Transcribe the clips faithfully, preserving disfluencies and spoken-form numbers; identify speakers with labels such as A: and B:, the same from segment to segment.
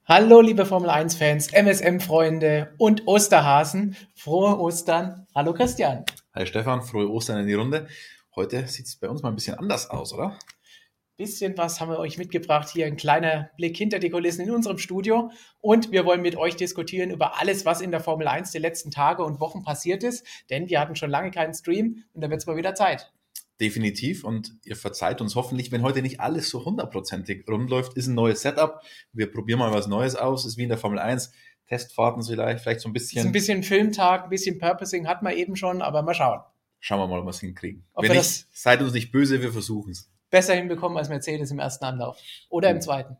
A: Hallo, liebe Formel eins Fans, M S M-Freunde und Osterhasen. Frohe Ostern. Hallo, Christian.
B: Hi Stefan, frohe Ostern in die Runde. Heute sieht es bei uns mal ein bisschen anders aus, oder?
A: Bisschen was haben wir euch mitgebracht. Hier ein kleiner Blick hinter die Kulissen in unserem Studio. Und wir wollen mit euch diskutieren über alles, was in der Formel eins die letzten Tage und Wochen passiert ist. Denn wir hatten schon lange keinen Stream und da wird es mal wieder Zeit.
B: Definitiv, und ihr verzeiht uns hoffentlich, wenn heute nicht alles so hundertprozentig rund läuft, ist ein neues Setup. Wir probieren mal was Neues aus, ist wie in der Formel eins. Testfahrten vielleicht, vielleicht so ein bisschen.
A: Ist ein bisschen Filmtag, ein bisschen Purposing hat man eben schon, aber mal schauen.
B: Schauen wir mal, ob wir es hinkriegen.
A: Ob
B: wenn
A: wir
B: nicht, seid uns nicht böse, wir versuchen es.
A: Besser hinbekommen als Mercedes im ersten Anlauf. Oder im zweiten.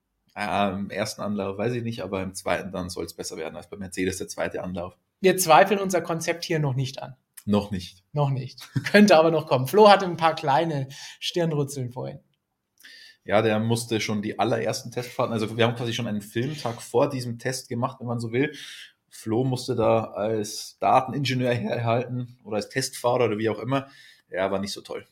B: Ja, im ersten Anlauf weiß ich nicht, aber im zweiten dann soll es besser werden als bei Mercedes, der zweite Anlauf.
A: Wir zweifeln unser Konzept hier noch nicht an.
B: Noch nicht.
A: Noch nicht. Könnte aber noch kommen. Flo hatte ein paar kleine Stirnrutzeln vorhin.
B: Ja, der musste schon die allerersten Testfahrten, also wir haben quasi schon einen Filmtag vor diesem Test gemacht, wenn man so will. Flo musste da als Dateningenieur herhalten oder als Testfahrer oder wie auch immer. Ja, war nicht so toll.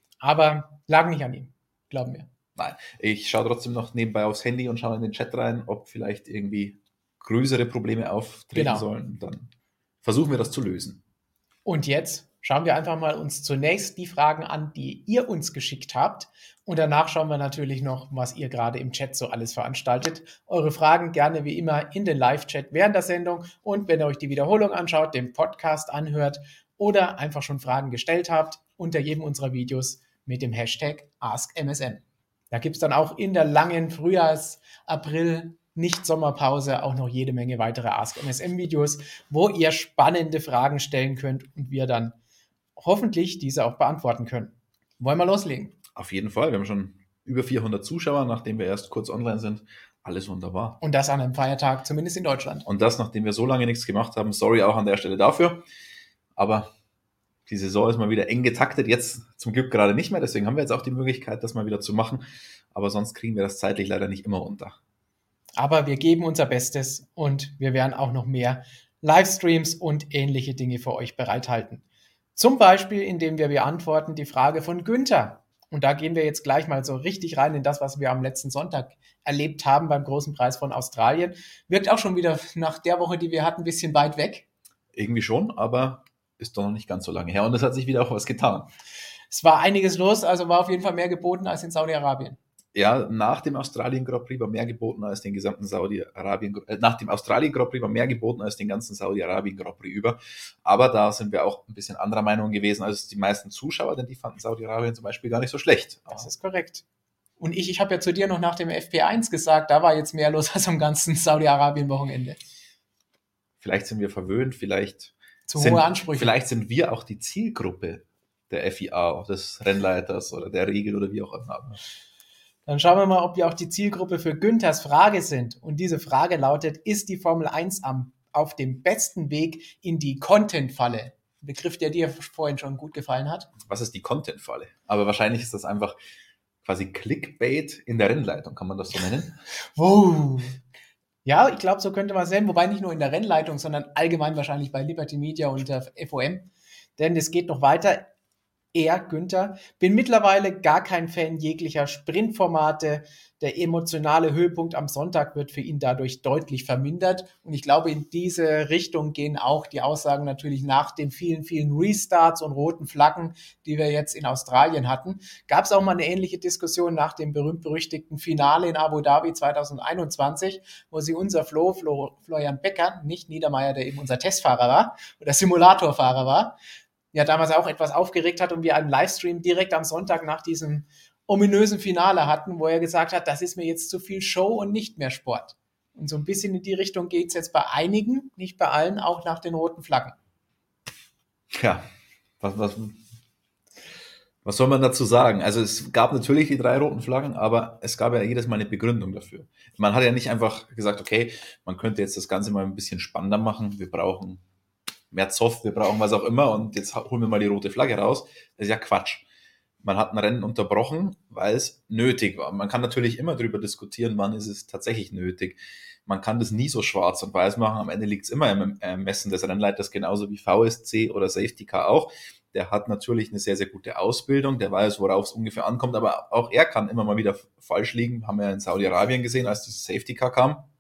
A: Aber lag nicht an ihm, glauben wir.
B: Nein, ich schaue trotzdem noch nebenbei aufs Handy und schaue in den Chat rein, ob vielleicht irgendwie größere Probleme auftreten
A: Genau.
B: sollen. Dann versuchen wir das zu lösen.
A: Und jetzt schauen wir einfach mal uns zunächst die Fragen an, die ihr uns geschickt habt. Und danach schauen wir natürlich noch, was ihr gerade im Chat so alles veranstaltet. Eure Fragen gerne wie immer in den Live-Chat während der Sendung. Und wenn ihr euch die Wiederholung anschaut, den Podcast anhört oder einfach schon Fragen gestellt habt, unter jedem unserer Videos mit dem Hashtag AskMSM. Da gibt es dann auch in der langen Frühjahrs-, April-, Nicht-Sommerpause auch noch jede Menge weitere AskMSM-Videos, wo ihr spannende Fragen stellen könnt und wir dann hoffentlich diese auch beantworten können. Wollen wir loslegen?
B: Auf jeden Fall. Wir haben schon über vierhundert Zuschauer, nachdem wir erst kurz online sind. Alles wunderbar.
A: Und das an einem Feiertag, zumindest in Deutschland.
B: Und das, nachdem wir so lange nichts gemacht haben. Sorry auch an der Stelle dafür. Aber die Saison ist mal wieder eng getaktet. Jetzt zum Glück gerade nicht mehr. Deswegen haben wir jetzt auch die Möglichkeit, das mal wieder zu machen. Aber sonst kriegen wir das zeitlich leider nicht immer unter.
A: Aber wir geben unser Bestes und wir werden auch noch mehr Livestreams und ähnliche Dinge für euch bereithalten. Zum Beispiel, indem wir beantworten die Frage von Günther. Und da gehen wir jetzt gleich mal so richtig rein in das, was wir am letzten Sonntag erlebt haben beim Großen Preis von Australien. Wirkt auch schon wieder nach der Woche, die wir hatten, ein bisschen weit weg.
B: Irgendwie schon, aber ist doch noch nicht ganz so lange her. Und es hat sich wieder auch was getan.
A: Es war einiges los, also war auf jeden Fall mehr geboten als in Saudi-Arabien.
B: Ja, nach dem Australien Grand Prix war mehr geboten als den gesamten Saudi-Arabien, äh, nach dem Australien Grand Prix war mehr geboten als den ganzen Saudi-Arabien Grand Prix über. Aber da sind wir auch ein bisschen anderer Meinung gewesen als die meisten Zuschauer, denn die fanden Saudi-Arabien zum Beispiel gar nicht so schlecht.
A: Das ist korrekt. Und ich, ich habe ja zu dir noch nach dem F P eins gesagt, da war jetzt mehr los als am ganzen Saudi-Arabien-Wochenende.
B: Vielleicht sind wir verwöhnt, vielleicht
A: Zu
B: sind,
A: hohe Ansprüche.
B: Vielleicht sind wir auch die Zielgruppe der F I A, des Rennleiters oder der Regel oder wie auch immer.
A: Dann schauen wir mal, ob wir auch die Zielgruppe für Günthers Frage sind. Und diese Frage lautet, ist die Formel eins am, auf dem besten Weg in die Content-Falle? Ein Begriff, der dir vorhin schon gut gefallen hat.
B: Was ist die Content-Falle? Aber wahrscheinlich ist das einfach quasi Clickbait in der Rennleitung, kann man das so nennen?
A: Wow. Ja, ich glaube, so könnte man es nennen, wobei nicht nur in der Rennleitung, sondern allgemein wahrscheinlich bei Liberty Media und der F O M. Denn es geht noch weiter. Er, Günther, bin mittlerweile gar kein Fan jeglicher Sprintformate. Der emotionale Höhepunkt am Sonntag wird für ihn dadurch deutlich vermindert. Und ich glaube, in diese Richtung gehen auch die Aussagen natürlich nach den vielen, vielen Restarts und roten Flaggen, die wir jetzt in Australien hatten. Gab es auch mal eine ähnliche Diskussion nach dem berühmt-berüchtigten Finale in Abu Dhabi zwanzig einundzwanzig, wo sie unser Flo, Flo Florian Becker, nicht Niedermeyer, der eben unser Testfahrer war oder Simulatorfahrer war, ja damals auch etwas aufgeregt hat und wir einen Livestream direkt am Sonntag nach diesem ominösen Finale hatten, wo er gesagt hat, das ist mir jetzt zu viel Show und nicht mehr Sport. Und so ein bisschen in die Richtung geht es jetzt bei einigen, nicht bei allen, auch nach den roten Flaggen.
B: Ja, was, was, was soll man dazu sagen? Also es gab natürlich die drei roten Flaggen, aber es gab ja jedes Mal eine Begründung dafür. Man hat ja nicht einfach gesagt, okay, man könnte jetzt das Ganze mal ein bisschen spannender machen, wir brauchen mehr Zoff, wir brauchen was auch immer und jetzt holen wir mal die rote Flagge raus. Das ist ja Quatsch. Man hat ein Rennen unterbrochen, weil es nötig war. Man kann natürlich immer darüber diskutieren, wann ist es tatsächlich nötig. Man kann das nie so schwarz und weiß machen. Am Ende liegt es immer im Ermessen des Rennleiters, genauso wie V S C oder Safety Car auch. Der hat natürlich eine sehr, sehr gute Ausbildung, der weiß, worauf es ungefähr ankommt, aber auch er kann immer mal wieder falsch liegen. Haben wir ja in Saudi-Arabien gesehen, als dieses Safety Car kam.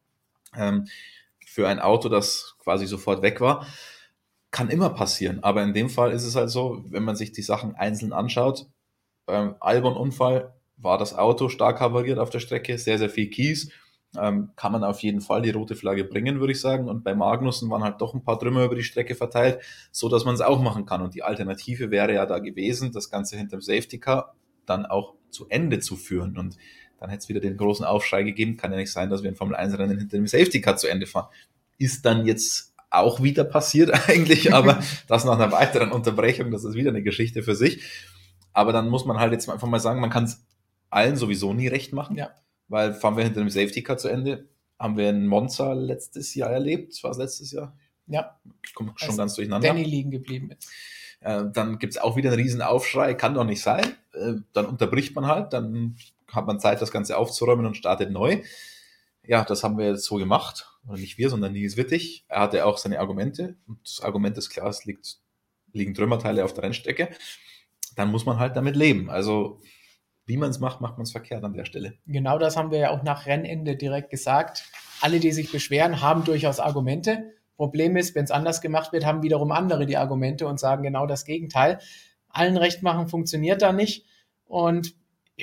B: ähm, für ein Auto, das quasi sofort weg war. Kann immer passieren, aber in dem Fall ist es halt so, wenn man sich die Sachen einzeln anschaut, beim Albon-Unfall war das Auto stark havariert auf der Strecke, sehr, sehr viel Kies, ähm, kann man auf jeden Fall die rote Flagge bringen, würde ich sagen, und bei Magnussen waren halt doch ein paar Trümmer über die Strecke verteilt, so dass man es auch machen kann, und die Alternative wäre ja da gewesen, das Ganze hinterm Safety Car dann auch zu Ende zu führen, und dann hätte es wieder den großen Aufschrei gegeben, kann ja nicht sein, dass wir ein Formel eins Rennen hinter dem Safety Car zu Ende fahren. Ist dann jetzt auch wieder passiert eigentlich, aber das nach einer weiteren Unterbrechung, das ist wieder eine Geschichte für sich. Aber dann muss man halt jetzt einfach mal sagen, man kann es allen sowieso nie recht machen,
A: Ja.
B: weil fahren wir hinter dem Safety Car zu Ende, haben wir in Monza letztes Jahr erlebt, war es letztes Jahr?
A: Ja.
B: Ich komme schon
A: Als
B: ganz durcheinander.
A: Danny liegen geblieben ist.
B: Äh, dann gibt es auch wieder einen riesen Aufschrei, kann doch nicht sein. Äh, dann unterbricht man halt, dann hat man Zeit, das Ganze aufzuräumen und startet neu. Ja, das haben wir jetzt so gemacht. Oder nicht wir, sondern Nils Wittig. Er hatte auch seine Argumente. Und das Argument ist klar, es liegt, liegen Trümmerteile auf der Rennstrecke. Dann muss man halt damit leben. Also, wie man es macht, macht man es verkehrt an der Stelle.
A: Genau das haben wir ja auch nach Rennende direkt gesagt. Alle, die sich beschweren, haben durchaus Argumente. Problem ist, wenn es anders gemacht wird, haben wiederum andere die Argumente und sagen genau das Gegenteil. Allen recht machen funktioniert da nicht. Und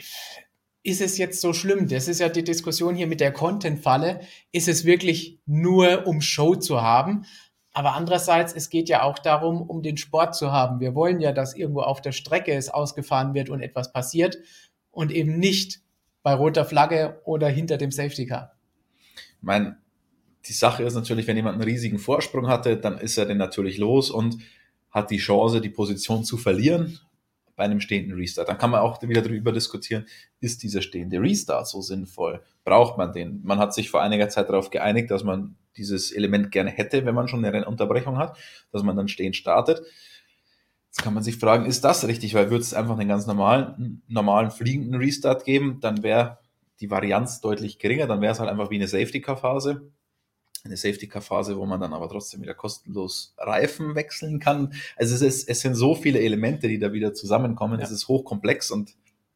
A: ist es jetzt so schlimm? Das ist ja die Diskussion hier mit der Content-Falle. Ist es wirklich nur, um Show zu haben? Aber andererseits, es geht ja auch darum, um den Sport zu haben. Wir wollen ja, dass irgendwo auf der Strecke es ausgefahren wird und etwas passiert und eben nicht bei roter Flagge oder hinter dem Safety Car.
B: Ich meine, die Sache ist natürlich, wenn jemand einen riesigen Vorsprung hatte, dann ist er den natürlich los und hat die Chance, die Position zu verlieren bei einem stehenden Restart. Dann kann man auch wieder darüber diskutieren, ist dieser stehende Restart so sinnvoll? Braucht man den? Man hat sich vor einiger Zeit darauf geeinigt, dass man dieses Element gerne hätte, wenn man schon eine Rennunterbrechung hat, dass man dann stehend startet. Jetzt kann man sich fragen, ist das richtig? Weil würde es einfach einen ganz normalen, normalen fliegenden Restart geben, dann wäre die Varianz deutlich geringer, dann wäre es halt einfach wie eine Safety-Car-Phase. Eine Safety-Car-Phase, wo man dann aber trotzdem wieder kostenlos Reifen wechseln kann. Also es, ist, es sind so viele Elemente, die da wieder zusammenkommen. Ja. Es ist hochkomplex und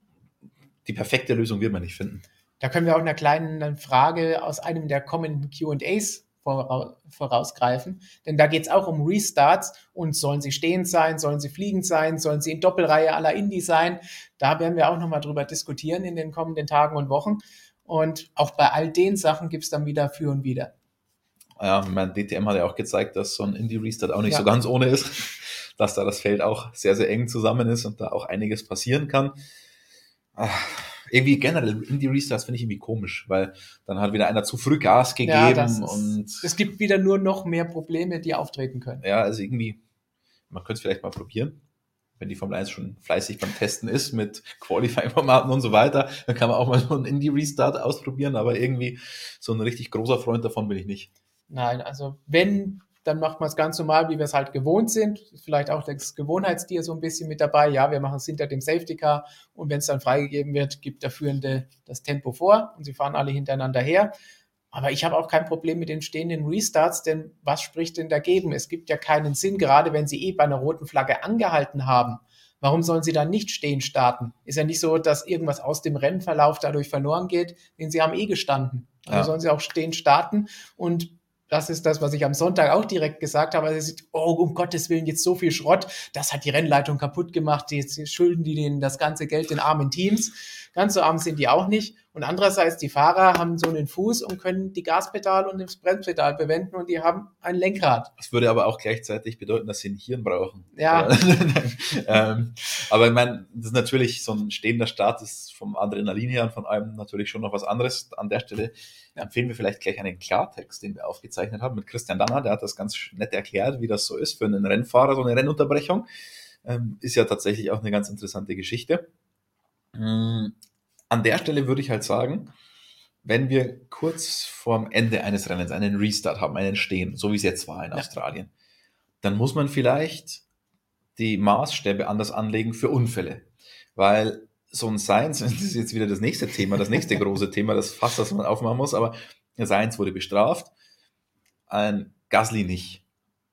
B: die perfekte Lösung wird man nicht finden.
A: Da können wir auch einer kleinen Frage aus einem der kommenden Q und A's vorausgreifen, denn da geht es auch um Restarts und sollen sie stehend sein, sollen sie fliegend sein, sollen sie in Doppelreihe à la Indy sein. Da werden wir auch nochmal drüber diskutieren in den kommenden Tagen und Wochen. Und auch bei all den Sachen gibt es dann wieder für und wider.
B: Ja, mein D T M hat ja auch gezeigt, dass so ein Indie-Restart auch nicht ja. so ganz ohne ist, dass da das Feld auch sehr, sehr eng zusammen ist und da auch einiges passieren kann. Ach, irgendwie generell Indie-Restarts finde ich irgendwie komisch, weil dann hat wieder einer zu früh Gas gegeben. Ja, das ist, und
A: es gibt wieder nur noch mehr Probleme, die auftreten können.
B: Ja, also irgendwie, man könnte es vielleicht mal probieren, wenn die Formel eins schon fleißig beim Testen ist mit Qualifying-Formaten und so weiter, dann kann man auch mal so einen Indie-Restart ausprobieren, aber irgendwie so ein richtig großer Freund davon bin ich nicht.
A: Nein, also wenn, dann macht man es ganz normal, wie wir es halt gewohnt sind. Vielleicht auch das Gewohnheitstier so ein bisschen mit dabei. Ja, wir machen es hinter dem Safety Car und wenn es dann freigegeben wird, gibt der Führende das Tempo vor und sie fahren alle hintereinander her. Aber ich habe auch kein Problem mit den stehenden Restarts, denn was spricht denn dagegen? Es gibt ja keinen Sinn, gerade wenn sie eh bei einer roten Flagge angehalten haben. Warum sollen sie dann nicht stehen starten? Ist ja nicht so, dass irgendwas aus dem Rennverlauf dadurch verloren geht, denn sie haben eh gestanden. Also ja. sollen sie auch stehen starten und das ist das, was ich am Sonntag auch direkt gesagt habe. Also, oh, um Gottes Willen, jetzt so viel Schrott. Das hat die Rennleitung kaputt gemacht. Jetzt schulden die denen das ganze Geld den armen Teams. Ganz so arm sind die auch nicht. Und andererseits, die Fahrer haben so einen Fuß und können die Gaspedal und das Bremspedal bewenden und die haben ein Lenkrad.
B: Das würde aber auch gleichzeitig bedeuten, dass sie ein Hirn brauchen.
A: Ja.
B: ähm, aber ich meine, das ist natürlich so ein stehender Start, ist vom Adrenalin her und von allem natürlich schon noch was anderes. An der Stelle empfehlen wir vielleicht gleich einen Klartext, den wir aufgezeichnet haben mit Christian Danner. Der hat das ganz nett erklärt, wie das so ist für einen Rennfahrer, so eine Rennunterbrechung. Ähm, ist ja tatsächlich auch eine ganz interessante Geschichte. Ähm, an der Stelle würde ich halt sagen, wenn wir kurz vorm Ende eines Rennens einen Restart haben, einen Stehen, so wie es jetzt war in ja. Australien, dann muss man vielleicht die Maßstäbe anders anlegen für Unfälle. Weil so ein Sainz, das ist jetzt wieder das nächste Thema, das nächste große Thema, das Fass, das man aufmachen muss, aber Sainz wurde bestraft, ein Gasly nicht.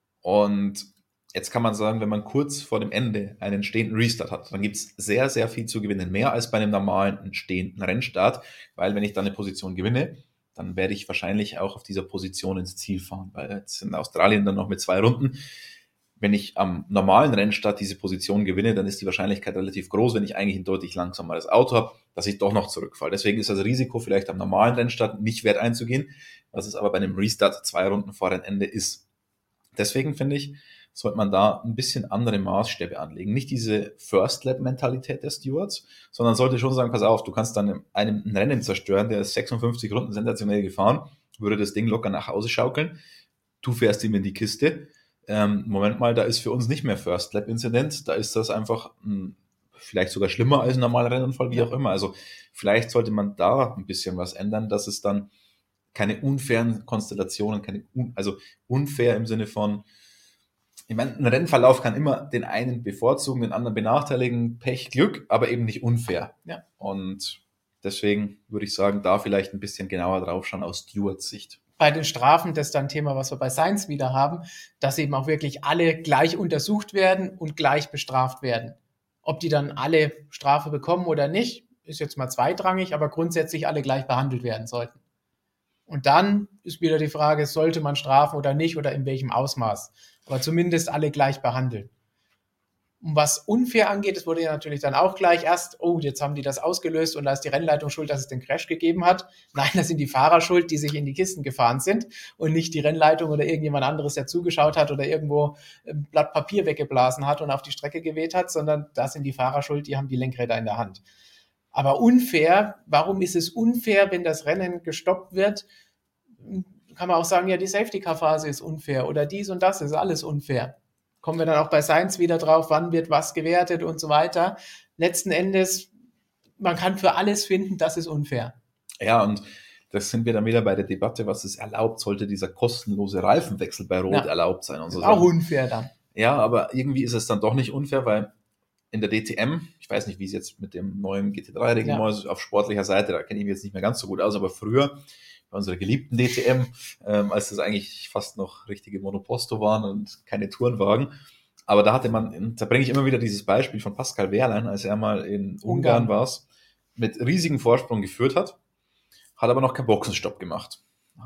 B: Und jetzt kann man sagen, wenn man kurz vor dem Ende einen stehenden Restart hat, dann gibt es sehr, sehr viel zu gewinnen. Mehr als bei einem normalen stehenden Rennstart, weil wenn ich dann eine Position gewinne, dann werde ich wahrscheinlich auch auf dieser Position ins Ziel fahren, weil jetzt in Australien dann noch mit zwei Runden. Wenn ich am normalen Rennstart diese Position gewinne, dann ist die Wahrscheinlichkeit relativ groß, wenn ich eigentlich ein deutlich langsameres Auto habe, dass ich doch noch zurückfalle. Deswegen ist das Risiko vielleicht am normalen Rennstart nicht wert einzugehen, was es aber bei einem Restart zwei Runden vor Rennende ist. Deswegen finde ich, sollte man da ein bisschen andere Maßstäbe anlegen. Nicht diese First-Lap-Mentalität der Stewards, sondern sollte schon sagen, pass auf, du kannst dann einem ein Rennen zerstören, der ist sechsundfünfzig Runden sensationell gefahren, würde das Ding locker nach Hause schaukeln, du fährst ihm in die Kiste. Ähm, Moment mal, da ist für uns nicht mehr First-Lap-Incident, da ist das einfach mh, vielleicht sogar schlimmer als ein normaler Rennunfall, wie ja. auch immer. Also vielleicht sollte man da ein bisschen was ändern, dass es dann keine unfairen Konstellationen, keine un- also unfair im Sinne von, ich meine, ein Rennverlauf kann immer den einen bevorzugen, den anderen benachteiligen, Pech, Glück, aber eben nicht unfair.
A: Ja.
B: Und deswegen würde ich sagen, da vielleicht ein bisschen genauer drauf schauen aus Stewards Sicht.
A: Bei den Strafen, das ist dann ein Thema, was wir bei Sainz wieder haben, dass eben auch wirklich alle gleich untersucht werden und gleich bestraft werden. Ob die dann alle Strafe bekommen oder nicht, ist jetzt mal zweitrangig, aber grundsätzlich alle gleich behandelt werden sollten. Und dann ist wieder die Frage, sollte man strafen oder nicht oder in welchem Ausmaß. Aber zumindest alle gleich behandeln. Und was unfair angeht, es wurde ja natürlich dann auch gleich erst, oh, jetzt haben die das ausgelöst und da ist die Rennleitung schuld, dass es den Crash gegeben hat. Nein, das sind die Fahrer schuld, die sich in die Kisten gefahren sind und nicht die Rennleitung oder irgendjemand anderes, der zugeschaut hat oder irgendwo ein Blatt Papier weggeblasen hat und auf die Strecke geweht hat, sondern das sind die Fahrer schuld, die haben die Lenkräder in der Hand. Aber unfair, warum ist es unfair, wenn das Rennen gestoppt wird? Kann man auch sagen, ja, die Safety-Car-Phase ist unfair oder dies und das ist alles unfair. Kommen wir dann auch bei Sainz wieder drauf, wann wird was gewertet und so weiter. Letzten Endes, man kann für alles finden, das ist unfair.
B: Ja, und das sind wir dann wieder bei der Debatte, was es erlaubt, sollte dieser kostenlose Reifenwechsel bei Rot ja. erlaubt sein. Und so
A: auch unfair dann.
B: Ja, aber irgendwie ist es dann doch nicht unfair, weil in der D T M, ich weiß nicht, wie es jetzt mit dem neuen G T drei Reglement ist, ja. auf sportlicher Seite, da kenne ich mich jetzt nicht mehr ganz so gut aus, aber früher bei unserer geliebten D T M, ähm, als das eigentlich fast noch richtige Monoposto waren und keine Tourenwagen. Aber da hatte man, da bringe ich immer wieder dieses Beispiel von Pascal Wehrlein, als er mal in Ungarn, Ungarn war, mit riesigem Vorsprung geführt hat, hat aber noch keinen Boxenstopp gemacht.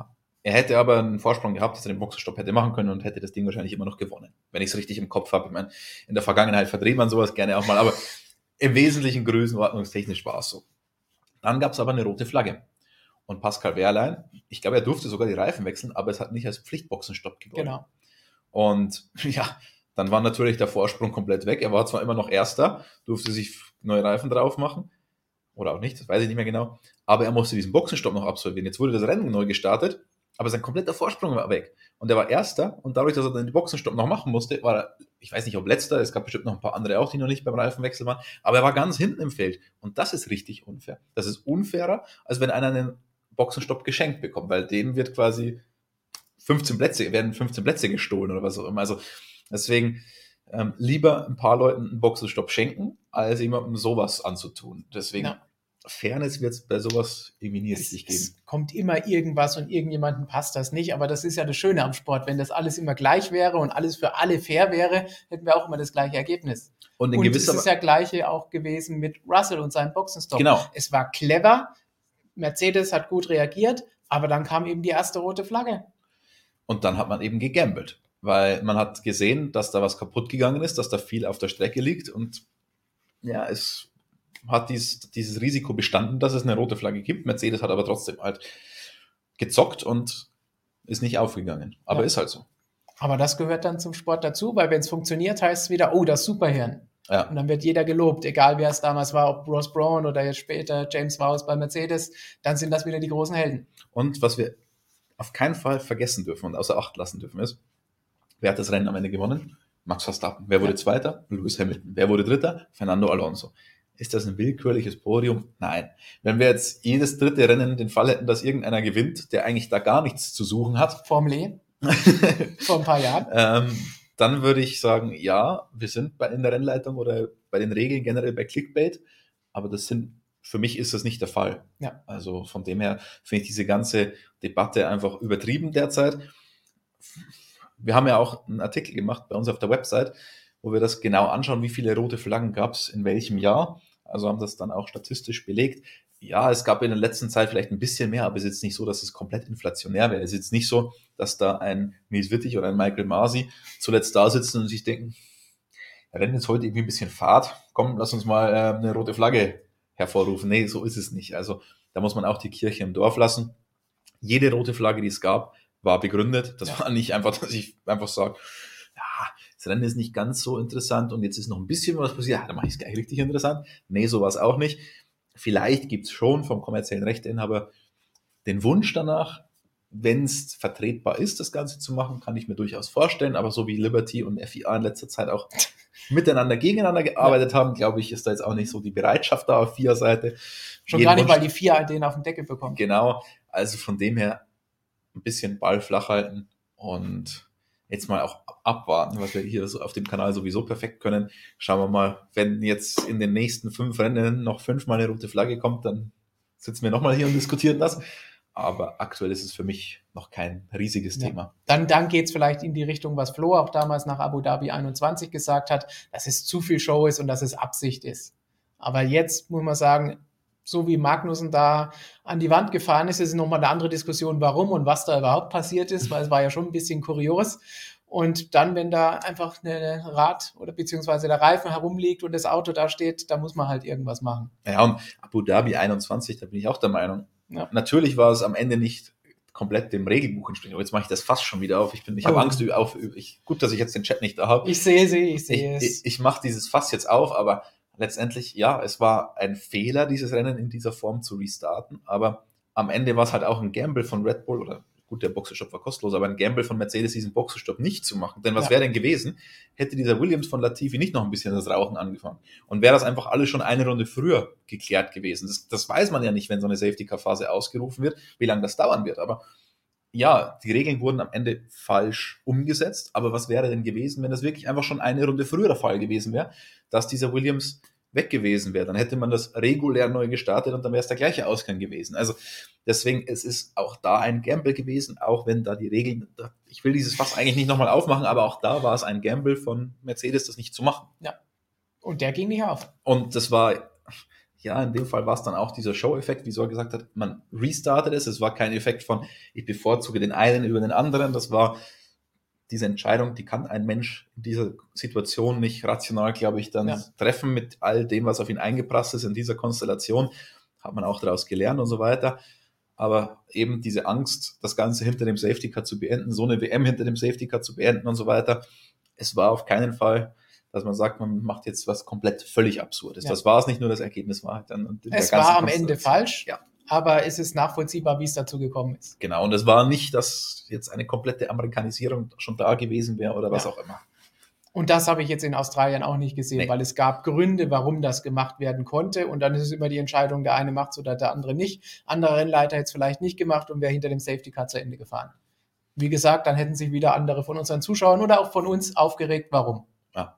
B: Er hätte aber einen Vorsprung gehabt, dass er den Boxenstopp hätte machen können und hätte das Ding wahrscheinlich immer noch gewonnen. Wenn ich es richtig im Kopf habe. Ich meine, in der Vergangenheit verdreht man sowas gerne auch mal, aber im Wesentlichen größenordnungstechnisch war es so. Dann gab es aber eine rote Flagge. Und Pascal Wehrlein, ich glaube, er durfte sogar die Reifen wechseln, aber es hat nicht als Pflichtboxenstopp gegolten.
A: Genau.
B: Und ja, dann war natürlich der Vorsprung komplett weg. Er war zwar immer noch Erster, durfte sich neue Reifen drauf machen, oder auch nicht, das weiß ich nicht mehr genau, aber er musste diesen Boxenstopp noch absolvieren. Jetzt wurde das Rennen neu gestartet, aber sein kompletter Vorsprung war weg. Und er war Erster und dadurch, dass er dann den Boxenstopp noch machen musste, war er, ich weiß nicht, ob Letzter, es gab bestimmt noch ein paar andere auch, die noch nicht beim Reifenwechsel waren, aber er war ganz hinten im Feld. Und das ist richtig unfair. Das ist unfairer, als wenn einer einen Boxenstopp geschenkt bekommt, weil dem wird quasi fünfzehn Plätze, werden fünfzehn Plätze gestohlen oder was auch immer. Also deswegen ähm, lieber ein paar Leuten einen Boxenstopp schenken, als jemandem sowas anzutun. Deswegen ja. Fairness wird es bei sowas irgendwie nie richtig geben.
A: Es kommt immer irgendwas und irgendjemandem passt das nicht, aber das ist ja das Schöne am Sport. Wenn das alles immer gleich wäre und alles für alle fair wäre, hätten wir auch immer das gleiche Ergebnis.
B: Und, in
A: und
B: gewisser
A: es ist ja gleiche auch gewesen mit Russell und seinem Boxenstopp.
B: Genau.
A: Es war clever, Mercedes hat gut reagiert, aber dann kam eben die erste rote Flagge.
B: Und dann hat man eben gegambelt, weil man hat gesehen, dass da was kaputt gegangen ist, dass da viel auf der Strecke liegt und ja, es hat dies, dieses Risiko bestanden, dass es eine rote Flagge gibt. Mercedes hat aber trotzdem halt gezockt und ist nicht aufgegangen. Aber ja. ist halt so.
A: Aber das gehört dann zum Sport dazu, weil wenn es funktioniert, heißt es wieder, oh, das Superhirn.
B: Ja.
A: Und dann wird jeder gelobt, egal wer es damals war, ob Ross Brawn oder jetzt später James Vowles bei Mercedes, dann sind das wieder die großen Helden.
B: Und was wir auf keinen Fall vergessen dürfen und außer Acht lassen dürfen ist, wer hat das Rennen am Ende gewonnen? Max Verstappen. Wer wurde ja. Zweiter? Lewis Hamilton. Wer wurde Dritter? Fernando Alonso. Ist das ein willkürliches Podium? Nein. Wenn wir jetzt jedes dritte Rennen den Fall hätten, dass irgendeiner gewinnt, der eigentlich da gar nichts zu suchen hat.
A: Formel E. Vor ein paar Jahren.
B: ähm, dann würde ich sagen, ja, wir sind bei, in der Rennleitung oder bei den Regeln generell bei Clickbait, aber das sind, für mich ist das nicht der Fall.
A: Ja.
B: Also von dem her finde ich diese ganze Debatte einfach übertrieben derzeit. Wir haben ja auch einen Artikel gemacht bei uns auf der Website, wo wir das genau anschauen, wie viele rote Flaggen gab es in welchem Jahr. Also haben das dann auch statistisch belegt. ja, es gab in der letzten Zeit vielleicht ein bisschen mehr, aber es ist jetzt nicht so, dass es komplett inflationär wäre. Es ist jetzt nicht so, dass da ein Nils Wittig oder ein Michael Masi zuletzt da sitzen und sich denken, wir rennen jetzt heute irgendwie ein bisschen Fahrt, komm, lass uns mal äh, eine rote Flagge hervorrufen. Nee, so ist es nicht. Also da muss man auch die Kirche im Dorf lassen. Jede rote Flagge, die es gab, war begründet. Das
A: Ja.
B: war nicht einfach, dass ich einfach sage, ja, das Rennen ist nicht ganz so interessant und jetzt ist noch ein bisschen was passiert, ja, dann mache ich es gleich richtig interessant. Nee, so war es auch nicht. Vielleicht gibt es schon vom kommerziellen Rechteinhaber den Wunsch danach, wenn es vertretbar ist, das Ganze zu machen, kann ich mir durchaus vorstellen. Aber so wie Liberty und F I A in letzter Zeit auch miteinander, gegeneinander gearbeitet ja. haben, glaube ich, ist da jetzt auch nicht so die Bereitschaft da auf V I A-Seite.
A: Schon Jeden gar nicht, Wunsch, weil die F I A den auf den Deckel bekommt.
B: Genau, also von dem her ein bisschen Ball flach halten und jetzt mal auch abwarten, was wir hier so auf dem Kanal sowieso perfekt können. Schauen wir mal, wenn jetzt in den nächsten fünf Rennen noch fünfmal eine rote Flagge kommt, dann sitzen wir nochmal hier und diskutieren das. Aber aktuell ist es für mich noch kein riesiges ja. Thema.
A: Dann, dann geht es vielleicht in die Richtung, was Flo auch damals nach Abu Dhabi einundzwanzig gesagt hat, dass es zu viel Show ist und dass es Absicht ist. Aber jetzt muss man sagen, so wie Magnussen da an die Wand gefahren ist, ist nochmal eine andere Diskussion, warum und was da überhaupt passiert ist, weil es war ja schon ein bisschen kurios. Und dann, wenn da einfach eine Rad oder beziehungsweise der Reifen herumliegt und das Auto da steht, da muss man halt irgendwas machen.
B: Ja, und Abu Dhabi einundzwanzig, da bin ich auch der Meinung. Ja. Natürlich war es am Ende nicht komplett dem Regelbuch entsprechend. Aber jetzt mache ich das fast schon wieder auf. Ich bin, ich oh. habe Angst auf. Ich, gut, dass ich jetzt den Chat nicht da habe.
A: Ich sehe sie, ich sehe
B: ich,
A: es.
B: Ich, ich mache dieses Fass jetzt auf, aber letztendlich, ja, es war ein Fehler, dieses Rennen in dieser Form zu restarten. Aber am Ende war es halt auch ein Gamble von Red Bull oder gut, der Boxenstopp war kostenlos, aber ein Gamble von Mercedes, diesen Boxenstopp nicht zu machen. Denn was ja. wäre denn gewesen, hätte dieser Williams von Latifi nicht noch ein bisschen das Rauchen angefangen? Und wäre das einfach alles schon eine Runde früher geklärt gewesen? Das, das weiß man ja nicht, wenn so eine Safety-Car-Phase ausgerufen wird, wie lange das dauern wird. Aber ja, die Regeln wurden am Ende falsch umgesetzt. Aber was wäre denn gewesen, wenn das wirklich einfach schon eine Runde früher der Fall gewesen wäre, dass dieser Williams weg gewesen wäre? Dann hätte man das regulär neu gestartet und dann wäre es der gleiche Ausgang gewesen. Also deswegen, es ist auch da ein Gamble gewesen, auch wenn da die Regeln, ich will dieses Fass eigentlich nicht nochmal aufmachen, aber auch da war es ein Gamble von Mercedes, das nicht zu machen.
A: Ja, und der ging nicht auf.
B: Und das war, ja, in dem Fall war es dann auch dieser Show-Effekt, wie Sol gesagt hat, man restartet es, es war kein Effekt von, ich bevorzuge den einen über den anderen, das war diese Entscheidung, die kann ein Mensch in dieser Situation nicht rational, glaube ich, dann ja. treffen mit all dem, was auf ihn eingeprasst ist in dieser Konstellation, hat man auch daraus gelernt und so weiter. Aber eben diese Angst, das Ganze hinter dem Safety Car zu beenden, so eine W M hinter dem Safety Car zu beenden und so weiter, es war auf keinen Fall, dass man sagt, man macht jetzt was komplett völlig Absurdes. Ja. Das war es nicht, nur das Ergebnis war halt dann.
A: Es war am Ende falsch, ja. aber es ist nachvollziehbar, wie es dazu gekommen ist.
B: Genau, und es war nicht, dass jetzt eine komplette Amerikanisierung schon da gewesen wäre oder was ja. auch immer.
A: Und das habe ich jetzt in Australien auch nicht gesehen, nee. weil es gab Gründe, warum das gemacht werden konnte. Und dann ist es immer die Entscheidung, der eine macht es oder der andere nicht. Anderer Rennleiter hätte es vielleicht nicht gemacht und wäre hinter dem Safety Car zu Ende gefahren. Wie gesagt, dann hätten sich wieder andere von unseren Zuschauern oder auch von uns aufgeregt, warum.
B: Ja.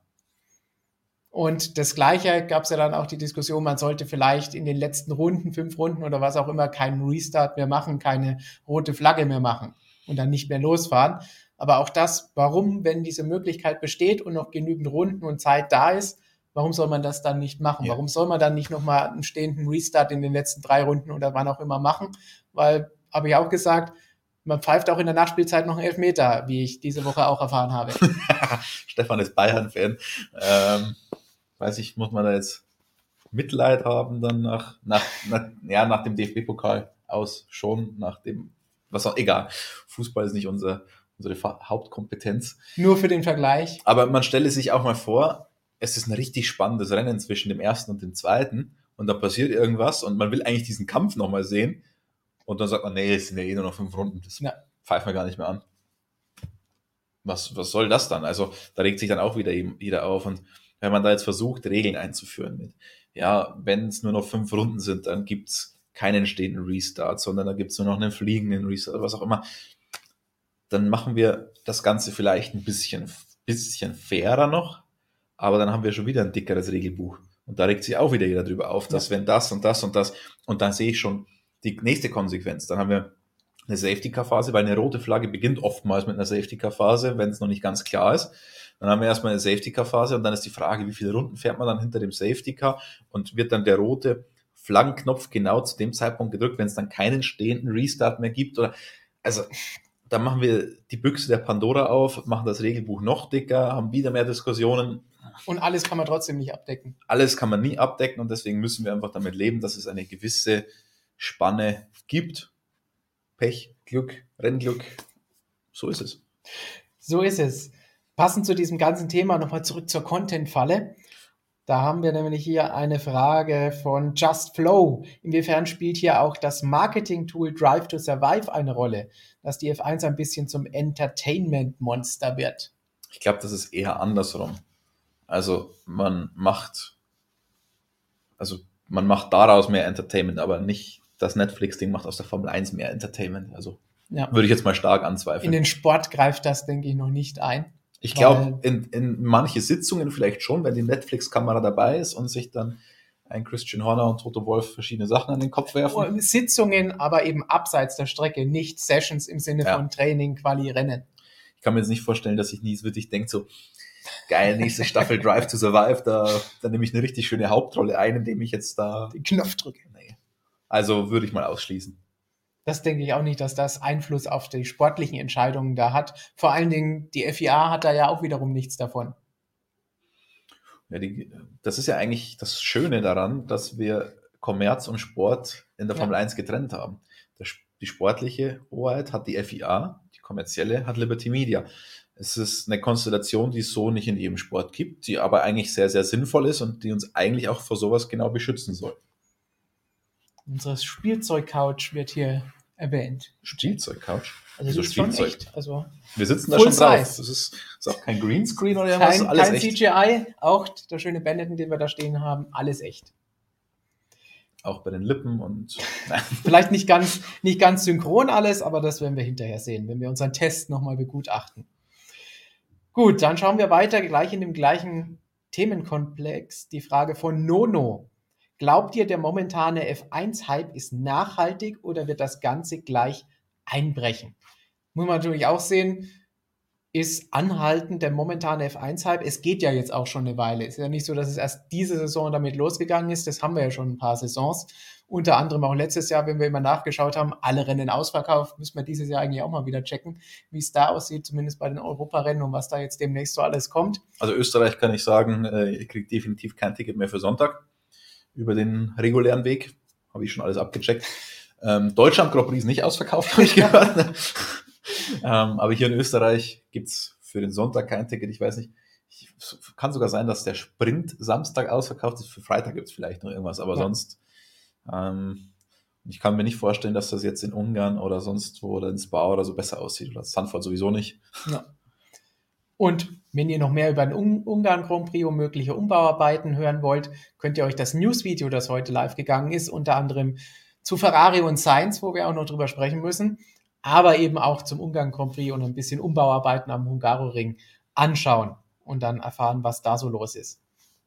A: Und das Gleiche gab es ja dann auch die Diskussion, man sollte vielleicht in den letzten Runden, fünf Runden oder was auch immer, keinen Restart mehr machen, keine rote Flagge mehr machen und dann nicht mehr losfahren. Aber auch das, warum, wenn diese Möglichkeit besteht und noch genügend Runden und Zeit da ist, warum soll man das dann nicht machen? Ja. Warum soll man dann nicht nochmal einen stehenden Restart in den letzten drei Runden oder wann auch immer machen? Weil, habe ich auch gesagt, man pfeift auch in der Nachspielzeit noch einen Elfmeter, wie ich diese Woche auch erfahren habe.
B: Stefan ist Bayern-Fan. Ähm, weiß ich, muss man da jetzt Mitleid haben dann nach, nach, nach, ja, nach dem D F B-Pokal aus schon, nach dem, was auch, egal. Fußball ist nicht unser unsere Hauptkompetenz.
A: Nur für den Vergleich.
B: Aber man stelle sich auch mal vor, es ist ein richtig spannendes Rennen zwischen dem ersten und dem zweiten und da passiert irgendwas und man will eigentlich diesen Kampf nochmal sehen und dann sagt man, nee, es sind ja eh nur noch fünf Runden, das ja. pfeifen wir gar nicht mehr an. Was, was soll das dann? Also da regt sich dann auch wieder eben jeder auf und wenn man da jetzt versucht, Regeln einzuführen mit, ja, wenn es nur noch fünf Runden sind, dann gibt's keinen stehenden Restart, sondern da gibt's nur noch einen fliegenden Restart, was auch immer. Dann machen wir das Ganze vielleicht ein bisschen, bisschen fairer noch, aber dann haben wir schon wieder ein dickeres Regelbuch. Und da regt sich auch wieder jeder drüber auf, dass ja. wenn das und das und das, und dann sehe ich schon die nächste Konsequenz. Dann haben wir eine Safety-Car-Phase, weil eine rote Flagge beginnt oftmals mit einer Safety-Car-Phase, wenn es noch nicht ganz klar ist. Dann haben wir erstmal eine Safety-Car-Phase und dann ist die Frage, wie viele Runden fährt man dann hinter dem Safety-Car und wird dann der rote Flaggenknopf genau zu dem Zeitpunkt gedrückt, wenn es dann keinen stehenden Restart mehr gibt. Oder also da machen wir die Büchse der Pandora auf, machen das Regelbuch noch dicker, haben wieder mehr Diskussionen.
A: Und alles kann man trotzdem nicht abdecken.
B: Alles kann man nie abdecken und deswegen müssen wir einfach damit leben, dass es eine gewisse Spanne gibt. Pech, Glück, Rennglück, so ist es.
A: So ist es. Passend zu diesem ganzen Thema nochmal zurück zur Content-Falle. Da haben wir nämlich hier eine Frage von Just Flow. Inwiefern spielt hier auch das Marketing-Tool Drive to Survive eine Rolle, dass die F eins ein bisschen zum Entertainment-Monster wird?
B: Ich glaube, das ist eher andersrum. Also man macht, also man macht daraus mehr Entertainment, aber nicht das Netflix-Ding macht aus der Formel eins mehr Entertainment. Also ja. Würde ich jetzt mal stark anzweifeln.
A: In den Sport greift das, denke ich, noch nicht ein.
B: Ich glaube, in, in manche Sitzungen vielleicht schon, wenn die Netflix-Kamera dabei ist und sich dann ein Christian Horner und Toto Wolff verschiedene Sachen an den Kopf werfen.
A: Sitzungen, aber eben abseits der Strecke, nicht Sessions im Sinne ja. von Training, Quali, Rennen.
B: Ich kann mir jetzt nicht vorstellen, dass ich nie wirklich denke, so geil, nächste Staffel Drive to Survive, da, da nehme ich eine richtig schöne Hauptrolle ein, indem ich jetzt da
A: den Knopf drücke.
B: Nee. Also würde ich mal ausschließen.
A: Das denke ich auch nicht, dass das Einfluss auf die sportlichen Entscheidungen da hat. Vor allen Dingen, die F I A hat da ja auch wiederum nichts davon.
B: Ja, die, das ist ja eigentlich das Schöne daran, dass wir Kommerz und Sport in der Formel ja. eins getrennt haben. Das, die sportliche Hoheit hat die F I A, die kommerzielle hat Liberty Media. Es ist eine Konstellation, die es so nicht in jedem Sport gibt, die aber eigentlich sehr, sehr sinnvoll ist und die uns eigentlich auch vor sowas genau beschützen soll.
A: Unsere Spielzeug-Couch wird hier erwähnt.
B: Spielzeug-Couch?
A: Also das ist Spielzeug. Schon echt. Also
B: wir sitzen da schon drauf. Das ist, ist auch kein Greenscreen oder irgendwas.
A: Kein,
B: alles
A: kein
B: echt.
A: C G I, auch der schöne Benetton, den wir da stehen haben, alles echt.
B: Auch bei den Lippen und...
A: Vielleicht nicht ganz, nicht ganz synchron alles, aber das werden wir hinterher sehen, wenn wir unseren Test nochmal begutachten. Gut, dann schauen wir weiter, gleich in dem gleichen Themenkomplex, die Frage von Nono. Glaubt ihr, der momentane F eins Hype ist nachhaltig oder wird das Ganze gleich einbrechen? Muss man natürlich auch sehen, ist anhaltend der momentane F eins Hype. Es geht ja jetzt auch schon eine Weile. Es ist ja nicht so, dass es erst diese Saison damit losgegangen ist. Das haben wir ja schon ein paar Saisons. Unter anderem auch letztes Jahr, wenn wir immer nachgeschaut haben, alle Rennen ausverkauft. Müssen wir dieses Jahr eigentlich auch mal wieder checken, wie es da aussieht, zumindest bei den Europarennen und was da jetzt demnächst so alles kommt.
B: Also Österreich kann ich sagen, ihr kriegt definitiv kein Ticket mehr für Sonntag. Über den regulären Weg. Habe ich schon alles abgecheckt. Ähm, Deutschland Grand Prix ist nicht ausverkauft, habe ich gehört. ähm, aber hier in Österreich gibt es für den Sonntag kein Ticket. Ich weiß nicht, ich, kann sogar sein, dass der Sprint Samstag ausverkauft ist. Für Freitag gibt es vielleicht noch irgendwas, aber ja. sonst ähm, ich kann mir nicht vorstellen, dass das jetzt in Ungarn oder sonst wo oder in Spa oder so besser aussieht. Oder Zandvoort sowieso nicht.
A: Ja. Und wenn ihr noch mehr über den Ungarn Grand Prix und mögliche Umbauarbeiten hören wollt, könnt ihr euch das Newsvideo, das heute live gegangen ist, unter anderem zu Ferrari und Sainz, wo wir auch noch drüber sprechen müssen, aber eben auch zum Ungarn Grand Prix und ein bisschen Umbauarbeiten am Hungaroring anschauen und dann erfahren, was da so los ist.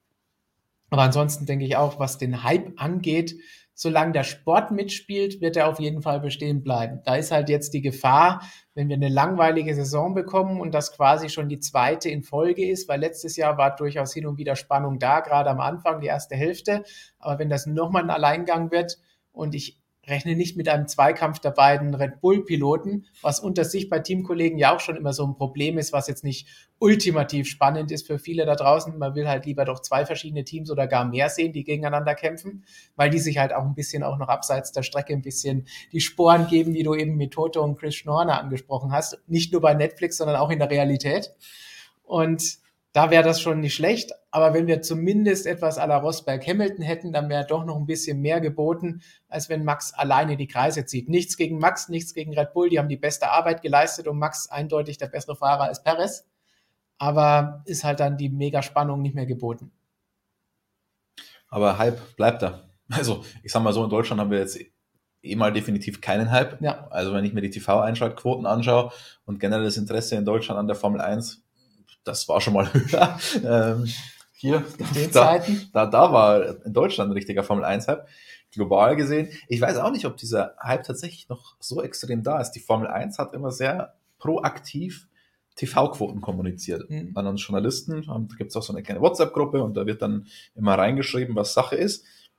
A: Aber ansonsten denke ich auch, was den Hype angeht, solange der Sport mitspielt, wird er auf jeden Fall bestehen bleiben. Da ist halt jetzt die Gefahr, wenn wir eine langweilige Saison bekommen und das quasi schon die zweite in Folge ist, weil letztes Jahr war durchaus hin und wieder Spannung da, gerade am Anfang, die erste Hälfte. Aber wenn das nochmal ein Alleingang wird und ich rechne nicht mit einem Zweikampf der beiden Red Bull-Piloten, was unter sich bei Teamkollegen ja auch schon immer so ein Problem ist, was jetzt nicht ultimativ spannend ist für viele da draußen. Man will halt lieber doch zwei verschiedene Teams oder gar mehr sehen, die gegeneinander kämpfen, weil die sich halt auch ein bisschen auch noch abseits der Strecke ein bisschen die Sporen geben, wie du eben mit Toto und Christian Horner angesprochen hast. Nicht nur bei Netflix, sondern auch in der Realität. Und da wäre das schon nicht schlecht, aber wenn wir zumindest etwas à la Rosberg-Hamilton hätten, dann wäre doch noch ein bisschen mehr geboten, als wenn Max alleine die Kreise zieht. Nichts gegen Max, nichts gegen Red Bull, die haben die beste Arbeit geleistet und Max eindeutig der bessere Fahrer als Perez, aber ist halt dann die Mega-Spannung nicht mehr geboten.
B: Aber Hype bleibt da. Also ich sag mal so, in Deutschland haben wir jetzt eh mal definitiv keinen Hype.
A: Ja.
B: Also wenn ich mir die T V-Einschaltquoten anschaue und generell das Interesse in Deutschland an der Formel eins, das war schon mal höher. ähm, hier,
A: den
B: da,
A: Zeiten.
B: Da, da war in Deutschland ein richtiger Formel eins Hype. Global gesehen. Ich weiß auch nicht, ob dieser Hype tatsächlich noch so extrem da ist. Die Formel eins hat immer sehr proaktiv T V-Quoten kommuniziert. Mhm. An uns Journalisten, da gibt es auch so eine kleine WhatsApp-Gruppe und da wird dann immer reingeschrieben, was Sache ist.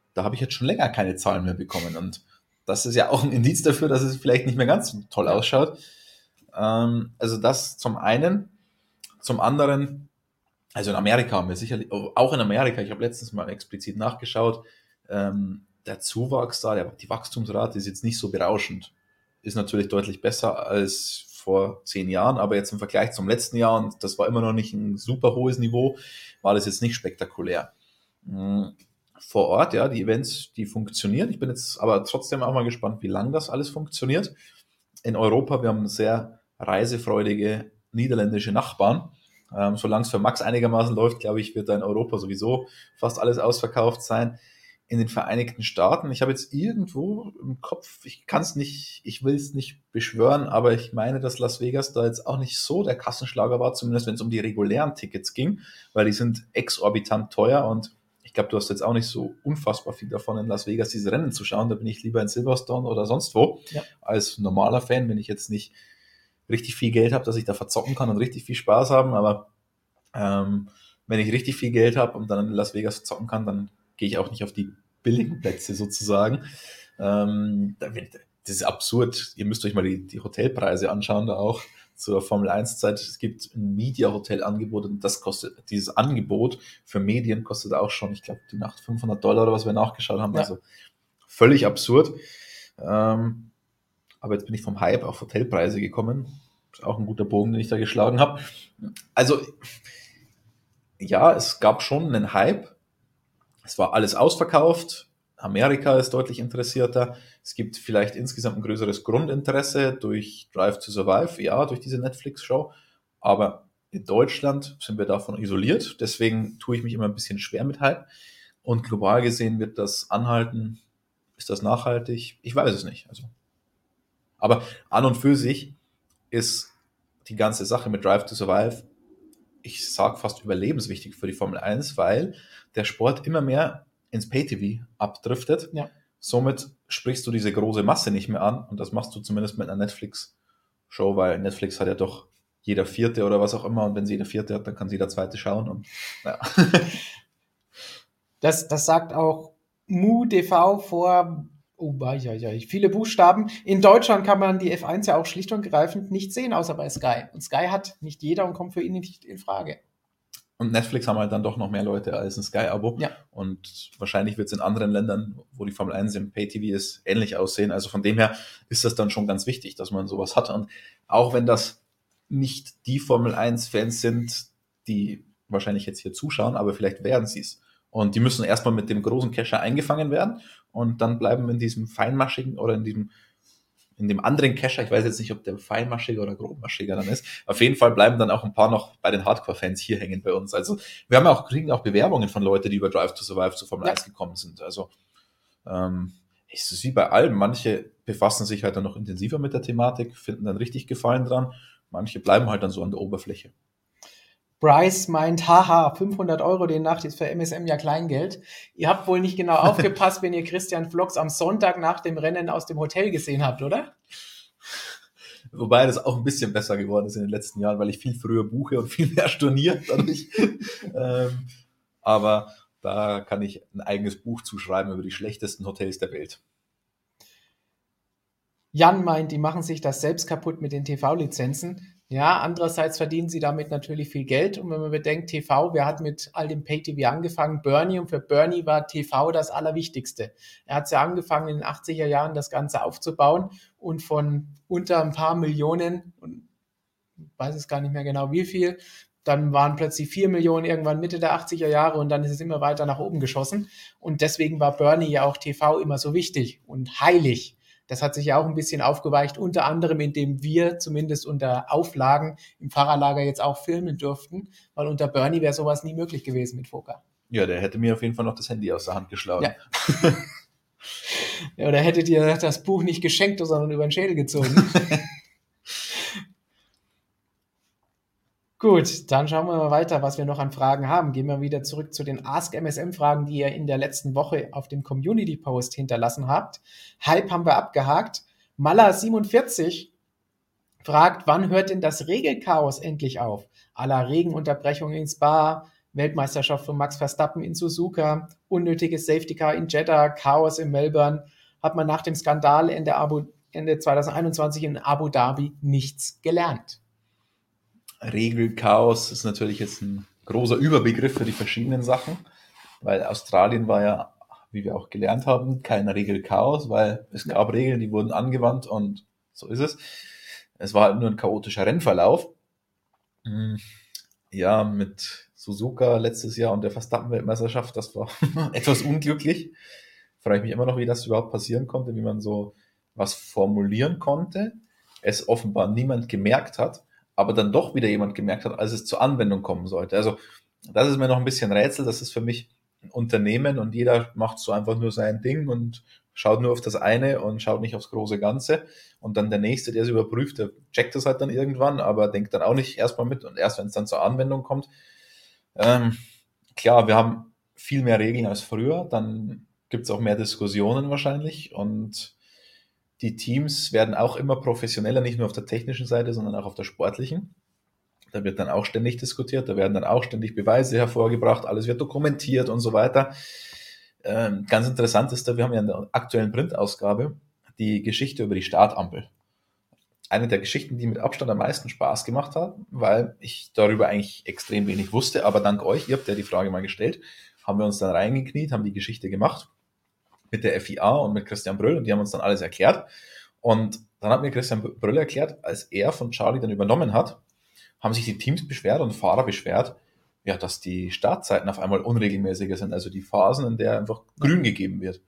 B: da habe ich jetzt schon länger keine Zahlen mehr bekommen. Und das ist ja auch ein Indiz dafür, dass es vielleicht nicht mehr ganz so toll ausschaut. Ähm, also das zum einen. Zum anderen, also in Amerika haben wir sicherlich, auch in Amerika, ich habe letztens mal explizit nachgeschaut, ähm, der Zuwachs da, der, die Wachstumsrate ist jetzt nicht so berauschend. Ist natürlich deutlich besser als vor zehn Jahren, aber jetzt im Vergleich zum letzten Jahr, und das war immer noch nicht ein super hohes Niveau, war das jetzt nicht spektakulär. Mhm. Vor Ort, ja, die Events, die funktionieren. Ich bin jetzt aber trotzdem auch mal gespannt, wie lange das alles funktioniert. In Europa, wir haben sehr reisefreudige niederländische Nachbarn. Ähm, solange es für Max einigermaßen läuft, glaube ich, wird da in Europa sowieso fast alles ausverkauft sein. In den Vereinigten Staaten, ich habe jetzt irgendwo im Kopf, ich kann es nicht, ich will es nicht beschwören, aber ich meine, dass Las Vegas da jetzt auch nicht so der Kassenschlager war, zumindest wenn es um die regulären Tickets ging, weil die sind exorbitant teuer und ich glaube, du hast jetzt auch nicht so unfassbar viel davon, in Las Vegas diese Rennen zu schauen. Da bin ich lieber in Silverstone oder sonst wo. Ja. Als normaler Fan, wenn ich jetzt nicht richtig viel Geld habe, dass ich da verzocken kann und richtig viel Spaß haben. Aber ähm, wenn ich richtig viel Geld habe und dann in Las Vegas zocken kann, dann gehe ich auch nicht auf die billigen Plätze sozusagen. Ähm, das ist absurd. Ihr müsst euch mal die, die Hotelpreise anschauen da auch zur Formel eins Zeit. Es gibt ein Media-Hotel-Angebot und das kostet, dieses Angebot für Medien kostet auch schon, ich glaube, die Nacht fünfhundert Dollar oder was wir nachgeschaut haben. Ja. Also völlig absurd. Ähm, aber jetzt bin ich vom Hype auf Hotelpreise gekommen. Ist auch ein guter Bogen, den ich da geschlagen habe. Also, ja, es gab schon einen Hype. Es war alles ausverkauft. Amerika ist deutlich interessierter. Es gibt vielleicht insgesamt ein größeres Grundinteresse durch Drive to Survive, ja, durch diese Netflix-Show. Aber in Deutschland sind wir davon isoliert. Deswegen tue ich mich immer ein bisschen schwer mit Hype. Und global gesehen wird das anhalten. Ist das nachhaltig? Ich weiß es nicht. Also, aber an und für sich ist die ganze Sache mit Drive to Survive, ich sage fast überlebenswichtig für die Formel eins, weil der Sport immer mehr ins Pay-T V abdriftet. Ja. Somit sprichst du diese große Masse nicht mehr an und das machst du zumindest mit einer Netflix-Show, weil Netflix hat ja doch jeder Vierte oder was auch immer und wenn sie jeder Vierte hat, dann kann sie jeder Zweite schauen und ja.
A: Das, das sagt auch MuTV vor, oh, ja, ja, viele Buchstaben. In Deutschland kann man die F eins ja auch schlicht und greifend nicht sehen, außer bei Sky. Und Sky hat nicht jeder und kommt für ihn nicht in Frage.
B: Und Netflix haben halt dann doch noch mehr Leute als ein Sky-Abo. Ja. Und wahrscheinlich wird es in anderen Ländern, wo die Formel eins im Pay-T V ist, ähnlich aussehen. Also von dem her ist das dann schon ganz wichtig, dass man sowas hat. Und auch wenn das nicht die Formel eins Fans sind, die wahrscheinlich jetzt hier zuschauen, aber vielleicht werden sie es. Und die müssen erstmal mit dem großen Kescher eingefangen werden und dann bleiben in diesem feinmaschigen oder in diesem in dem anderen Kescher, ich weiß jetzt nicht, ob der feinmaschiger oder grobmaschiger dann ist, auf jeden Fall bleiben dann auch ein paar noch bei den Hardcore-Fans hier hängen bei uns. Also wir haben ja auch, kriegen auch Bewerbungen von Leuten, die über Drive to Survive zu Formel ja. eins gekommen sind. Also ähm, es ist wie bei allem, manche befassen sich halt dann noch intensiver mit der Thematik, finden dann richtig Gefallen dran, manche bleiben halt dann so an der Oberfläche.
A: Bryce meint, haha, fünfhundert Euro den Nacht ist für M S M ja Kleingeld. Ihr habt wohl nicht genau aufgepasst, wenn ihr Christian Vlogs am Sonntag nach dem Rennen aus dem Hotel gesehen habt, oder?
B: Wobei das auch ein bisschen besser geworden ist in den letzten Jahren, weil ich viel früher buche und viel mehr storniert dadurch. ähm, aber da kann ich ein eigenes Buch zuschreiben über die schlechtesten Hotels der Welt.
A: Jan meint, die machen sich das selbst kaputt mit den T V-Lizenzen. Ja, andererseits verdienen sie damit natürlich viel Geld. Und wenn man bedenkt, T V, wer hat mit all dem Pay-T V angefangen? Bernie. Und für Bernie war T V das Allerwichtigste. Er hat ja angefangen, in den achtziger Jahren das Ganze aufzubauen. Und von unter ein paar Millionen, und ich weiß es gar nicht mehr genau wie viel, dann waren plötzlich vier Millionen irgendwann Mitte der achtziger Jahre und dann ist es immer weiter nach oben geschossen. Und deswegen war Bernie ja auch T V immer so wichtig und heilig. Das hat sich ja auch ein bisschen aufgeweicht, unter anderem, indem wir zumindest unter Auflagen im Fahrerlager jetzt auch filmen durften, weil unter Bernie wäre sowas nie möglich gewesen mit Foka.
B: Ja, der hätte mir auf jeden Fall noch das Handy aus der Hand geschlagen.
A: Ja. Ja, oder hättet ihr das Buch nicht geschenkt, sondern über den Schädel gezogen. Gut, dann schauen wir mal weiter, was wir noch an Fragen haben. Gehen wir wieder zurück zu den Ask M S M-Fragen, die ihr in der letzten Woche auf dem Community-Post hinterlassen habt. Hype haben wir abgehakt. Mala siebenundvierzig fragt, wann hört denn das Regelchaos endlich auf? À la Regenunterbrechung in Spa, Weltmeisterschaft von Max Verstappen in Suzuka, unnötiges Safety Car in Jeddah, Chaos in Melbourne, hat man nach dem Skandal Ende, Abu, Ende zwanzig einundzwanzig in Abu Dhabi nichts gelernt.
B: Regelchaos ist natürlich jetzt ein großer Überbegriff für die verschiedenen Sachen, weil Australien war ja, wie wir auch gelernt haben, kein Regelchaos, weil es gab Regeln, die wurden angewandt und so ist es. Es war halt nur ein chaotischer Rennverlauf. Ja, mit Suzuka letztes Jahr und der Verstappen-Weltmeisterschaft, das war etwas unglücklich. Frage ich mich immer noch, wie das überhaupt passieren konnte, wie man so was formulieren konnte, es offenbar niemand gemerkt hat, aber dann doch wieder jemand gemerkt hat, als es zur Anwendung kommen sollte. Also das ist mir noch ein bisschen Rätsel, das ist für mich ein Unternehmen und jeder macht so einfach nur sein Ding und schaut nur auf das eine und schaut nicht aufs große Ganze. Und dann der Nächste, der es überprüft, der checkt das halt dann irgendwann, aber denkt dann auch nicht erstmal mit und erst, wenn es dann zur Anwendung kommt. Ähm, klar, wir haben viel mehr Regeln als früher, dann gibt es auch mehr Diskussionen wahrscheinlich und die Teams werden auch immer professioneller, nicht nur auf der technischen Seite, sondern auch auf der sportlichen. Da wird dann auch ständig diskutiert, da werden dann auch ständig Beweise hervorgebracht, alles wird dokumentiert und so weiter. Ähm, ganz interessant ist da, wir haben ja in der aktuellen Printausgabe die Geschichte über die Startampel. Eine der Geschichten, die mit Abstand am meisten Spaß gemacht hat, weil ich darüber eigentlich extrem wenig wusste, aber dank euch, ihr habt ja die Frage mal gestellt, haben wir uns dann reingekniet, haben die Geschichte gemacht mit der F I A und mit Christian Brüll und die haben uns dann alles erklärt. Und dann hat mir Christian Brüll erklärt, als er von Charlie dann übernommen hat, haben sich die Teams beschwert und Fahrer beschwert, ja, dass die Startzeiten auf einmal unregelmäßiger sind, also die Phasen, in der einfach grün gegeben wird.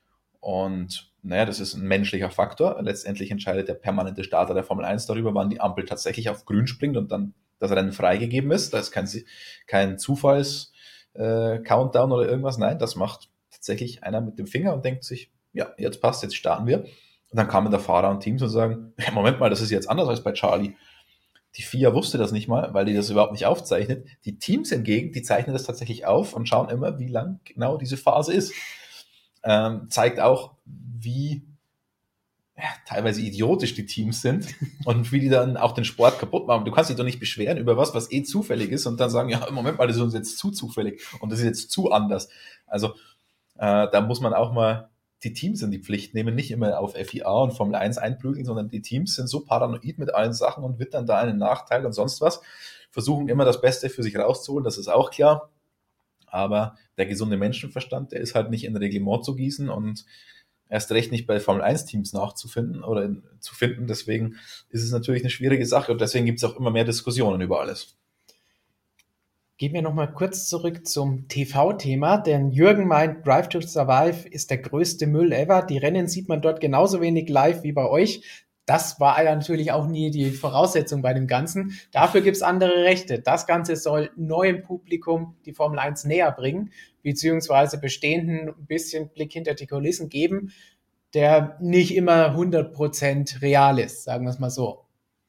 B: Und naja, das ist ein menschlicher Faktor. Letztendlich entscheidet der permanente Starter der Formel eins darüber, wann die Ampel tatsächlich auf grün springt und dann das Rennen freigegeben ist. Da ist kein, kein Zufalls-Countdown äh, oder irgendwas. Nein, das macht tatsächlich einer mit dem Finger und denkt sich, ja, jetzt passt, jetzt starten wir. Und dann kamen der Fahrer und Teams und sagen, ja, Moment mal, das ist jetzt anders als bei Charlie. Die F I A wusste das nicht mal, weil die das überhaupt nicht aufzeichnet. Die Teams hingegen, die zeichnen das tatsächlich auf und schauen immer, wie lang genau diese Phase ist. Ähm, zeigt auch, wie ja, teilweise idiotisch die Teams sind und wie die dann auch den Sport kaputt machen. Du kannst dich doch nicht beschweren über was, was eh zufällig ist und dann sagen, ja, im Moment mal, das ist uns jetzt zu zufällig und das ist jetzt zu anders. Also äh, da muss man auch mal die Teams in die Pflicht nehmen, nicht immer auf F I A und Formel eins einprügeln, sondern die Teams sind so paranoid mit allen Sachen und wittern da einen Nachteil und sonst was, versuchen immer das Beste für sich rauszuholen, das ist auch klar, aber der gesunde Menschenverstand, der ist halt nicht in Reglement zu gießen und erst recht nicht bei Formel eins Teams nachzufinden oder in, zu finden, deswegen ist es natürlich eine schwierige Sache und deswegen gibt es auch immer mehr Diskussionen über alles.
A: Gehen wir nochmal kurz zurück zum T V-Thema, denn Jürgen meint, Drive to Survive ist der größte Müll ever. Die Rennen sieht man dort genauso wenig live wie bei euch. Das war ja natürlich auch nie die Voraussetzung bei dem Ganzen. Dafür gibt es andere Rechte. Das Ganze soll neuem Publikum die Formel eins näher bringen, beziehungsweise bestehenden ein bisschen Blick hinter die Kulissen geben, der nicht immer hundert Prozent real ist, sagen wir es mal so.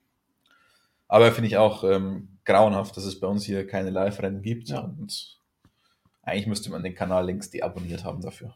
B: Aber finde ich auch ähm, grauenhaft, dass es bei uns hier keine Live-Rennen gibt. Ja. Und eigentlich müsste man den Kanal längst deabonniert haben dafür.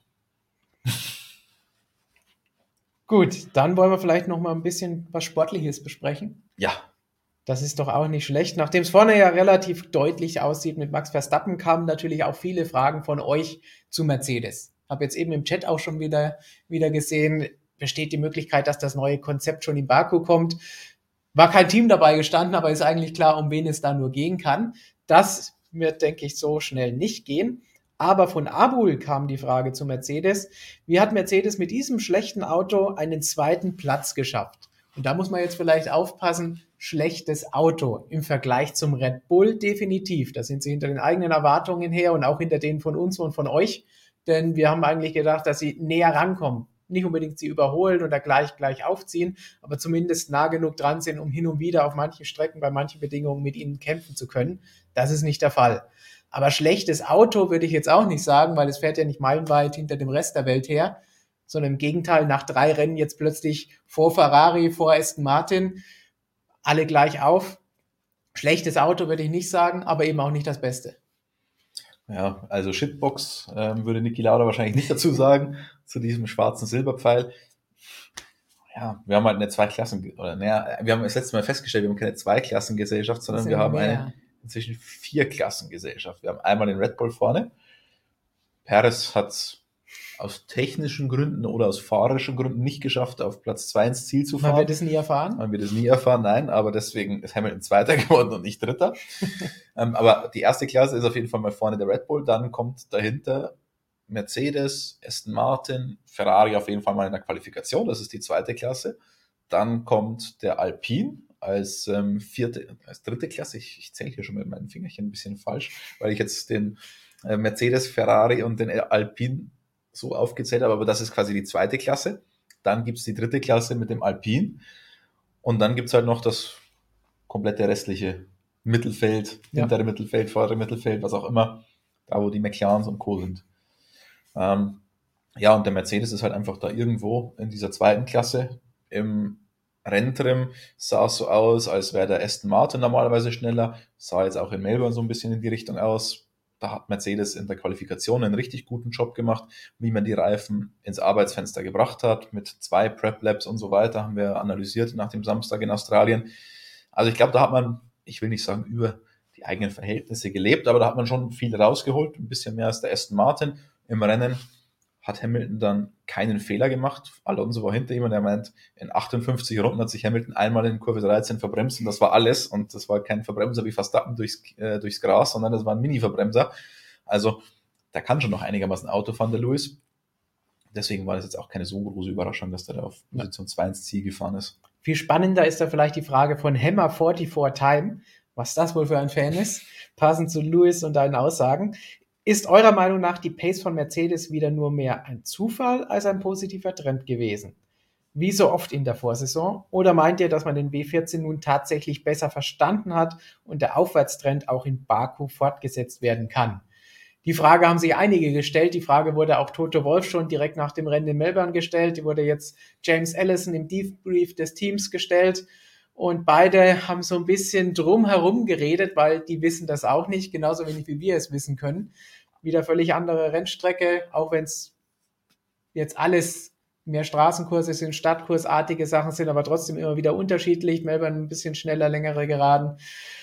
A: Gut, dann wollen wir vielleicht noch mal ein bisschen was Sportliches besprechen.
B: Ja.
A: Das ist doch auch nicht schlecht. Nachdem es vorne ja relativ deutlich aussieht mit Max Verstappen, kamen natürlich auch viele Fragen von euch zu Mercedes. Habe jetzt eben im Chat auch schon wieder, wieder gesehen, besteht die Möglichkeit, dass das neue Konzept schon in Baku kommt. War kein Team dabei gestanden, aber ist eigentlich klar, um wen es da nur gehen kann. Das wird, denke ich, so schnell nicht gehen. Aber von Abul kam die Frage zu Mercedes. Wie hat Mercedes mit diesem schlechten Auto einen zweiten Platz geschafft? Und da muss man jetzt vielleicht aufpassen, schlechtes Auto im Vergleich zum Red Bull definitiv. Da sind sie hinter den eigenen Erwartungen her und auch hinter denen von uns und von euch. Denn wir haben eigentlich gedacht, dass sie näher rankommen. Nicht unbedingt sie überholen oder gleich, gleich aufziehen, aber zumindest nah genug dran sind, um hin und wieder auf manchen Strecken bei manchen Bedingungen mit ihnen kämpfen zu können. Das ist nicht der Fall. Aber schlechtes Auto würde ich jetzt auch nicht sagen, weil es fährt ja nicht meilenweit hinter dem Rest der Welt her, sondern im Gegenteil, nach drei Rennen jetzt plötzlich vor Ferrari, vor Aston Martin, alle gleich auf. Schlechtes Auto würde ich nicht sagen, aber eben auch nicht das Beste.
B: Ja, also Shitbox ähm, würde Niki Lauda wahrscheinlich nicht dazu sagen, zu diesem schwarzen Silberpfeil. Ja, wir haben halt eine Zweiklassen, oder naja, wir haben das letzte Mal festgestellt, wir haben keine Zweiklassengesellschaft, sondern wir haben mehr. eine inzwischen vier Klassengesellschaft. Wir haben einmal den Red Bull vorne. Perez hat es aus technischen Gründen oder aus fahrerischen Gründen nicht geschafft, auf Platz zwei ins Ziel zu fahren.
A: Man wird es nie erfahren?
B: Man wird es nie erfahren, nein, aber deswegen ist Hamilton Zweiter geworden und nicht Dritter. ähm, aber die erste Klasse ist auf jeden Fall mal vorne der Red Bull, dann kommt dahinter Mercedes, Aston Martin, Ferrari auf jeden Fall mal in der Qualifikation, das ist die zweite Klasse. Dann kommt der Alpine als ähm, vierte, als dritte Klasse. Ich, ich zähle hier schon mit meinen Fingerchen ein bisschen falsch, weil ich jetzt den äh, Mercedes, Ferrari und den Alpine so aufgezählt habe, aber das ist quasi die zweite Klasse. Dann gibt es die dritte Klasse mit dem Alpine und dann gibt es halt noch das komplette restliche Mittelfeld, ja. hintere Mittelfeld, vordere Mittelfeld, was auch immer, da wo die McLarens und Co. sind. Ähm, ja, und der Mercedes ist halt einfach da irgendwo in dieser zweiten Klasse. Im Renntrim sah es so aus, als wäre der Aston Martin normalerweise schneller, sah jetzt auch in Melbourne so ein bisschen in die Richtung aus. Da hat Mercedes in der Qualifikation einen richtig guten Job gemacht, wie man die Reifen ins Arbeitsfenster gebracht hat, mit zwei Prep-Labs und so weiter, haben wir analysiert nach dem Samstag in Australien. Also ich glaube, da hat man, ich will nicht sagen über die eigenen Verhältnisse gelebt, aber da hat man schon viel rausgeholt, ein bisschen mehr als der Aston Martin. Im Rennen hat Hamilton dann keinen Fehler gemacht. Alonso war hinter ihm und er meint, in achtundfünfzig Runden hat sich Hamilton einmal in Kurve dreizehn verbremst und das war alles. Und das war kein Verbremser wie Verstappen durchs, äh, durchs Gras, sondern das war ein Mini-Verbremser. Also der kann schon noch einigermaßen Auto fahren, der Lewis. Deswegen war das jetzt auch keine so große Überraschung, dass der da auf Position zwei ins Ziel gefahren ist.
A: Viel spannender ist da vielleicht die Frage von Hammer vierundvierzig Time, was das wohl für ein Fan ist, passend zu Lewis und deinen Aussagen. Ist eurer Meinung nach die Pace von Mercedes wieder nur mehr ein Zufall als ein positiver Trend gewesen? Wie so oft in der Vorsaison? Oder meint ihr, dass man den W vierzehn nun tatsächlich besser verstanden hat und der Aufwärtstrend auch in Baku fortgesetzt werden kann? Die Frage haben sich einige gestellt. Die Frage wurde auch Toto Wolff schon direkt nach dem Rennen in Melbourne gestellt. Die wurde jetzt James Allison im Debrief des Teams gestellt. Und beide haben so ein bisschen drumherum geredet, weil die wissen das auch nicht, genauso wenig wie wir es wissen können. Wieder völlig andere Rennstrecke, auch wenn es jetzt alles mehr Straßenkurse sind, Stadtkursartige Sachen sind, aber trotzdem immer wieder unterschiedlich. Melbourne ein bisschen schneller, längere Geraden.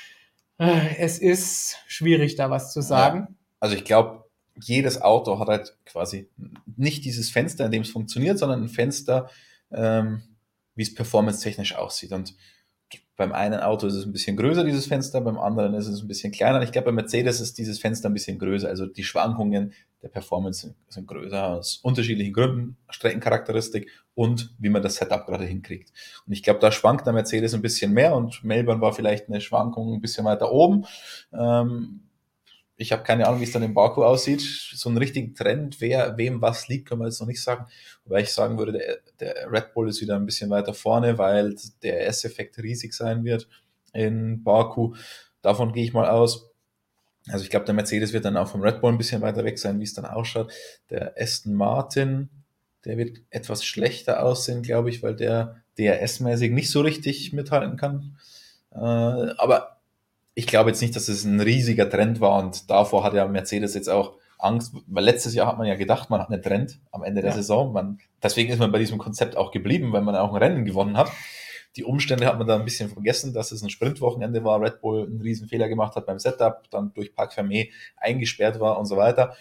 A: Es ist schwierig, da was zu sagen.
B: Ja, also ich glaube, jedes Auto hat halt quasi nicht dieses Fenster, in dem es funktioniert, sondern ein Fenster, ähm, wie es performance-technisch aussieht. Und beim einen Auto ist es ein bisschen größer, dieses Fenster, beim anderen ist es ein bisschen kleiner. Ich glaube, bei Mercedes ist dieses Fenster ein bisschen größer. Also die Schwankungen der Performance sind, sind größer, aus unterschiedlichen Gründen, Streckencharakteristik und wie man das Setup gerade hinkriegt. Und ich glaube, da schwankt der Mercedes ein bisschen mehr und Melbourne war vielleicht eine Schwankung ein bisschen weiter oben. Ähm, Ich habe keine Ahnung, wie es dann in Baku aussieht. So einen richtigen Trend, wer wem was liegt, kann man jetzt noch nicht sagen. Wobei ich sagen würde, der, der Red Bull ist wieder ein bisschen weiter vorne, weil der S-Effekt riesig sein wird in Baku. Davon gehe ich mal aus. Also ich glaube, der Mercedes wird dann auch vom Red Bull ein bisschen weiter weg sein, wie es dann ausschaut. Der Aston Martin, der wird etwas schlechter aussehen, glaube ich, weil der D R S-mäßig nicht so richtig mithalten kann. Äh, aber ich glaube jetzt nicht, dass es ein riesiger Trend war und davor hat ja Mercedes jetzt auch Angst, weil letztes Jahr hat man ja gedacht, man hat einen Trend am Ende der ja. Saison. Man, deswegen ist man bei diesem Konzept auch geblieben, weil man auch ein Rennen gewonnen hat. Die Umstände hat man da ein bisschen vergessen, dass es ein Sprintwochenende war, Red Bull einen riesen Fehler gemacht hat beim Setup, dann durch Parc Fermé eingesperrt war und so weiter.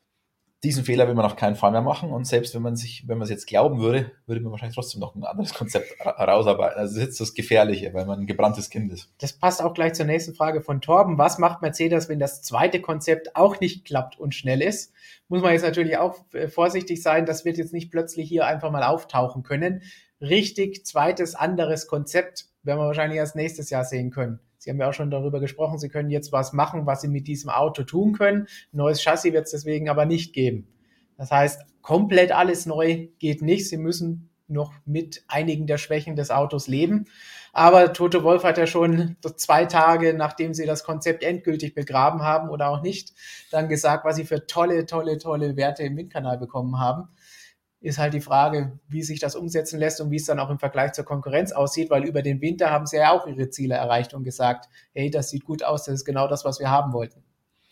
B: Diesen Fehler will man auf keinen Fall mehr machen und selbst wenn man sich, wenn man es jetzt glauben würde, würde man wahrscheinlich trotzdem noch ein anderes Konzept herausarbeiten. Also das ist jetzt das Gefährliche, weil man ein gebranntes Kind ist.
A: Das passt auch gleich zur nächsten Frage von Torben. Was macht Mercedes, wenn das zweite Konzept auch nicht klappt und schnell ist? Muss man jetzt natürlich auch vorsichtig sein, das wird jetzt nicht plötzlich hier einfach mal auftauchen können. Richtig zweites, anderes Konzept werden wir wahrscheinlich erst nächstes Jahr sehen können. Sie haben ja auch schon darüber gesprochen, Sie können jetzt was machen, was Sie mit diesem Auto tun können. Ein neues Chassis wird es deswegen aber nicht geben. Das heißt, komplett alles neu geht nicht. Sie müssen noch mit einigen der Schwächen des Autos leben. Aber Toto Wolff hat ja schon zwei Tage, nachdem sie das Konzept endgültig begraben haben oder auch nicht, dann gesagt, was sie für tolle, tolle, tolle Werte im Windkanal bekommen haben. Ist halt die Frage, wie sich das umsetzen lässt und wie es dann auch im Vergleich zur Konkurrenz aussieht, weil über den Winter haben sie ja auch ihre Ziele erreicht und gesagt, hey, das sieht gut aus, das ist genau das, was wir haben wollten.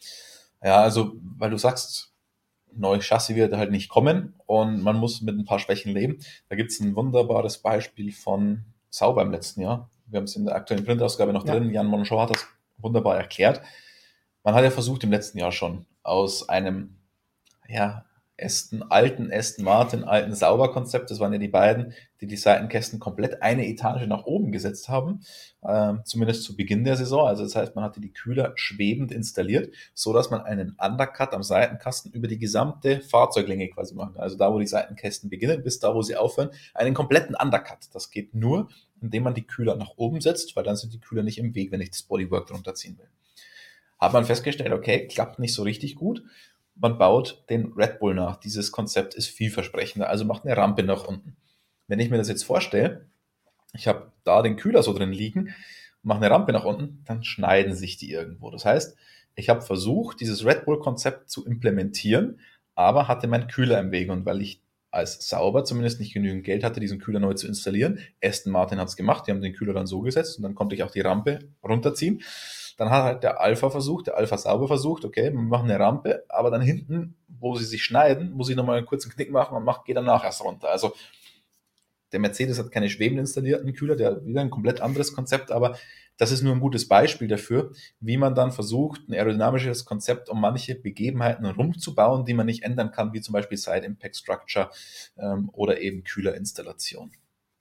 B: Ja, also, weil du sagst, neues Chassis wird halt nicht kommen und man muss mit ein paar Schwächen leben. Da gibt es ein wunderbares Beispiel von Sauber im letzten Jahr. Wir haben es in der aktuellen Printausgabe noch ja. drin. Jan Monchon hat das wunderbar erklärt. Man hat ja versucht im letzten Jahr schon aus einem ja, Aston, alten Aston Martin, alten Sauber-Konzept, das waren ja die beiden, die die Seitenkästen komplett eine Etage nach oben gesetzt haben, ähm, zumindest zu Beginn der Saison. Also das heißt, man hatte die Kühler schwebend installiert, so dass man einen Undercut am Seitenkasten über die gesamte Fahrzeuglänge quasi machen kann. Also da, wo die Seitenkästen beginnen, bis da, wo sie aufhören, einen kompletten Undercut. Das geht nur, indem man die Kühler nach oben setzt, weil dann sind die Kühler nicht im Weg, wenn ich das Bodywork drunter ziehen will. Hat man festgestellt, okay, klappt nicht so richtig gut. Man baut den Red Bull nach. Dieses Konzept ist vielversprechender, also macht eine Rampe nach unten. Wenn ich mir das jetzt vorstelle, ich habe da den Kühler so drin liegen, mache eine Rampe nach unten, dann schneiden sich die irgendwo. Das heißt, ich habe versucht, dieses Red Bull-Konzept zu implementieren, aber hatte meinen Kühler im Weg. Und weil ich als Sauber zumindest nicht genügend Geld hatte, diesen Kühler neu zu installieren, Aston Martin hat es gemacht, die haben den Kühler dann so gesetzt und dann konnte ich auch die Rampe runterziehen. Dann hat halt der Alpha versucht, der Alpha Sauber versucht, okay, wir machen eine Rampe, aber dann hinten, wo sie sich schneiden, muss ich nochmal einen kurzen Knick machen und mach, geht danach erst runter. Also der Mercedes hat keine schwebend installierten Kühler, der hat wieder ein komplett anderes Konzept, aber das ist nur ein gutes Beispiel dafür, wie man dann versucht, ein aerodynamisches Konzept um manche Begebenheiten rumzubauen, die man nicht ändern kann, wie zum Beispiel Side Impact Structure ähm, oder eben Kühlerinstallation.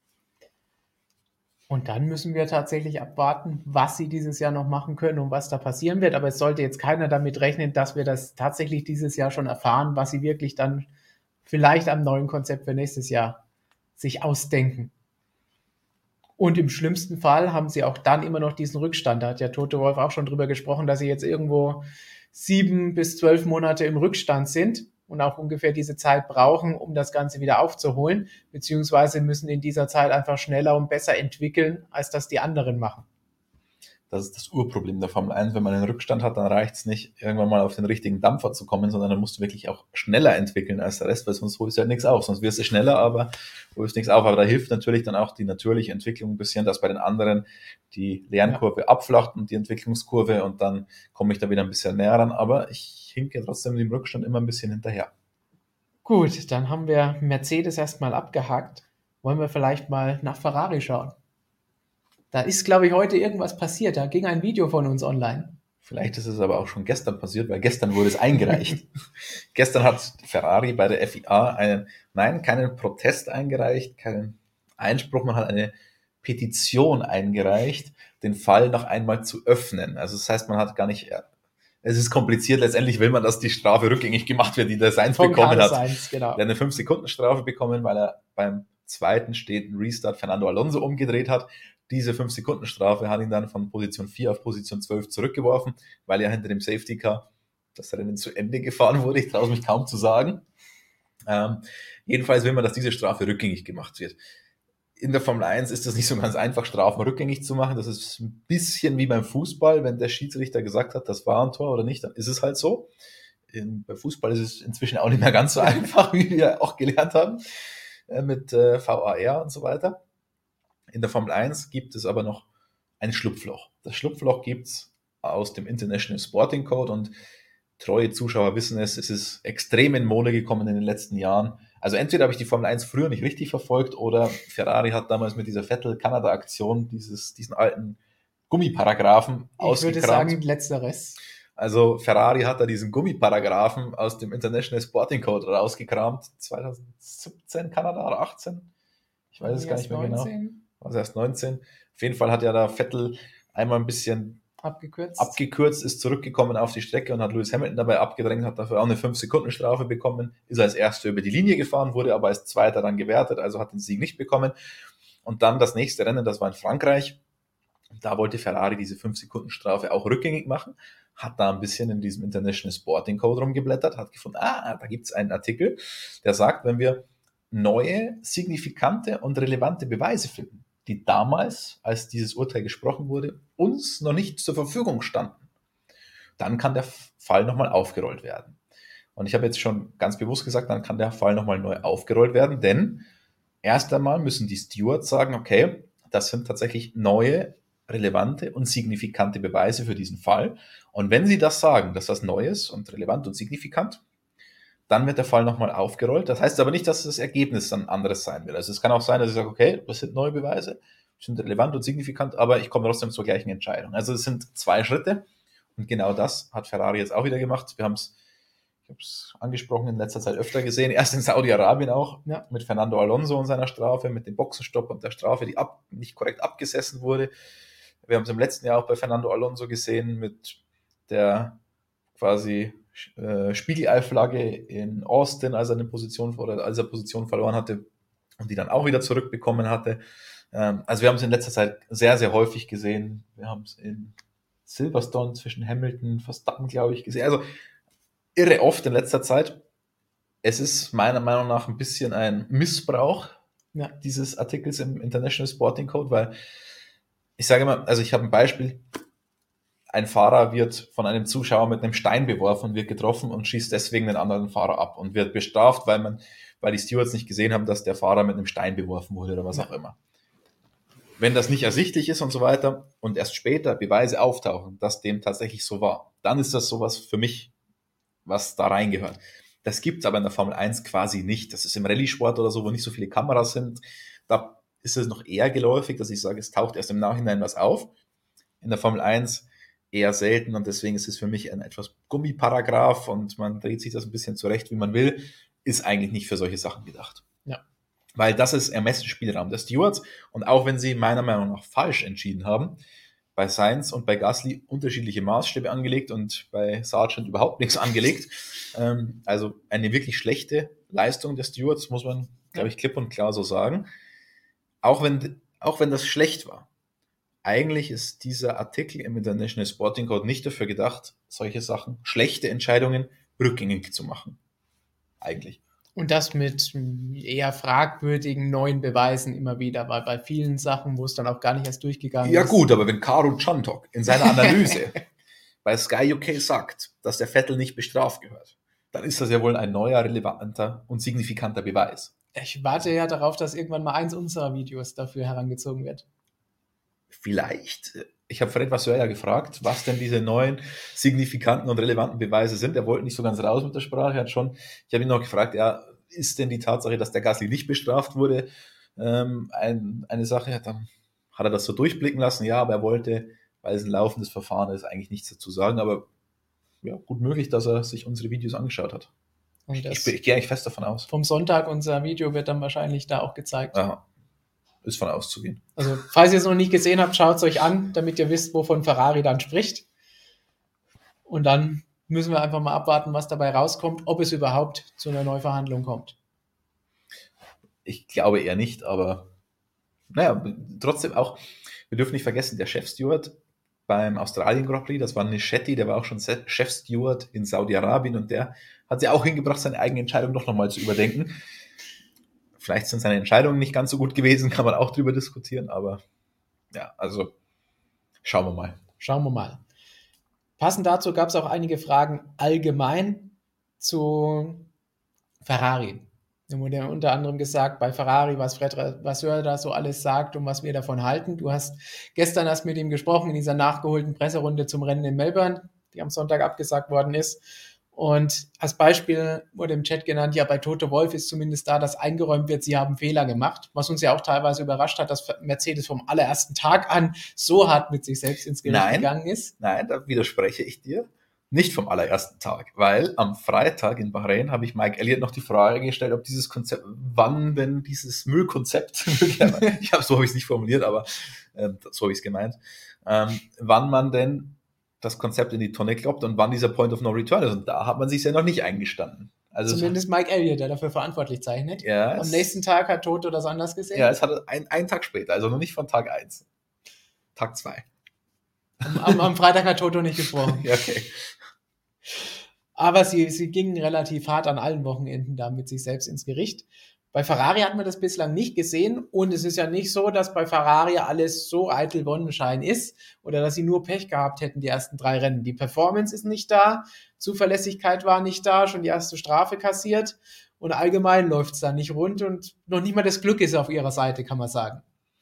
A: Und dann müssen wir tatsächlich abwarten, was sie dieses Jahr noch machen können und was da passieren wird. Aber es sollte jetzt keiner damit rechnen, dass wir das tatsächlich dieses Jahr schon erfahren, was sie wirklich dann vielleicht am neuen Konzept für nächstes Jahr sich ausdenken. Und im schlimmsten Fall haben sie auch dann immer noch diesen Rückstand. Da hat ja Toto Wolff auch schon drüber gesprochen, dass sie jetzt irgendwo sieben bis zwölf Monate im Rückstand sind und auch ungefähr diese Zeit brauchen, um das Ganze wieder aufzuholen, beziehungsweise müssen in dieser Zeit einfach schneller und besser entwickeln, als das die anderen machen.
B: Das ist das Urproblem der Formel eins. Wenn man einen Rückstand hat, dann reicht es nicht, irgendwann mal auf den richtigen Dampfer zu kommen, sondern dann musst du wirklich auch schneller entwickeln als der Rest, weil sonst holst du halt nichts auf. Sonst wirst du schneller, aber holst nichts auf. Aber da hilft natürlich dann auch die natürliche Entwicklung ein bisschen, dass bei den anderen die Lernkurve ja. abflacht und die Entwicklungskurve und dann komme ich da wieder ein bisschen näher ran. Aber ich hinke trotzdem dem Rückstand immer ein bisschen hinterher.
A: Gut, dann haben wir Mercedes erstmal abgehakt. Wollen wir vielleicht mal nach Ferrari schauen? Da ist, glaube ich, heute irgendwas passiert. Da ging ein Video von uns online.
B: Vielleicht ist es aber auch schon gestern passiert, weil gestern wurde es eingereicht. Gestern hat Ferrari bei der F I A einen, nein, keinen Protest eingereicht, keinen Einspruch, man hat eine Petition eingereicht, den Fall noch einmal zu öffnen. Also das heißt, man hat gar nicht, es ist kompliziert, letztendlich will man, dass die Strafe rückgängig gemacht wird, die der Sainz
A: Von
B: bekommen
A: Carlos
B: hat.
A: Sainz, genau.
B: Der hat eine fünf Sekunden Strafe bekommen, weil er beim zweiten stehenden Restart Fernando Alonso umgedreht hat. Diese fünf Sekunden Strafe hat ihn dann von Position vier auf Position zwölf zurückgeworfen, weil er hinter dem Safety Car das Rennen zu Ende gefahren wurde. Ich traue es mich kaum zu sagen. Ähm, jedenfalls will man, dass diese Strafe rückgängig gemacht wird. In der Formel eins ist das nicht so ganz einfach, Strafen rückgängig zu machen. Das ist ein bisschen wie beim Fußball. Wenn der Schiedsrichter gesagt hat, das war ein Tor oder nicht, dann ist es halt so. In, bei Fußball ist es inzwischen auch nicht mehr ganz so einfach, wie wir auch gelernt haben, äh, mit äh, V A R und so weiter. In der Formel eins gibt es aber noch ein Schlupfloch. Das Schlupfloch gibt es aus dem International Sporting Code und treue Zuschauer wissen es, es ist extrem in Mode gekommen in den letzten Jahren. Also entweder habe ich die Formel eins früher nicht richtig verfolgt oder Ferrari hat damals mit dieser Vettel-Kanada-Aktion dieses, diesen alten Gummiparagraphen ausgekramt.
A: Ich würde sagen, letzteres.
B: Also Ferrari hat da diesen Gummiparagraphen aus dem International Sporting Code rausgekramt. zwanzig siebzehn Kanada oder achtzehn? Ich weiß es gar nicht mehr neunzehn? Genau. War es erst neunzehn. Auf jeden Fall hat ja da Vettel einmal ein bisschen
A: abgekürzt.
B: abgekürzt, ist zurückgekommen auf die Strecke und hat Lewis Hamilton dabei abgedrängt, hat dafür auch eine fünf Sekunden Strafe bekommen, ist als Erster über die Linie gefahren, wurde aber als Zweiter dann gewertet, also hat den Sieg nicht bekommen. Und dann das nächste Rennen, das war in Frankreich. Da wollte Ferrari diese fünf Sekunden Strafe auch rückgängig machen, hat da ein bisschen in diesem International Sporting Code rumgeblättert, hat gefunden, ah, da gibt es einen Artikel, der sagt, wenn wir neue, signifikante und relevante Beweise finden, die damals, als dieses Urteil gesprochen wurde, uns noch nicht zur Verfügung standen, dann kann der Fall nochmal aufgerollt werden. Und ich habe jetzt schon ganz bewusst gesagt, dann kann der Fall nochmal neu aufgerollt werden, denn erst einmal müssen die Stewards sagen, okay, das sind tatsächlich neue, relevante und signifikante Beweise für diesen Fall. Und wenn sie das sagen, dass das neu ist und relevant und signifikant, dann wird der Fall nochmal aufgerollt. Das heißt aber nicht, dass das Ergebnis dann anderes sein wird. Also es kann auch sein, dass ich sage, okay, das sind neue Beweise. sind relevant und signifikant, aber ich komme trotzdem zur gleichen Entscheidung. Also es sind zwei Schritte und genau das hat Ferrari jetzt auch wieder gemacht. Wir haben es, ich habe es angesprochen, in letzter Zeit öfter gesehen, erst in Saudi-Arabien auch,
A: Ja.
B: mit Fernando Alonso und seiner Strafe, mit dem Boxenstopp und der Strafe, die ab, nicht korrekt abgesessen wurde. Wir haben es im letzten Jahr auch bei Fernando Alonso gesehen mit der quasi äh, Spiegelei-Flagge in Austin, als er eine Position oder als er Position verloren hatte und die dann auch wieder zurückbekommen hatte. Ähm, also wir haben es in letzter Zeit sehr, sehr häufig gesehen. Wir haben es in Silverstone zwischen Hamilton und Verstappen, glaube ich, gesehen. Also irre oft in letzter Zeit. Es ist meiner Meinung nach ein bisschen ein Missbrauch
A: Ja.
B: dieses Artikels im International Sporting Code, weil ich sage immer, also ich habe ein Beispiel, ein Fahrer wird von einem Zuschauer mit einem Stein beworfen und wird getroffen und schießt deswegen den anderen Fahrer ab und wird bestraft, weil man, weil die Stewards nicht gesehen haben, dass der Fahrer mit einem Stein beworfen wurde oder was auch immer. Wenn das nicht ersichtlich ist und so weiter und erst später Beweise auftauchen, dass dem tatsächlich so war, dann ist das sowas für mich, was da reingehört. Das gibt es aber in der Formel eins quasi nicht. Das ist im Rallye-Sport oder so, wo nicht so viele Kameras sind. Da ist es noch eher geläufig, dass ich sage, es taucht erst im Nachhinein was auf. In der Formel eins eher selten und deswegen ist es für mich ein etwas Gummiparagraph und man dreht sich das ein bisschen zurecht, wie man will, ist eigentlich nicht für solche Sachen gedacht.
A: Ja.
B: Weil das ist Ermessensspielraum der Stewards und auch wenn sie meiner Meinung nach falsch entschieden haben, bei Sainz und bei Gasly unterschiedliche Maßstäbe angelegt und bei Sargent überhaupt nichts angelegt. Ähm, also eine wirklich schlechte Leistung der Stewards, muss man, glaube ich, klipp und klar so sagen. Auch wenn, auch wenn das schlecht war. Eigentlich ist dieser Artikel im International Sporting Code nicht dafür gedacht, solche Sachen, schlechte Entscheidungen rückgängig zu machen. Eigentlich.
A: Und das mit eher fragwürdigen neuen Beweisen immer wieder, weil bei vielen Sachen, wo es dann auch gar nicht erst durchgegangen
B: Ja
A: ist.
B: gut, aber wenn Karu Chantok in seiner Analyse bei Sky U K sagt, dass der Vettel nicht bestraft gehört, dann ist das ja wohl ein neuer, relevanter und signifikanter Beweis.
A: Ich warte ja darauf, dass irgendwann mal eins unserer Videos dafür herangezogen wird.
B: Vielleicht. Ich habe Fred Vasseur ja gefragt, was denn diese neuen, signifikanten und relevanten Beweise sind. Er wollte nicht so ganz raus mit der Sprache. Er hat schon, ich habe ihn noch gefragt, ja, ist denn die Tatsache, dass der Gasly nicht bestraft wurde, ähm, ein, eine Sache? Dann hat er das so durchblicken lassen. Ja, aber er wollte, weil es ein laufendes Verfahren ist, eigentlich nichts dazu sagen. Aber ja, gut möglich, dass er sich unsere Videos angeschaut hat.
A: Und
B: Ich,
A: das
B: ich, ich gehe eigentlich fest davon aus.
A: vom Sonntag, unser Video wird dann wahrscheinlich da auch gezeigt.
B: Ja, ist von auszugehen.
A: Also, falls ihr es noch nicht gesehen habt, schaut es euch an, damit ihr wisst, wovon Ferrari dann spricht. Und dann müssen wir einfach mal abwarten, was dabei rauskommt, ob es überhaupt zu einer Neuverhandlung kommt.
B: Ich glaube eher nicht, aber naja, trotzdem auch, wir dürfen nicht vergessen, der Chefsteward beim Australien Grand Prix, das war Nischetti, der war auch schon Chefsteward in Saudi-Arabien und der hat sie auch hingebracht, seine eigene Entscheidung doch nochmal zu überdenken. Vielleicht sind seine Entscheidungen nicht ganz so gut gewesen, kann man auch drüber diskutieren, aber ja, also schauen wir mal.
A: Schauen wir mal. Passend dazu gab es auch einige Fragen allgemein zu Ferrari. Wir haben ja unter anderem gesagt, bei Ferrari, was Fred Vasseur da so alles sagt und was wir davon halten. Du hast gestern erst mit ihm gesprochen in dieser nachgeholten Presserunde zum Rennen in Melbourne, die am Sonntag abgesagt worden ist. Und als Beispiel wurde im Chat genannt, ja, bei Toto Wolff ist zumindest da, dass eingeräumt wird, sie haben Fehler gemacht. Was uns ja auch teilweise überrascht hat, dass Mercedes vom allerersten Tag an so hart mit sich selbst ins Gericht
B: Nein,
A: gegangen ist.
B: Nein, da widerspreche ich dir. Nicht vom allerersten Tag, weil am Freitag in Bahrain habe ich Mike Elliott noch die Frage gestellt, ob dieses Konzept, wann denn dieses Müllkonzept, ich habe so habe ich es nicht formuliert, aber äh, so habe ich es gemeint, ähm, wann man denn das Konzept in die Tonne kloppt und wann dieser Point of No Return ist. Und da hat man sich ja noch nicht eingestanden. Also
A: Zumindest Mike Elliott, der dafür verantwortlich zeichnet.
B: Ja,
A: Am nächsten Tag hat Toto das anders gesehen.
B: Ja, es hat ein, einen Tag später, also noch nicht von Tag eins. Tag zwei.
A: Am, am, am Freitag hat Toto nicht gesprochen.
B: Ja, okay.
A: Aber sie, sie gingen relativ hart an allen Wochenenden da mit sich selbst ins Gericht. Bei Ferrari hat man das bislang nicht gesehen und es ist ja nicht so, dass bei Ferrari alles so eitel Sonnenschein ist oder dass sie nur Pech gehabt hätten, die ersten drei Rennen. Die Performance ist nicht da, Zuverlässigkeit war nicht da, schon die erste Strafe kassiert und allgemein läuft es da nicht rund und noch nicht mal das Glück ist auf ihrer Seite, kann man sagen.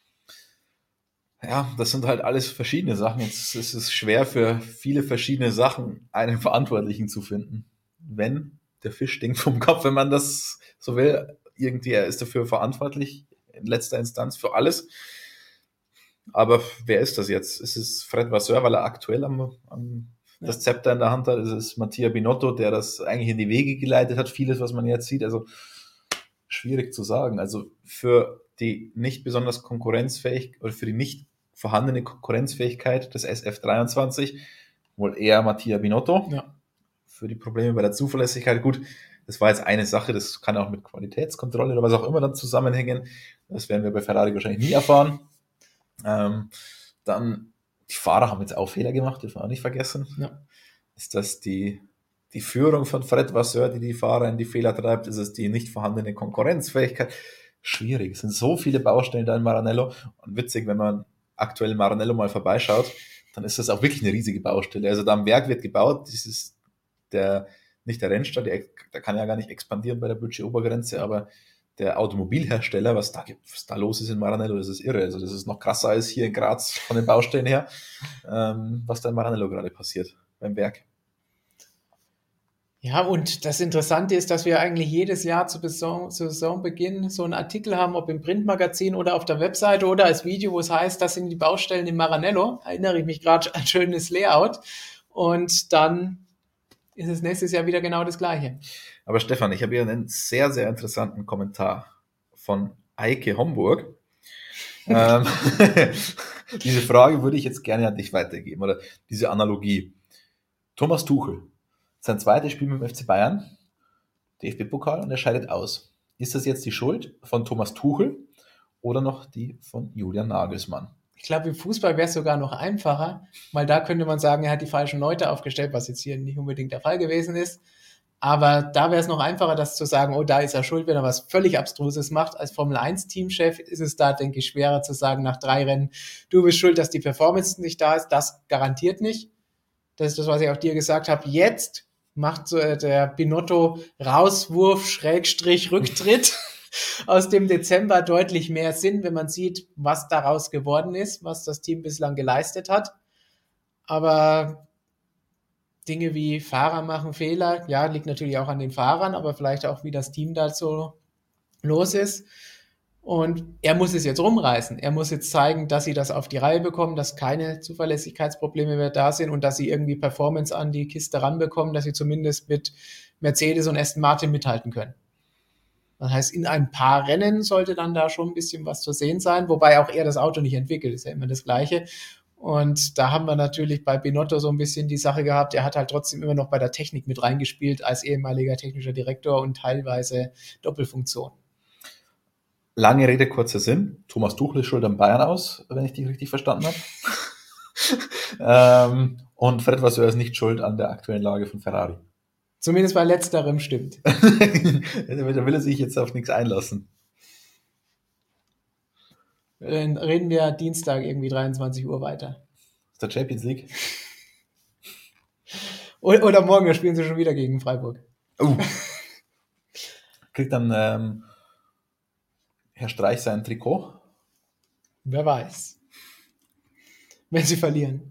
B: Ja, das sind halt alles verschiedene Sachen. Jetzt ist es schwer für viele verschiedene Sachen einen Verantwortlichen zu finden. Wenn der Fisch stinkt vom Kopf, wenn man das so will, irgendwie er ist dafür verantwortlich in letzter Instanz für alles. Aber wer ist das jetzt? Ist es Fred Vasseur, weil er aktuell am, am ja. das Zepter in der Hand hat? Ist es Mattia Binotto, der das eigentlich in die Wege geleitet hat? Vieles, was man jetzt sieht, also schwierig zu sagen. Also für die nicht besonders konkurrenzfähig oder für die nicht vorhandene Konkurrenzfähigkeit des S F dreiundzwanzig wohl eher Mattia Binotto.
A: Ja.
B: Für die Probleme bei der Zuverlässigkeit, gut, das war jetzt eine Sache, das kann auch mit Qualitätskontrolle oder was auch immer dann zusammenhängen. Das werden wir bei Ferrari wahrscheinlich nie erfahren. Ähm, dann, die Fahrer haben jetzt auch Fehler gemacht, dürfen wir auch nicht vergessen.
A: Ja.
B: Ist das die, die Führung von Fred Vasseur, die die Fahrer in die Fehler treibt? Ist es die nicht vorhandene Konkurrenzfähigkeit? Schwierig, es sind so viele Baustellen da in Maranello. Und witzig, wenn man aktuell in Maranello mal vorbeischaut, dann ist das auch wirklich eine riesige Baustelle. Also da am Werk wird gebaut, das ist der, nicht der Rennstall, der, der kann ja gar nicht expandieren bei der Budget-Obergrenze, aber der Automobilhersteller, was da gibt, was da los ist in Maranello, das ist irre. Also das ist noch krasser als hier in Graz von den Baustellen her, ähm, was da in Maranello gerade passiert beim Werk.
A: Ja, und das Interessante ist, dass wir eigentlich jedes Jahr zu Saison, zu Saisonbeginn so einen Artikel haben, ob im Printmagazin oder auf der Webseite oder als Video, wo es heißt, das sind die Baustellen in Maranello. Erinnere ich mich gerade, ein schönes Layout. Und dann ist es nächstes Jahr wieder genau das Gleiche.
B: Aber Stefan, ich habe hier einen sehr, sehr interessanten Kommentar von Eike Homburg. ähm, diese Frage würde ich jetzt gerne an dich weitergeben, oder diese Analogie. Thomas Tuchel, sein zweites Spiel mit dem F C Bayern, D F B-Pokal, und er scheidet aus. Ist das jetzt die Schuld von Thomas Tuchel oder noch die von Julian Nagelsmann?
A: Ich glaube, im Fußball wäre es sogar noch einfacher, weil da könnte man sagen, er hat die falschen Leute aufgestellt, was jetzt hier nicht unbedingt der Fall gewesen ist. Aber da wäre es noch einfacher, das zu sagen, oh, da ist er schuld, wenn er was völlig Abstruses macht. Als Formel eins Teamchef ist es da, denke ich, schwerer zu sagen, nach drei Rennen, du bist schuld, dass die Performance nicht da ist. Das garantiert nicht. Das ist das, was ich auch dir gesagt habe. Jetzt macht so der Binotto Rauswurf, Schrägstrich, Rücktritt aus dem Dezember deutlich mehr Sinn, wenn man sieht, was daraus geworden ist, was das Team bislang geleistet hat. Aber Dinge wie Fahrer machen Fehler, ja, liegt natürlich auch an den Fahrern, aber vielleicht auch, wie das Team da so los ist. Und er muss es jetzt rumreißen. Er muss jetzt zeigen, dass sie das auf die Reihe bekommen, dass keine Zuverlässigkeitsprobleme mehr da sind und dass sie irgendwie Performance an die Kiste ranbekommen, dass sie zumindest mit Mercedes und Aston Martin mithalten können. Das heißt, in ein paar Rennen sollte dann da schon ein bisschen was zu sehen sein, wobei auch er das Auto nicht entwickelt, ist ja immer das Gleiche. Und da haben wir natürlich bei Binotto so ein bisschen die Sache gehabt, er hat halt trotzdem immer noch bei der Technik mit reingespielt als ehemaliger technischer Direktor und teilweise Doppelfunktion.
B: Lange Rede, kurzer Sinn. Thomas Tuchel ist schuld am Bayern aus, wenn ich dich richtig verstanden habe. ähm, und Fred Vasseur ist nicht schuld an der aktuellen Lage von Ferrari.
A: Zumindest bei letzterem stimmt.
B: Da will er sich jetzt auf nichts einlassen.
A: Dann reden wir Dienstag irgendwie dreiundzwanzig Uhr weiter.
B: Ist der Champions League?
A: Oder, oder morgen, da spielen sie schon wieder gegen Freiburg.
B: Uh. Kriegt dann ähm, Herr Streich sein Trikot?
A: Wer weiß. Wenn sie verlieren.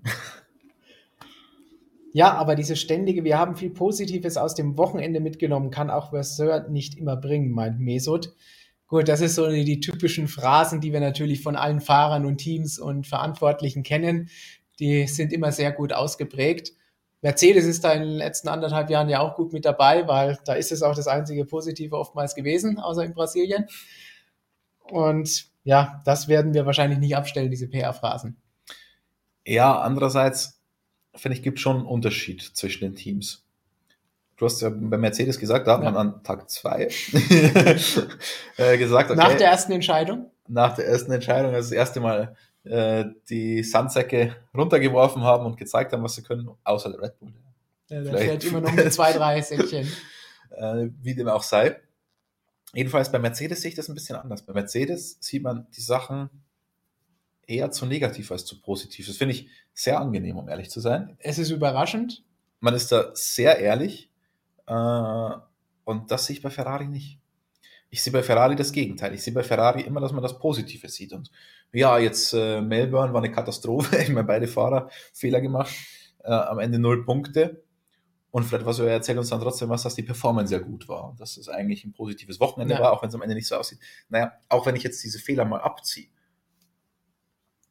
A: Ja, aber diese ständige, wir haben viel Positives aus dem Wochenende mitgenommen, kann auch Vasseur nicht immer bringen, meint Mesut. Gut, das ist so die, die typischen Phrasen, die wir natürlich von allen Fahrern und Teams und Verantwortlichen kennen. Die sind immer sehr gut ausgeprägt. Mercedes ist da in den letzten anderthalb Jahren ja auch gut mit dabei, weil da ist es auch das einzige Positive oftmals gewesen, außer in Brasilien. Und ja, das werden wir wahrscheinlich nicht abstellen, diese P R-Phrasen.
B: Ja, andererseits finde ich, gibt es schon einen Unterschied zwischen den Teams. Du hast ja bei Mercedes gesagt, da hat ja. man an Tag zwei gesagt, okay,
A: nach der ersten Entscheidung?
B: Nach der ersten Entscheidung, also das erste Mal äh, die Sandsäcke runtergeworfen haben und gezeigt haben, was sie können, außer der Red Bull.
A: Ja, da fährt immer noch mit zwei, drei Säckchen.
B: äh, wie dem auch sei. Jedenfalls bei Mercedes sehe ich das ein bisschen anders. Bei Mercedes sieht man die Sachen eher zu negativ als zu positiv. Das finde ich sehr angenehm, um ehrlich zu sein.
A: Es ist überraschend.
B: Man ist da sehr ehrlich äh, und das sehe ich bei Ferrari nicht. Ich sehe bei Ferrari das Gegenteil. Ich sehe bei Ferrari immer, dass man das Positive sieht. Und ja, jetzt äh, Melbourne war eine Katastrophe. Ich meine, beide Fahrer Fehler gemacht. Äh, am Ende null Punkte. Und vielleicht was er erzählt uns dann trotzdem was, dass die Performance sehr gut war. Und dass es eigentlich ein positives Wochenende ja. war, auch wenn es am Ende nicht so aussieht. Naja, auch wenn ich jetzt diese Fehler mal abziehe.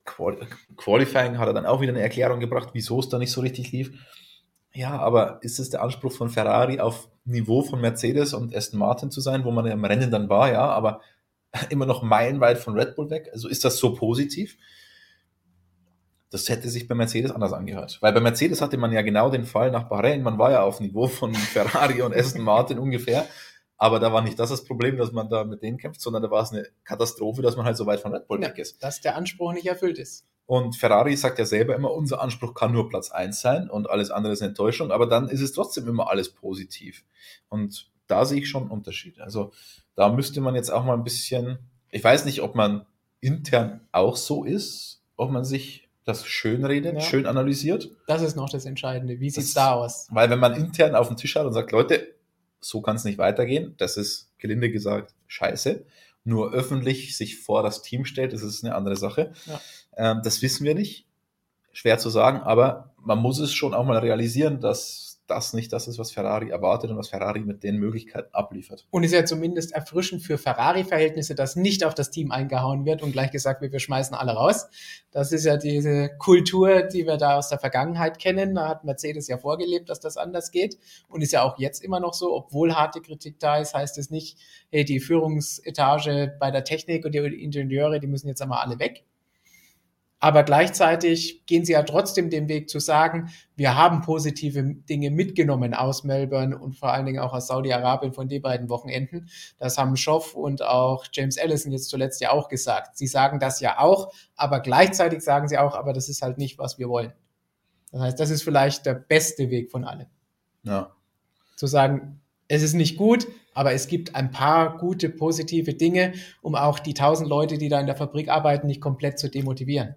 B: Quali- Qualifying hat er dann auch wieder eine Erklärung gebracht, wieso es da nicht so richtig lief. Ja, aber ist es der Anspruch von Ferrari auf Niveau von Mercedes und Aston Martin zu sein, wo man ja im Rennen dann war, ja, aber immer noch meilenweit von Red Bull weg? Also ist das so positiv? Das hätte sich bei Mercedes anders angehört. Weil bei Mercedes hatte man ja genau den Fall nach Bahrain, man war ja auf Niveau von Ferrari und Aston Martin ungefähr, aber da war nicht das das Problem, dass man da mit denen kämpft, sondern da war es eine Katastrophe, dass man halt so weit von Red Bull
A: Ja,
B: weg ist.
A: dass der Anspruch nicht erfüllt ist.
B: Und Ferrari sagt ja selber immer, unser Anspruch kann nur Platz eins sein und alles andere ist eine Enttäuschung, aber dann ist es trotzdem immer alles positiv. Und da sehe ich schon einen Unterschied. Also da müsste man jetzt auch mal ein bisschen, ich weiß nicht, ob man intern auch so ist, ob man sich das schön redet,
A: Ja.
B: schön analysiert.
A: Das ist noch das Entscheidende. Wie sieht es
B: Das-
A: da aus?
B: Weil wenn man intern auf den Tisch hat und sagt, Leute, so kann es nicht weitergehen, das ist gelinde gesagt scheiße. Nur öffentlich sich vor das Team stellt, das ist eine andere Sache.
A: Ja.
B: Ähm, das wissen wir nicht. Schwer zu sagen, aber man muss es schon auch mal realisieren, dass das nicht das ist, was Ferrari erwartet und was Ferrari mit den Möglichkeiten abliefert.
A: Und ist ja zumindest erfrischend für Ferrari-Verhältnisse, dass nicht auf das Team eingehauen wird und gleich gesagt wird, wir schmeißen alle raus. Das ist ja diese Kultur, die wir da aus der Vergangenheit kennen. Da hat Mercedes ja vorgelebt, dass das anders geht und ist ja auch jetzt immer noch so. Obwohl harte Kritik da ist, heißt es nicht, hey, die Führungsetage bei der Technik und die Ingenieure, die müssen jetzt einmal alle weg. Aber gleichzeitig gehen sie ja trotzdem den Weg zu sagen, wir haben positive Dinge mitgenommen aus Melbourne und vor allen Dingen auch aus Saudi-Arabien von den beiden Wochenenden. Das haben Schoff und auch James Allison jetzt zuletzt ja auch gesagt. Sie sagen das ja auch, aber gleichzeitig sagen sie auch, aber das ist halt nicht, was wir wollen. Das heißt, das ist vielleicht der beste Weg von allen.
B: Ja.
A: Zu sagen, es ist nicht gut, aber es gibt ein paar gute, positive Dinge, um auch die tausend Leute, die da in der Fabrik arbeiten, nicht komplett zu demotivieren.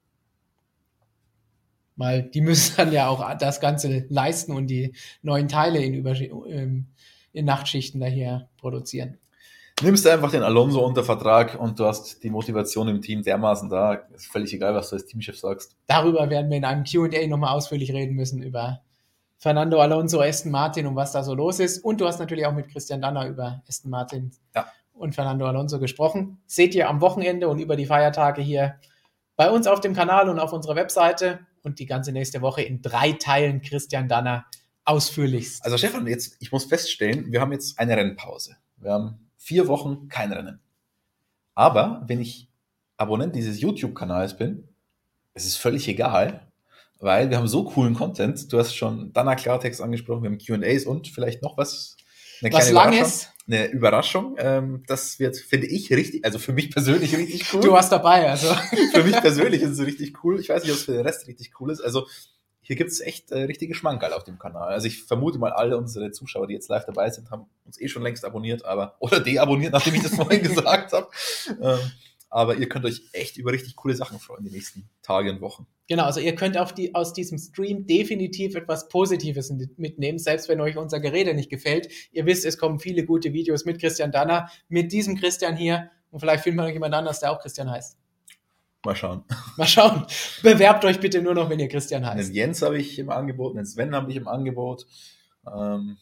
A: Weil die müssen dann ja auch das Ganze leisten und die neuen Teile in, Übersch- ähm, in Nachtschichten daher produzieren.
B: Nimmst du einfach den Alonso unter Vertrag und du hast die Motivation im Team dermaßen da. Ist völlig egal, was du als Teamchef sagst.
A: Darüber werden wir in einem Q und A nochmal ausführlich reden müssen, über Fernando Alonso, Aston Martin und was da so los ist. Und du hast natürlich auch mit Christian Danner über Aston Martin
B: Ja.
A: und Fernando Alonso gesprochen. Seht ihr am Wochenende und über die Feiertage hier bei uns auf dem Kanal und auf unserer Webseite. Und die ganze nächste Woche in drei Teilen Christian Danner ausführlichst.
B: Also Stefan, jetzt, ich muss feststellen, wir haben jetzt eine Rennpause. Wir haben vier Wochen kein Rennen. Aber wenn ich Abonnent dieses YouTube-Kanals bin, es ist völlig egal, weil wir haben so coolen Content. Du hast schon Danner Klartext angesprochen, wir haben Q und A's und vielleicht noch was. Eine
A: Was
B: kleine
A: Langes.
B: Überraschung. Eine Überraschung. Ähm, das wird, finde ich, richtig, also für mich persönlich richtig cool.
A: Du warst dabei, also.
B: Für mich persönlich ist es richtig cool. Ich weiß nicht, ob es für den Rest richtig cool ist. Also hier gibt es echt äh, richtige Schmankerl auf dem Kanal. Also ich vermute mal, alle unsere Zuschauer, die jetzt live dabei sind, haben uns eh schon längst abonniert, aber oder deabonniert, nachdem ich das vorhin gesagt habe. Ähm, aber ihr könnt euch echt über richtig coole Sachen freuen die nächsten Tage und Wochen.
A: Genau, also ihr könnt auf die, aus diesem Stream definitiv etwas Positives mitnehmen, selbst wenn euch unser Gerede nicht gefällt. Ihr wisst, es kommen viele gute Videos mit Christian Danner, mit diesem Christian hier und vielleicht findet man noch jemand anders, der auch Christian heißt.
B: Mal schauen.
A: Mal schauen. Bewerbt euch bitte nur noch, wenn ihr Christian heißt.
B: Den Jens habe ich im Angebot, den Sven habe ich im Angebot. Ähm,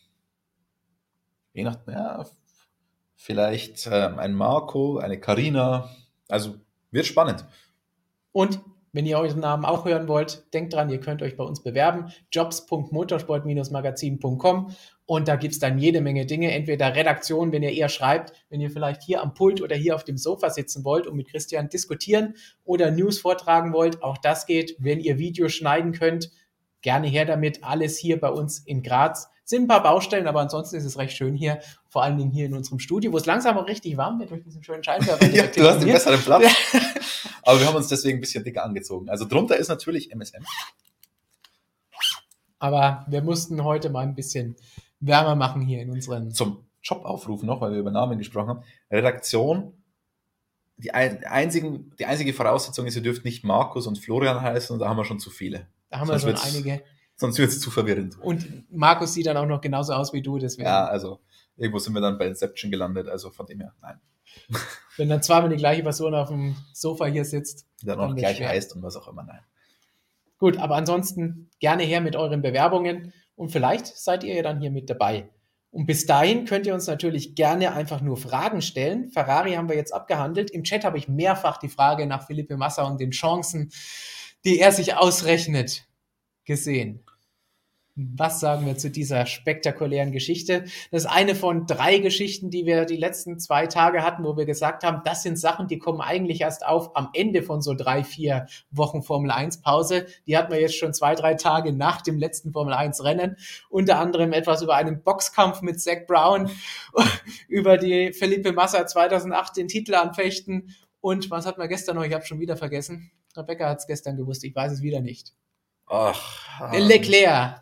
B: je nach, ja, vielleicht ähm, ein Marco, eine Karina. Also wird spannend.
A: Und wenn ihr euren Namen auch hören wollt, denkt dran, ihr könnt euch bei uns bewerben. jobs punkt motorsport magazin punkt com und da gibt es dann jede Menge Dinge. Entweder Redaktion, wenn ihr eher schreibt, wenn ihr vielleicht hier am Pult oder hier auf dem Sofa sitzen wollt und mit Christian diskutieren oder News vortragen wollt, auch das geht. Wenn ihr Videos schneiden könnt, gerne her damit. Alles hier bei uns in Graz. Sind ein paar Baustellen, aber ansonsten ist es recht schön hier, vor allen Dingen hier in unserem Studio, wo es langsam auch richtig warm wird durch diesen schönen Scheinwerfer.
B: Ja, du hast den besseren Platz. Aber wir haben uns deswegen ein bisschen dicker angezogen. Also drunter ist natürlich M S M.
A: Aber wir mussten heute mal ein bisschen wärmer machen hier in unseren...
B: Zum Jobaufruf noch, weil wir über Namen gesprochen haben. Redaktion, die, ein, einzigen, die einzige Voraussetzung ist, ihr dürft nicht Markus und Florian heißen, da haben wir schon zu viele.
A: Da haben wir
B: Sonst
A: schon
B: wird's-
A: einige.
B: Sonst wird es zu verwirrend.
A: Und Markus sieht dann auch noch genauso aus wie du, deswegen.
B: Ja, also irgendwo sind wir dann bei Inception gelandet, also von dem her, nein.
A: Wenn dann zweimal die gleiche Person auf dem Sofa hier sitzt.
B: Dann auch
A: Dann wird's
B: gleich
A: schwer.
B: heißt und was auch immer, nein.
A: Gut, aber ansonsten gerne her mit euren Bewerbungen und vielleicht seid ihr ja dann hier mit dabei. Und bis dahin könnt ihr uns natürlich gerne einfach nur Fragen stellen. Ferrari haben wir jetzt abgehandelt. Im Chat habe ich mehrfach die Frage nach Felipe Massa und den Chancen, die er sich ausrechnet, gesehen. Was sagen wir zu dieser spektakulären Geschichte? Das ist eine von drei Geschichten, die wir die letzten zwei Tage hatten, wo wir gesagt haben, das sind Sachen, die kommen eigentlich erst auf am Ende von so drei, vier Wochen Formel eins Pause. Die hatten wir jetzt schon zwei, drei Tage nach dem letzten Formel eins Rennen. Unter anderem etwas über einen Boxkampf mit Zak Brown, über die Felipe Massa zweitausendacht den Titel anfechten. Und was hatten wir gestern noch? Ich habe schon wieder vergessen. Rebecca hat es gestern gewusst, ich weiß es wieder nicht.
B: Ach,
A: Der Leclerc.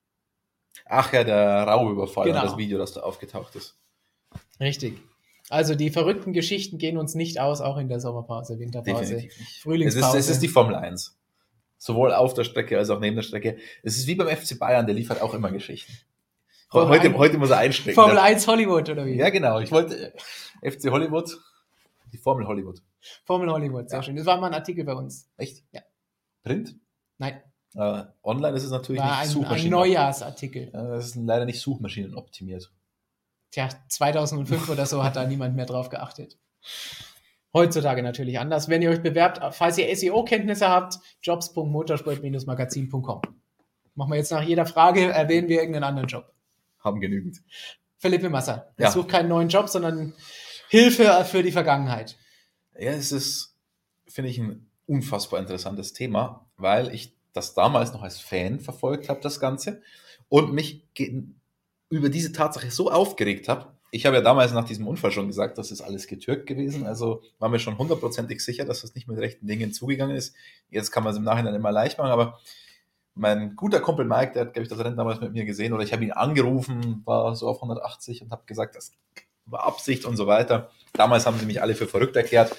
B: Ach ja, der Raubüberfall,
A: Genau.
B: das Video, das da aufgetaucht ist.
A: Richtig. Also die verrückten Geschichten gehen uns nicht aus, auch in der Sommerpause, Winterpause,
B: Definitiv nicht.
A: Frühlingspause.
B: Es ist, es ist die Formel eins. Sowohl auf der Strecke als auch neben der Strecke. Es ist wie beim F C Bayern, der liefert auch immer Geschichten.
A: Formel
B: Heute,
A: eins
B: heute muss er einstecken.
A: Formel eins Hollywood, oder wie?
B: Ja, genau. Ich wollte F C Hollywood, die Formel Hollywood.
A: Formel Hollywood, sehr
B: Ja.
A: schön. Das war mal ein Artikel bei uns.
B: Echt?
A: Ja.
B: Print?
A: Nein,
B: Äh, online ist es natürlich
A: war
B: nicht
A: ein, ein
B: Suchmaschinen.
A: Neujahrsartikel.
B: Ja, das ist leider nicht Suchmaschinen optimiert.
A: Tja, zweitausendfünf oder so hat da niemand mehr drauf geachtet. Heutzutage natürlich anders. Wenn ihr euch bewerbt, falls ihr S E O-Kenntnisse habt, jobs punkt motorsport magazin punkt com. Machen wir jetzt nach jeder Frage, erwähnen wir irgendeinen anderen Job.
B: Haben genügend.
A: Felipe Massa. Er
B: Ja.
A: sucht keinen neuen Job, sondern Hilfe für die Vergangenheit.
B: Ja, es ist, finde ich, ein unfassbar interessantes Thema, weil ich das damals noch als Fan verfolgt habe, das Ganze, und mich ge- über diese Tatsache so aufgeregt habe. Ich habe ja damals nach diesem Unfall schon gesagt, das ist alles getürkt gewesen, also war mir schon hundertprozentig sicher, dass das nicht mit rechten Dingen zugegangen ist. Jetzt kann man es im Nachhinein immer leicht machen, aber mein guter Kumpel Mike, der hat, glaube ich, das Rennen damals mit mir gesehen, oder ich habe ihn angerufen, war so auf hundertachtzig und habe gesagt, das war Absicht und so weiter. Damals haben sie mich alle für verrückt erklärt.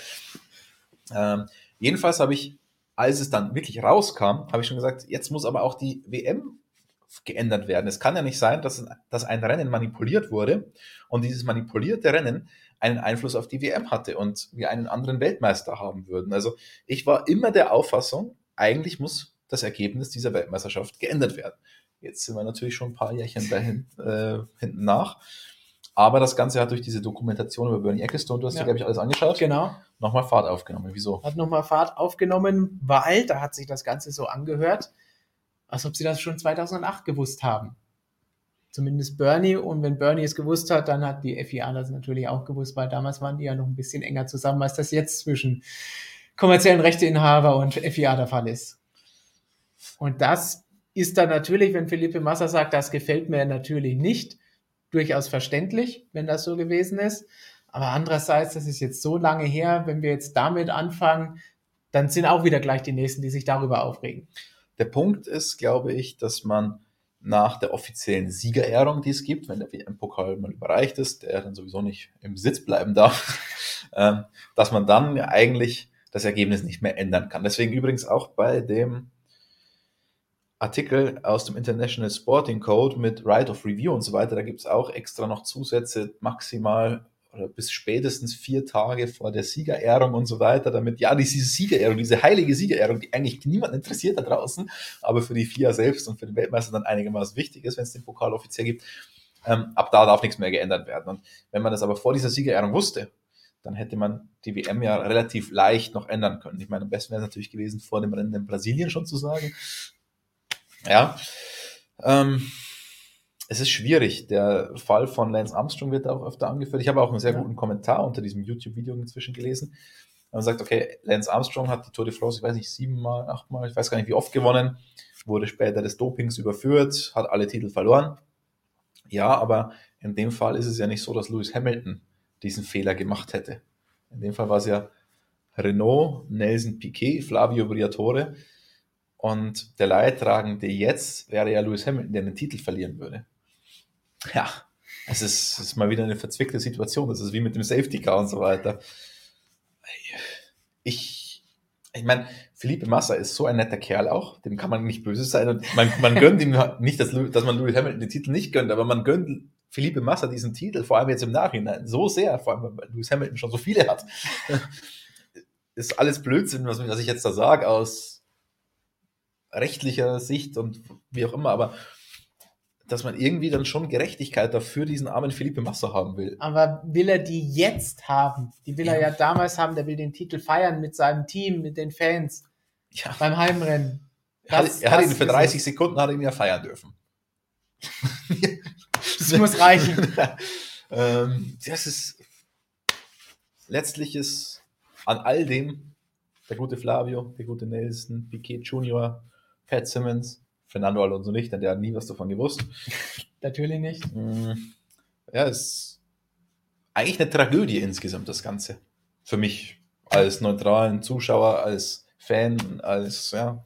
B: Ähm, jedenfalls habe ich, als es dann wirklich rauskam, habe ich schon gesagt, jetzt muss aber auch die W M geändert werden. Es kann ja nicht sein, dass, dass ein Rennen manipuliert wurde und dieses manipulierte Rennen einen Einfluss auf die W M hatte und wir einen anderen Weltmeister haben würden. Also ich war immer der Auffassung, eigentlich muss das Ergebnis dieser Weltmeisterschaft geändert werden. Jetzt sind wir natürlich schon ein paar Jährchen dahin, äh, hinten nach. Aber das Ganze hat durch diese Dokumentation über Bernie Ecclestone, du hast
A: Ja.
B: dir, glaube ich, alles angeschaut,
A: Genau.
B: nochmal Fahrt aufgenommen. Wieso?
A: Hat nochmal Fahrt aufgenommen, weil da hat sich das Ganze so angehört, als ob sie das schon zweitausendacht gewusst haben. Zumindest Bernie. Und wenn Bernie es gewusst hat, dann hat die F I A das natürlich auch gewusst, weil damals waren die ja noch ein bisschen enger zusammen, als das jetzt zwischen kommerziellen Rechteinhaber und F I A der Fall ist. Und das ist dann natürlich, wenn Felipe Massa sagt, das gefällt mir natürlich nicht, durchaus verständlich, wenn das so gewesen ist. Aber andererseits, das ist jetzt so lange her, wenn wir jetzt damit anfangen, dann sind auch wieder gleich die Nächsten, die sich darüber aufregen.
B: Der Punkt ist, glaube ich, dass man nach der offiziellen Siegerehrung, die es gibt, wenn der W M-Pokal mal überreicht ist, der dann sowieso nicht im Sitz bleiben darf, ähm, dass man dann eigentlich das Ergebnis nicht mehr ändern kann. Deswegen übrigens auch bei dem Artikel aus dem International Sporting Code mit Right of Review und so weiter, da gibt es auch extra noch Zusätze, maximal oder bis spätestens vier Tage vor der Siegerehrung und so weiter, damit ja diese Siegerehrung, diese heilige Siegerehrung, die eigentlich niemand interessiert da draußen, aber für die F I A selbst und für den Weltmeister dann einigermaßen wichtig ist, wenn es den Pokal offiziell gibt, ähm, ab da darf nichts mehr geändert werden. Und wenn man das aber vor dieser Siegerehrung wusste, dann hätte man die W M ja relativ leicht noch ändern können. Ich meine, am besten wäre es natürlich gewesen, vor dem Rennen in Brasilien schon zu sagen. Ja, ähm, es ist schwierig. Der Fall von Lance Armstrong wird auch öfter angeführt. Ich habe auch einen sehr
A: Ja.
B: guten Kommentar unter diesem YouTube-Video inzwischen gelesen. Man sagt, okay, Lance Armstrong hat die Tour de France, ich weiß nicht, siebenmal, achtmal, ich weiß gar nicht wie oft gewonnen, wurde später des Dopings überführt, hat alle Titel verloren. Ja, aber in dem Fall ist es ja nicht so, dass Lewis Hamilton diesen Fehler gemacht hätte. In dem Fall war es ja Renault, Nelson Piquet, Flavio Briatore. Und der Leidtragende jetzt wäre ja Lewis Hamilton, der den Titel verlieren würde. Ja, es ist, es ist mal wieder eine verzwickte Situation. Das ist wie mit dem Safety Car und so weiter. Ich, ich meine, Felipe Massa ist so ein netter Kerl auch. Dem kann man nicht böse sein. Und man, man gönnt ihm nicht, dass, dass man Lewis Hamilton den Titel nicht gönnt, aber man gönnt Felipe Massa diesen Titel, vor allem jetzt im Nachhinein, so sehr, vor allem weil Lewis Hamilton schon so viele hat. Ist alles Blödsinn, was, was ich jetzt da sage, aus rechtlicher Sicht und wie auch immer, aber dass man irgendwie dann schon Gerechtigkeit dafür diesen armen Felipe Massa haben will.
A: Aber will er die jetzt haben? Die will ja. er ja damals haben, der will den Titel feiern mit seinem Team, mit den Fans
B: ja.
A: beim Heimrennen.
B: Das, er hat ihn für dreißig Sekunden hat ihn ja feiern dürfen.
A: Das muss reichen.
B: ähm, das ist letztlich ist an all dem der gute Flavio, der gute Nelson, Piquet Junior, Pat Simmons, Fernando Alonso nicht, denn der hat nie was davon gewusst.
A: Natürlich nicht.
B: Ja, ist eigentlich eine Tragödie insgesamt, das Ganze. Für mich als neutralen Zuschauer, als Fan, als, ja.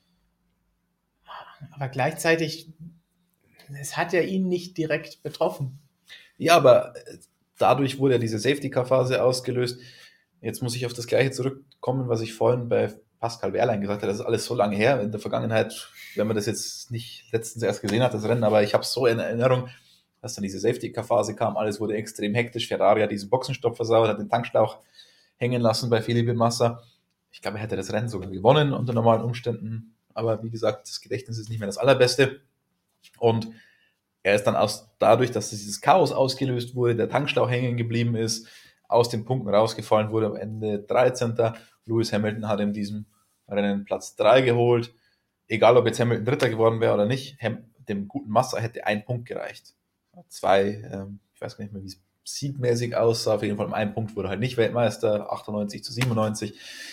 A: Aber gleichzeitig, es hat ja ihn nicht direkt betroffen.
B: Ja, aber dadurch wurde ja diese Safety-Car-Phase ausgelöst. Jetzt muss ich auf das Gleiche zurückkommen, was ich vorhin bei Pascal Wehrlein gesagt habe. Das ist alles so lange her. In der Vergangenheit, wenn man das jetzt nicht letztens erst gesehen hat, das Rennen, aber ich habe es so in Erinnerung, dass dann diese Safety-Car-Phase kam. Alles wurde extrem hektisch. Ferrari hat diesen Boxenstopp versaut, hat den Tankschlauch hängen lassen bei Felipe Massa. Ich glaube, er hätte das Rennen sogar gewonnen unter normalen Umständen. Aber wie gesagt, das Gedächtnis ist nicht mehr das allerbeste. Und er ist dann aus, dadurch, dass dieses Chaos ausgelöst wurde, der Tankschlauch hängen geblieben ist, aus den Punkten rausgefallen wurde, am Ende dreizehnter Lewis Hamilton hat in diesem Rennen Platz drei geholt. Egal, ob jetzt Hamilton Dritter geworden wäre oder nicht, dem guten Massa hätte ein Punkt gereicht. Zwei, ähm, ich weiß gar nicht mehr, wie es siegmäßig aussah, auf jeden Fall um einen Punkt wurde halt nicht Weltmeister, achtundneunzig zu siebenundneunzig.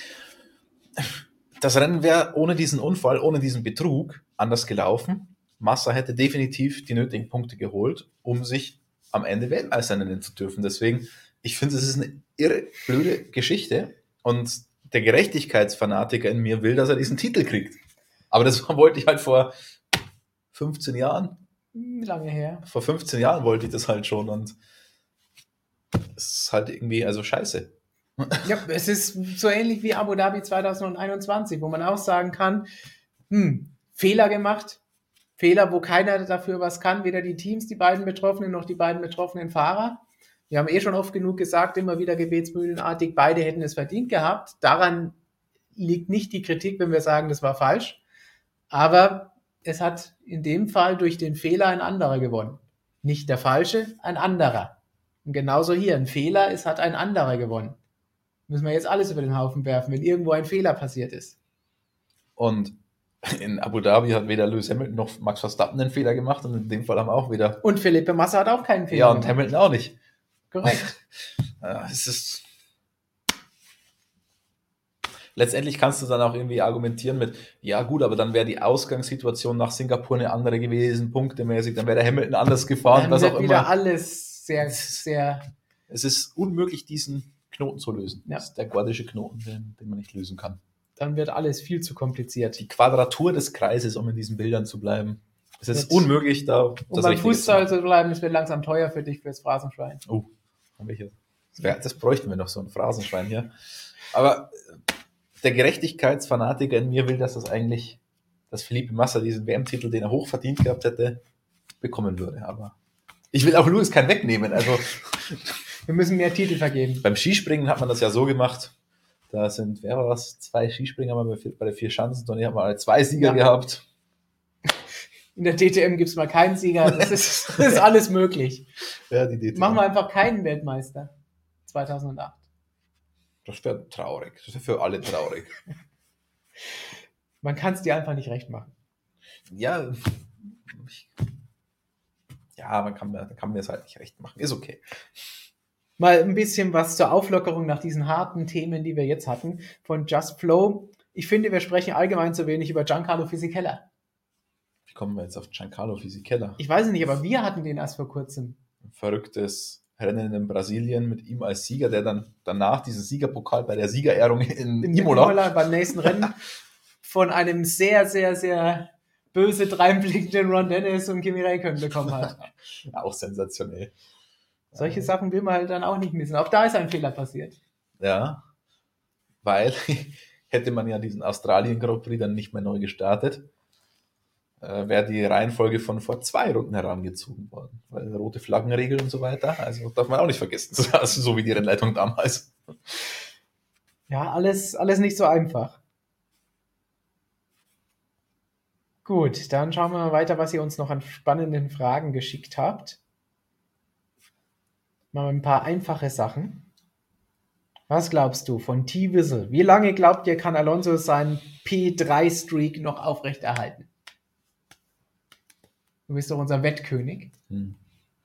B: Das Rennen wäre ohne diesen Unfall, ohne diesen Betrug anders gelaufen. Massa hätte definitiv die nötigen Punkte geholt, um sich am Ende Weltmeister nennen zu dürfen. Deswegen, ich finde, es ist eine irre blöde Geschichte und der Gerechtigkeitsfanatiker in mir will, dass er diesen Titel kriegt. Aber das wollte ich halt vor fünfzehn Jahren.
A: Lange her.
B: Vor fünfzehn Jahren wollte ich das halt schon und es ist halt irgendwie, also scheiße.
A: Ja, es ist so ähnlich wie Abu Dhabi zwanzig einundzwanzig, wo man auch sagen kann, hm, Fehler gemacht, Fehler, wo keiner dafür was kann, weder die Teams, die beiden Betroffenen, noch die beiden betroffenen Fahrer. Wir haben eh schon oft genug gesagt, immer wieder gebetsmühlenartig, beide hätten es verdient gehabt. Daran liegt nicht die Kritik, wenn wir sagen, das war falsch. Aber es hat in dem Fall durch den Fehler ein anderer gewonnen. Nicht der Falsche, ein anderer. Und genauso hier, ein Fehler, es hat ein anderer gewonnen. Müssen wir jetzt alles über den Haufen werfen, wenn irgendwo ein Fehler passiert ist.
B: Und in Abu Dhabi hat weder Lewis Hamilton noch Max Verstappen einen Fehler gemacht und in dem Fall haben auch wieder...
A: Und Felipe Massa hat auch keinen Fehler
B: Ja, und
A: gemacht.
B: Hamilton auch nicht.
A: Korrekt.
B: Ja, es ist... Letztendlich kannst du dann auch irgendwie argumentieren mit, ja gut, aber dann wäre die Ausgangssituation nach Singapur eine andere gewesen, punktemäßig, dann wäre der Hamilton anders gefahren,
A: Dann
B: was
A: wird
B: auch
A: wieder
B: immer.
A: alles sehr, sehr...
B: Es ist unmöglich, diesen Knoten zu lösen.
A: Ja.
B: Das ist der gordische Knoten, den, den man nicht lösen kann.
A: Dann wird alles viel zu kompliziert.
B: Die Quadratur des Kreises, um in diesen Bildern zu bleiben. Es ist
A: Jetzt,
B: unmöglich, da
A: um beim Fußball zu bleiben, es wird langsam teuer für dich, fürs Phrasenschwein.
B: Oh, haben wir hier. Das, wär, das bräuchten wir noch, so ein Phrasenschwein hier. Aber der Gerechtigkeitsfanatiker in mir will, dass das eigentlich, dass Felipe Massa diesen W M-Titel, den er hoch verdient gehabt hätte, bekommen würde. Aber ich will auch Lewis keinen wegnehmen. Also
A: wir müssen mehr Titel vergeben.
B: Beim Skispringen hat man das ja so gemacht. Da sind, wer war das? Zwei Skispringer bei, bei der Vier-Schanzentournee haben wir alle zwei Sieger ja. gehabt.
A: In der D T M gibt es mal keinen Sieger. Das ist, das ist alles möglich.
B: Ja, die D T M.
A: Machen wir einfach keinen Weltmeister. zweitausendacht.
B: Das wäre traurig. Das wäre für alle traurig.
A: Man kann es dir einfach nicht recht machen.
B: Ja, ich, ja, man kann, man kann mir es halt nicht recht machen. Ist okay.
A: Mal ein bisschen was zur Auflockerung nach diesen harten Themen, die wir jetzt hatten, von Just Flow. Ich finde, wir sprechen allgemein zu wenig über Giancarlo Fisichella.
B: Wie kommen wir jetzt auf Giancarlo Fisichella?
A: Ich weiß es nicht, aber wir hatten den erst vor kurzem.
B: Ein verrücktes Rennen in Brasilien mit ihm als Sieger, der dann danach diesen Siegerpokal bei der Siegerehrung in, in Imola,
A: Imola beim nächsten Rennen von einem sehr, sehr, sehr böse dreinblickenden Ron Dennis und Kimi Räikkönen bekommen hat.
B: Auch sensationell.
A: Solche Sachen will man halt dann auch nicht missen. Auch da ist ein Fehler passiert.
B: Ja, weil hätte man ja diesen Australien Grand Prix dann nicht mehr neu gestartet, äh, wäre die Reihenfolge von vor zwei Runden herangezogen worden. Weil rote Flaggenregel und so weiter, also darf man auch nicht vergessen. Also so wie die Rennleitung damals.
A: Ja, alles, alles nicht so einfach. Gut, dann schauen wir mal weiter, was ihr uns noch an spannenden Fragen geschickt habt. Mal ein paar einfache Sachen. Was glaubst du von T-Whistle? Wie lange glaubt ihr, kann Alonso seinen P drei Streak noch aufrechterhalten? Du bist doch unser Wettkönig.
B: Hm.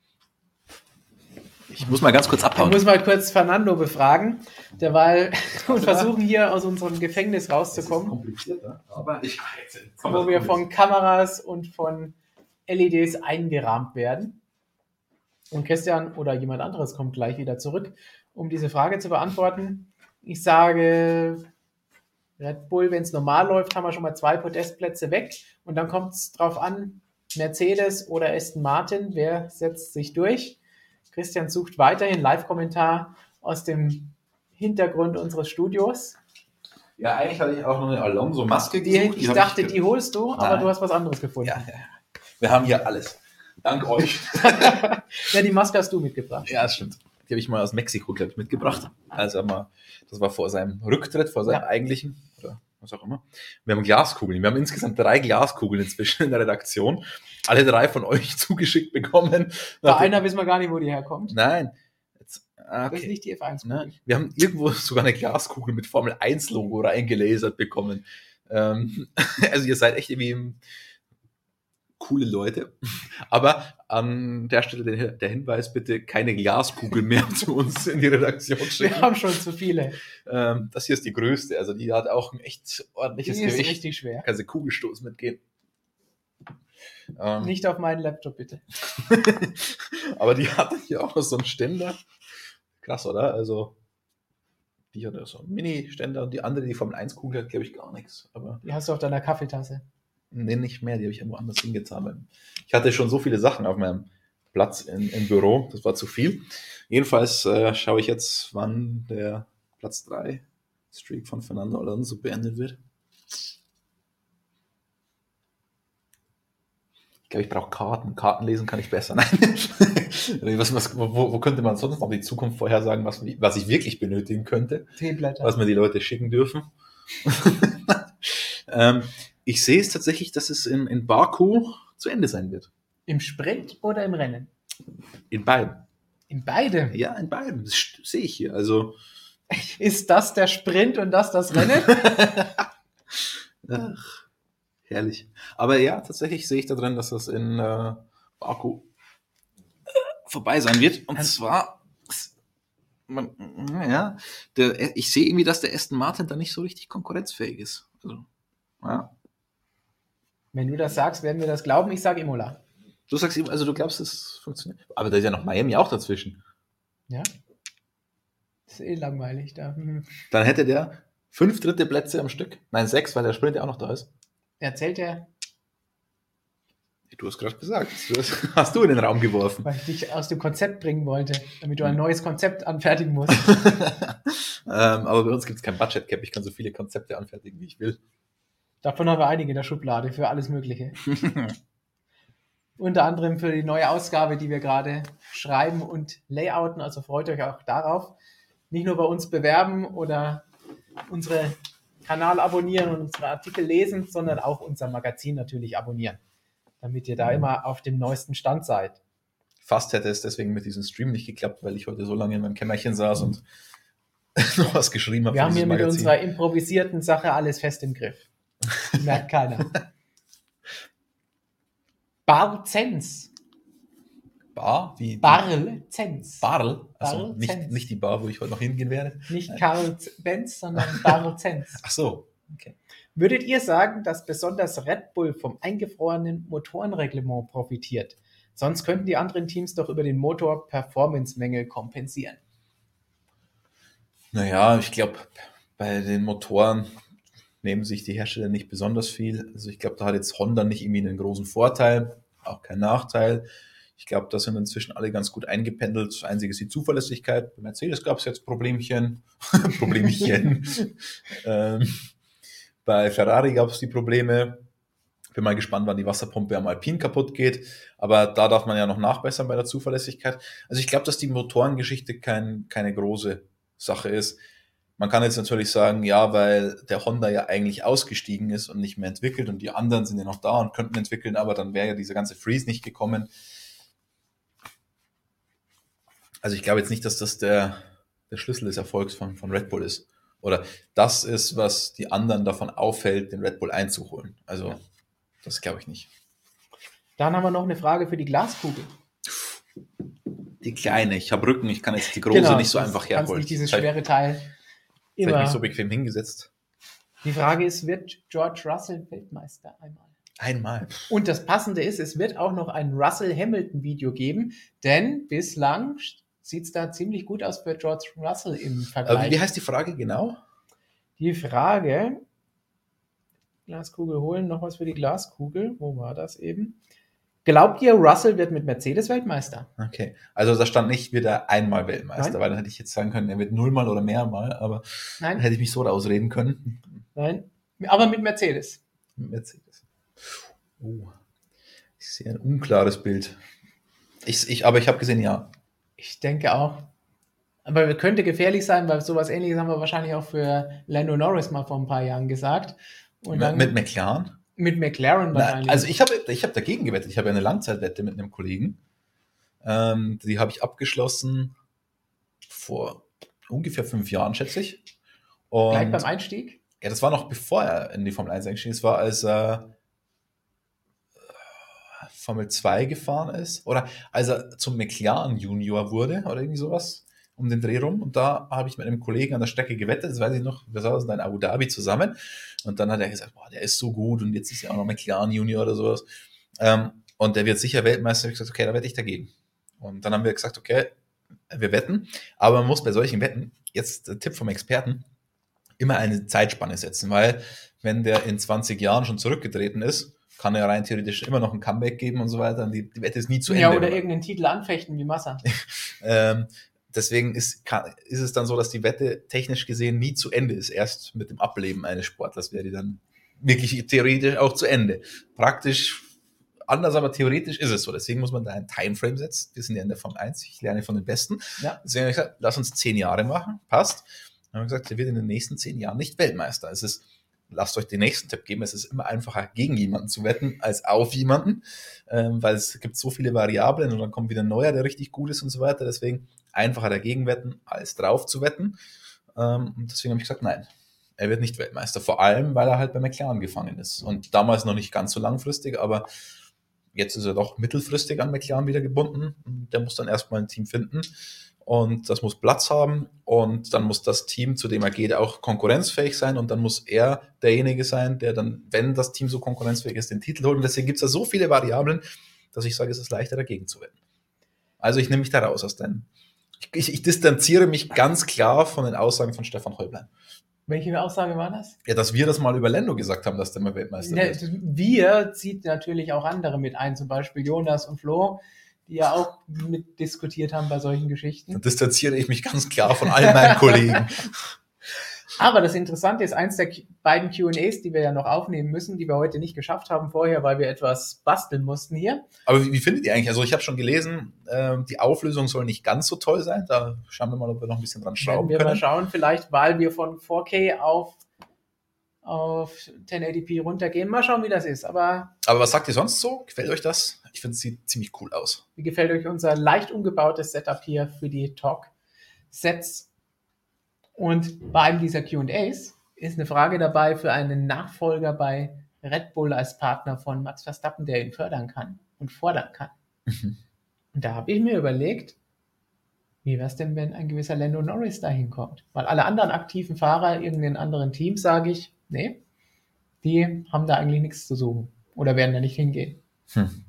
B: Ich muss mal ganz kurz abhauen.
A: Ich muss mal kurz Fernando befragen, derweil und versuchen hier aus unserem Gefängnis rauszukommen.
B: Das ist komplizierter, aber ich
A: wo wir von Kameras und von L E Ds eingerahmt werden. Und Christian oder jemand anderes kommt gleich wieder zurück, um diese Frage zu beantworten. Ich sage, Red Bull, wenn es normal läuft, haben wir schon mal zwei Podestplätze weg. Und dann kommt es drauf an, Mercedes oder Aston Martin, wer setzt sich durch? Christian sucht weiterhin Live-Kommentar aus dem Hintergrund unseres Studios.
B: Ja, eigentlich hatte ich auch noch eine Alonso-Maske
A: Die,
B: gesucht.
A: ich die dachte, ich die holst du, aber
B: Nein.
A: du hast was anderes gefunden.
B: Ja, ja. Wir haben hier alles. Dank euch.
A: Ja, die Maske hast du mitgebracht.
B: Ja, das stimmt. Die habe ich mal aus Mexiko, glaube ich, mitgebracht. Also mal, das war vor seinem Rücktritt, vor seinem
A: Ja.
B: eigentlichen, oder was auch immer. Wir haben Glaskugeln. Wir haben insgesamt drei Glaskugeln inzwischen in der Redaktion. Alle drei von euch zugeschickt bekommen.
A: Bei einer wissen wir gar nicht, wo die herkommt.
B: Nein. Jetzt, okay.
A: Das ist nicht die F eins
B: Ne? Wir haben irgendwo sogar eine Glaskugel mit Formel eins Logo reingelasert bekommen. Ähm, also ihr seid echt irgendwie coole Leute. Aber an der Stelle der, der Hinweis, bitte keine Glaskugel mehr zu uns in die Redaktion schicken.
A: Wir haben schon zu viele.
B: Ähm, das hier ist die größte. Also die hat auch ein echt ordentliches
A: Die ist
B: Gewicht.
A: richtig schwer.
B: Kannst du Kugelstoß mitgehen. Ähm,
A: Nicht auf meinen Laptop, bitte.
B: aber die hat hier auch so einen Ständer. Krass, oder? Also die hat so einen Mini-Ständer und die andere, die Formel eins Kugel, hat, glaube ich, gar nichts. Aber
A: Die hast du auf deiner Kaffeetasse.
B: nee, nicht mehr. Die habe ich irgendwo anders hingetan. Ich hatte schon so viele Sachen auf meinem Platz in, im Büro. Das war zu viel. Jedenfalls äh, schaue ich jetzt, wann der Platz drei Streak von Fernando Alonso beendet wird. Ich glaube, ich brauche Karten. Karten lesen kann ich besser. Nein. was, was, wo, wo könnte man sonst noch die Zukunft vorhersagen, was, was ich wirklich benötigen könnte?
A: Teeblätter.
B: Was mir die Leute schicken dürfen. ähm, ich sehe es tatsächlich, dass es in, in Baku zu Ende sein wird.
A: Im Sprint oder im Rennen?
B: In beiden.
A: In beidem.
B: Ja, in beiden. Das st- sehe ich hier. Also.
A: Ist das der Sprint und das das Rennen?
B: Ach, herrlich. Aber ja, tatsächlich sehe ich da drin, dass das in äh, Baku vorbei sein wird. Und
A: Also,
B: zwar, man, ja, der, ich sehe irgendwie, dass der Aston Martin da nicht so richtig konkurrenzfähig ist. Also, ja.
A: Wenn du das sagst, werden wir das glauben. Ich sage Imola.
B: Du sagst ihm, also du glaubst, es funktioniert. Aber da ist ja noch Miami auch dazwischen.
A: Ja? Das ist eh langweilig da. Hm.
B: Dann hätte der fünf dritte Plätze am Stück. Nein, sechs, weil der Sprint ja auch noch da ist.
A: Erzählt er,
B: Du hast gerade gesagt. Du hast, hast du in den Raum geworfen.
A: weil ich dich aus dem Konzept bringen wollte, damit du ein neues Konzept anfertigen musst.
B: ähm, aber bei uns gibt es kein Budget Cap. Ich kann so viele Konzepte anfertigen, wie ich will.
A: Davon haben wir einige in der Schublade für alles Mögliche. Unter anderem für die neue Ausgabe, die wir gerade schreiben und layouten. Also freut euch auch darauf. Nicht nur bei uns bewerben oder unsere Kanal abonnieren und unsere Artikel lesen, sondern auch unser Magazin natürlich abonnieren, damit ihr da immer auf dem neuesten Stand seid.
B: Fast hätte es deswegen mit diesem Stream nicht geklappt, weil ich heute so lange in meinem Kämmerchen saß und noch was geschrieben habe.
A: Wir
B: für
A: haben
B: dieses
A: hier mit
B: Magazin.
A: unserer improvisierten Sache alles fest im Griff. Merkt keiner. Barzenz.
B: Bar? Wie?
A: Barlzenz.
B: Barl? Also
A: Barl
B: nicht,
A: Zenz.
B: nicht die Bar, wo ich heute noch hingehen werde.
A: Nicht Karl Benz, sondern Barlzenz.
B: Ach so. Okay.
A: Würdet ihr sagen, dass besonders Red Bull vom eingefrorenen Motorenreglement profitiert? Sonst könnten die anderen Teams doch über den Motor Performance-Mängel kompensieren.
B: Naja, ich glaube, bei den Motoren nehmen sich die Hersteller nicht besonders viel. Also ich glaube, da hat jetzt Honda nicht irgendwie einen großen Vorteil, auch keinen Nachteil. Ich glaube, da sind inzwischen alle ganz gut eingependelt. Das Einzige ist die Zuverlässigkeit. Bei Mercedes gab es jetzt Problemchen. Problemchen. ähm, bei Ferrari gab es die Probleme. Bin mal gespannt, wann die Wasserpumpe am Alpine kaputt geht. Aber da darf man ja noch nachbessern bei der Zuverlässigkeit. Also ich glaube, dass die Motorengeschichte kein, keine große Sache ist. Man kann jetzt natürlich sagen, ja, weil der Honda ja eigentlich ausgestiegen ist und nicht mehr entwickelt und die anderen sind ja noch da und könnten entwickeln, aber dann wäre ja dieser ganze Freeze nicht gekommen. Also ich glaube jetzt nicht, dass das der, der Schlüssel des Erfolgs von, von Red Bull ist. Oder das ist, was die anderen davon aufhält, den Red Bull einzuholen. Also ja. Das glaube ich nicht.
A: Dann haben wir noch eine Frage für die Glaskugel.
B: Die kleine, ich habe Rücken, ich kann jetzt die große
A: genau,
B: nicht so einfach herholen.
A: Du kannst nicht dieses schwere Teil
B: immer. Ich habe mich so bequem hingesetzt.
A: Die Frage ist, wird George Russell Weltmeister einmal?
B: Einmal.
A: Und das Passende ist, es wird auch noch ein Russell-Hamilton-Video geben, denn bislang sieht es da ziemlich gut aus für George Russell im Vergleich.
B: Aber wie heißt die Frage genau?
A: Die Frage, Glaskugel holen, noch was für die Glaskugel. Wo war das eben? Glaubt ihr, Russell wird mit Mercedes Weltmeister?
B: Okay, also da stand nicht, wird er einmal Weltmeister,
A: Nein.
B: Weil dann hätte ich jetzt sagen können, er wird nullmal oder mehrmal, aber
A: Nein.
B: Dann hätte ich mich so rausreden können.
A: Nein, aber mit Mercedes.
B: Mit Mercedes. Oh, ich sehe ein unklares Bild. Ich, ich, aber ich habe gesehen, ja.
A: Ich denke auch. Aber könnte gefährlich sein, weil sowas Ähnliches haben wir wahrscheinlich auch für Lando Norris mal vor ein paar Jahren gesagt. Und
B: mit,
A: dann,
B: mit McLaren?
A: Mit McLaren wahrscheinlich.
B: Na, also ich habe ich hab dagegen gewettet. Ich habe ja eine Langzeitwette mit einem Kollegen. Ähm, die habe ich abgeschlossen vor ungefähr fünf Jahren, schätze ich. Und
A: gleich beim Einstieg?
B: Ja, das war noch bevor er in die Formel eins eingestiegen ist. Das war, als er Formel zwei gefahren ist. Oder als er zum McLaren Junior wurde oder irgendwie sowas um den Dreh rum. Und da habe ich mit einem Kollegen an der Strecke gewettet. Das weiß ich noch. Wir saßen in Abu Dhabi zusammen. Und dann hat er gesagt, boah, der ist so gut. Und jetzt ist er auch noch McLaren Junior oder sowas. Ähm, und der wird sicher Weltmeister. Ich habe gesagt, okay, da wette ich dagegen. Und dann haben wir gesagt, okay, wir wetten. Aber man muss bei solchen Wetten, jetzt der Tipp vom Experten, immer eine Zeitspanne setzen. Weil wenn der in zwanzig Jahren schon zurückgetreten ist, kann er rein theoretisch immer noch ein Comeback geben und so weiter. Und die, die Wette ist nie zu Ende.
A: Ja, oder, oder irgendeinen Titel anfechten wie Massa.
B: ähm, deswegen ist, kann, ist es dann so, dass die Wette technisch gesehen nie zu Ende ist. Erst mit dem Ableben eines Sportlers wäre die dann wirklich theoretisch auch zu Ende. Praktisch anders, aber theoretisch ist es so. Deswegen muss man da ein Timeframe setzen. Wir sind ja in der Formel eins. Ich lerne von den Besten.
A: Ja.
B: Deswegen habe ich gesagt, lass uns zehn Jahre machen. Passt. Dann haben wir gesagt, der wird in den nächsten zehn Jahren nicht Weltmeister. Es ist Lasst euch den nächsten Tipp geben. Es ist immer einfacher, gegen jemanden zu wetten, als auf jemanden, ähm, weil es gibt so viele Variablen und dann kommt wieder ein neuer, der richtig gut ist und so weiter. Deswegen einfacher dagegen wetten, als drauf zu wetten. Ähm, und deswegen habe ich gesagt, nein, er wird nicht Weltmeister. Vor allem, weil er halt bei McLaren gefangen ist. Und damals noch nicht ganz so langfristig, aber jetzt ist er doch mittelfristig an McLaren wieder gebunden. Der muss dann erstmal ein Team finden. Und das muss Platz haben und dann muss das Team, zu dem er geht, auch konkurrenzfähig sein und dann muss er derjenige sein, der dann, wenn das Team so konkurrenzfähig ist, den Titel holt. Und deswegen gibt es da so viele Variablen, dass ich sage, es ist leichter, dagegen zu wetten. Also ich nehme mich da raus aus deinem... Ich, ich, ich distanziere mich ganz klar von den Aussagen von Stefan Häublein.
A: Welche Aussage war das?
B: Ja, dass wir das mal über Lando gesagt haben, dass der mal Weltmeister
A: ja,
B: wird.
A: Wir zieht natürlich auch andere mit ein, zum Beispiel Jonas und Flo, die ja auch mitdiskutiert haben bei solchen Geschichten.
B: Da distanziere ich mich ganz klar von all meinen Kollegen.
A: Aber das Interessante ist, eins der beiden Q and A's, die wir ja noch aufnehmen müssen, die wir heute nicht geschafft haben vorher, weil wir etwas basteln mussten hier.
B: Aber wie, wie findet ihr eigentlich? Also ich habe schon gelesen, äh, die Auflösung soll nicht ganz so toll sein. Da schauen wir mal, ob wir noch ein bisschen dran schrauben
A: wir
B: können.
A: Wir mal schauen, vielleicht, weil wir von vier K auf, auf tausend eighty p runtergehen. Mal schauen, wie das ist. Aber,
B: Aber was sagt ihr sonst so? Gefällt euch das? Ich finde, es sieht ziemlich cool aus.
A: Wie gefällt euch unser leicht umgebautes Setup hier für die Talk-Sets? Und bei einem dieser Q and A's ist eine Frage dabei für einen Nachfolger bei Red Bull als Partner von Max Verstappen, der ihn fördern kann und fordern kann.
B: Mhm.
A: Und da habe ich mir überlegt, wie wäre es denn, wenn ein gewisser Lando Norris da hinkommt? Weil alle anderen aktiven Fahrer irgendeinen anderen Teams, sage ich, nee, die haben da eigentlich nichts zu suchen oder werden da nicht hingehen.
B: Hm.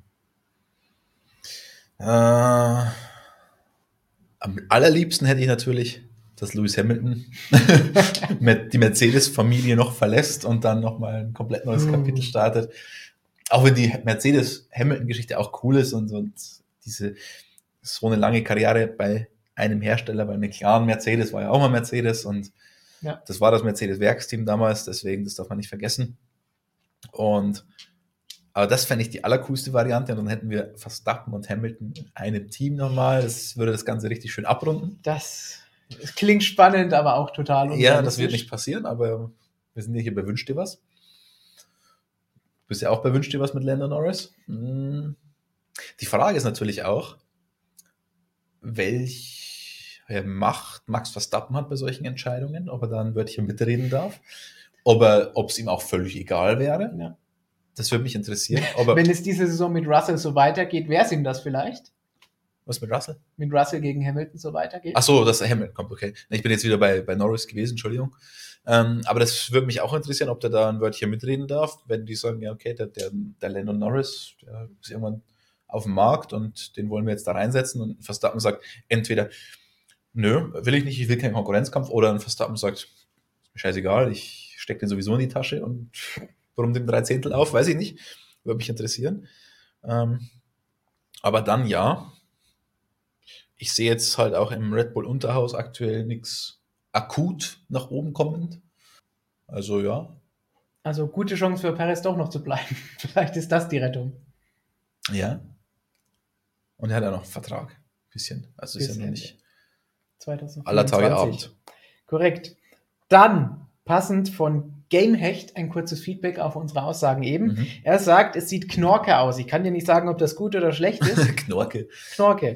B: Äh, am allerliebsten hätte ich natürlich, dass Lewis Hamilton die Mercedes-Familie noch verlässt und dann nochmal ein komplett neues
A: Mm.
B: Kapitel startet. Auch wenn die Mercedes-Hamilton-Geschichte auch cool ist und, und diese so eine lange Karriere bei einem Hersteller, bei McLaren, Mercedes war ja auch mal Mercedes und
A: ja.
B: Das war das Mercedes-Werksteam damals, deswegen, das darf man nicht vergessen. Und aber das fände ich die allercoolste Variante und dann hätten wir Verstappen und Hamilton in einem Team nochmal. Das würde das Ganze richtig schön abrunden.
A: Das Es klingt spannend, aber auch total
B: Ja,
A: unrealistisch.
B: das wird nicht passieren, aber wir sind ja hier bei Wünsch dir was. Du bist ja auch bei Wünsch dir was mit Lando Norris. Hm. Die Frage ist natürlich auch, welche Macht Max Verstappen hat bei solchen Entscheidungen, ob er da ein Wörtchen mitreden darf, ob er, ob es ihm auch völlig egal wäre.
A: Ja.
B: Das würde mich interessieren. Aber
A: Wenn es diese Saison mit Russell so weitergeht, wäre es ihm das vielleicht?
B: was mit Russell?
A: Mit Russell gegen Hamilton so weitergeht?
B: Ach so, dass Hamilton kommt, okay. Ich bin jetzt wieder bei, bei Norris gewesen, Entschuldigung. Ähm, aber das würde mich auch interessieren, ob der da ein Wörtchen mitreden darf, wenn die sagen, ja, okay, der, der, der Lando Norris, der ist irgendwann auf dem Markt und den wollen wir jetzt da reinsetzen und Verstappen sagt entweder, nö, will ich nicht, ich will keinen Konkurrenzkampf, oder ein Verstappen sagt, ist mir scheißegal, ich stecke den sowieso in die Tasche und warum dem drei Zehntel auf, weiß ich nicht, würde mich interessieren. Ähm, aber dann ja, ich sehe jetzt halt auch im Red Bull Unterhaus aktuell nichts akut nach oben kommend. Also ja.
A: Also gute Chance für Perez doch noch zu bleiben. Vielleicht ist das die Rettung.
B: Ja. Und er hat ja noch einen Vertrag. Bisschen. Also ist
A: Bis
B: ja noch
A: Ende
B: nicht
A: zwanzig vierundzwanzig.
B: aller Tage Abend.
A: Korrekt. Dann, passend von Gamehecht, ein kurzes Feedback auf unsere Aussagen eben.
B: Mhm.
A: Er sagt, es sieht Knorke aus. Ich kann dir nicht sagen, ob das gut oder schlecht ist.
B: Knorke.
A: Knorke.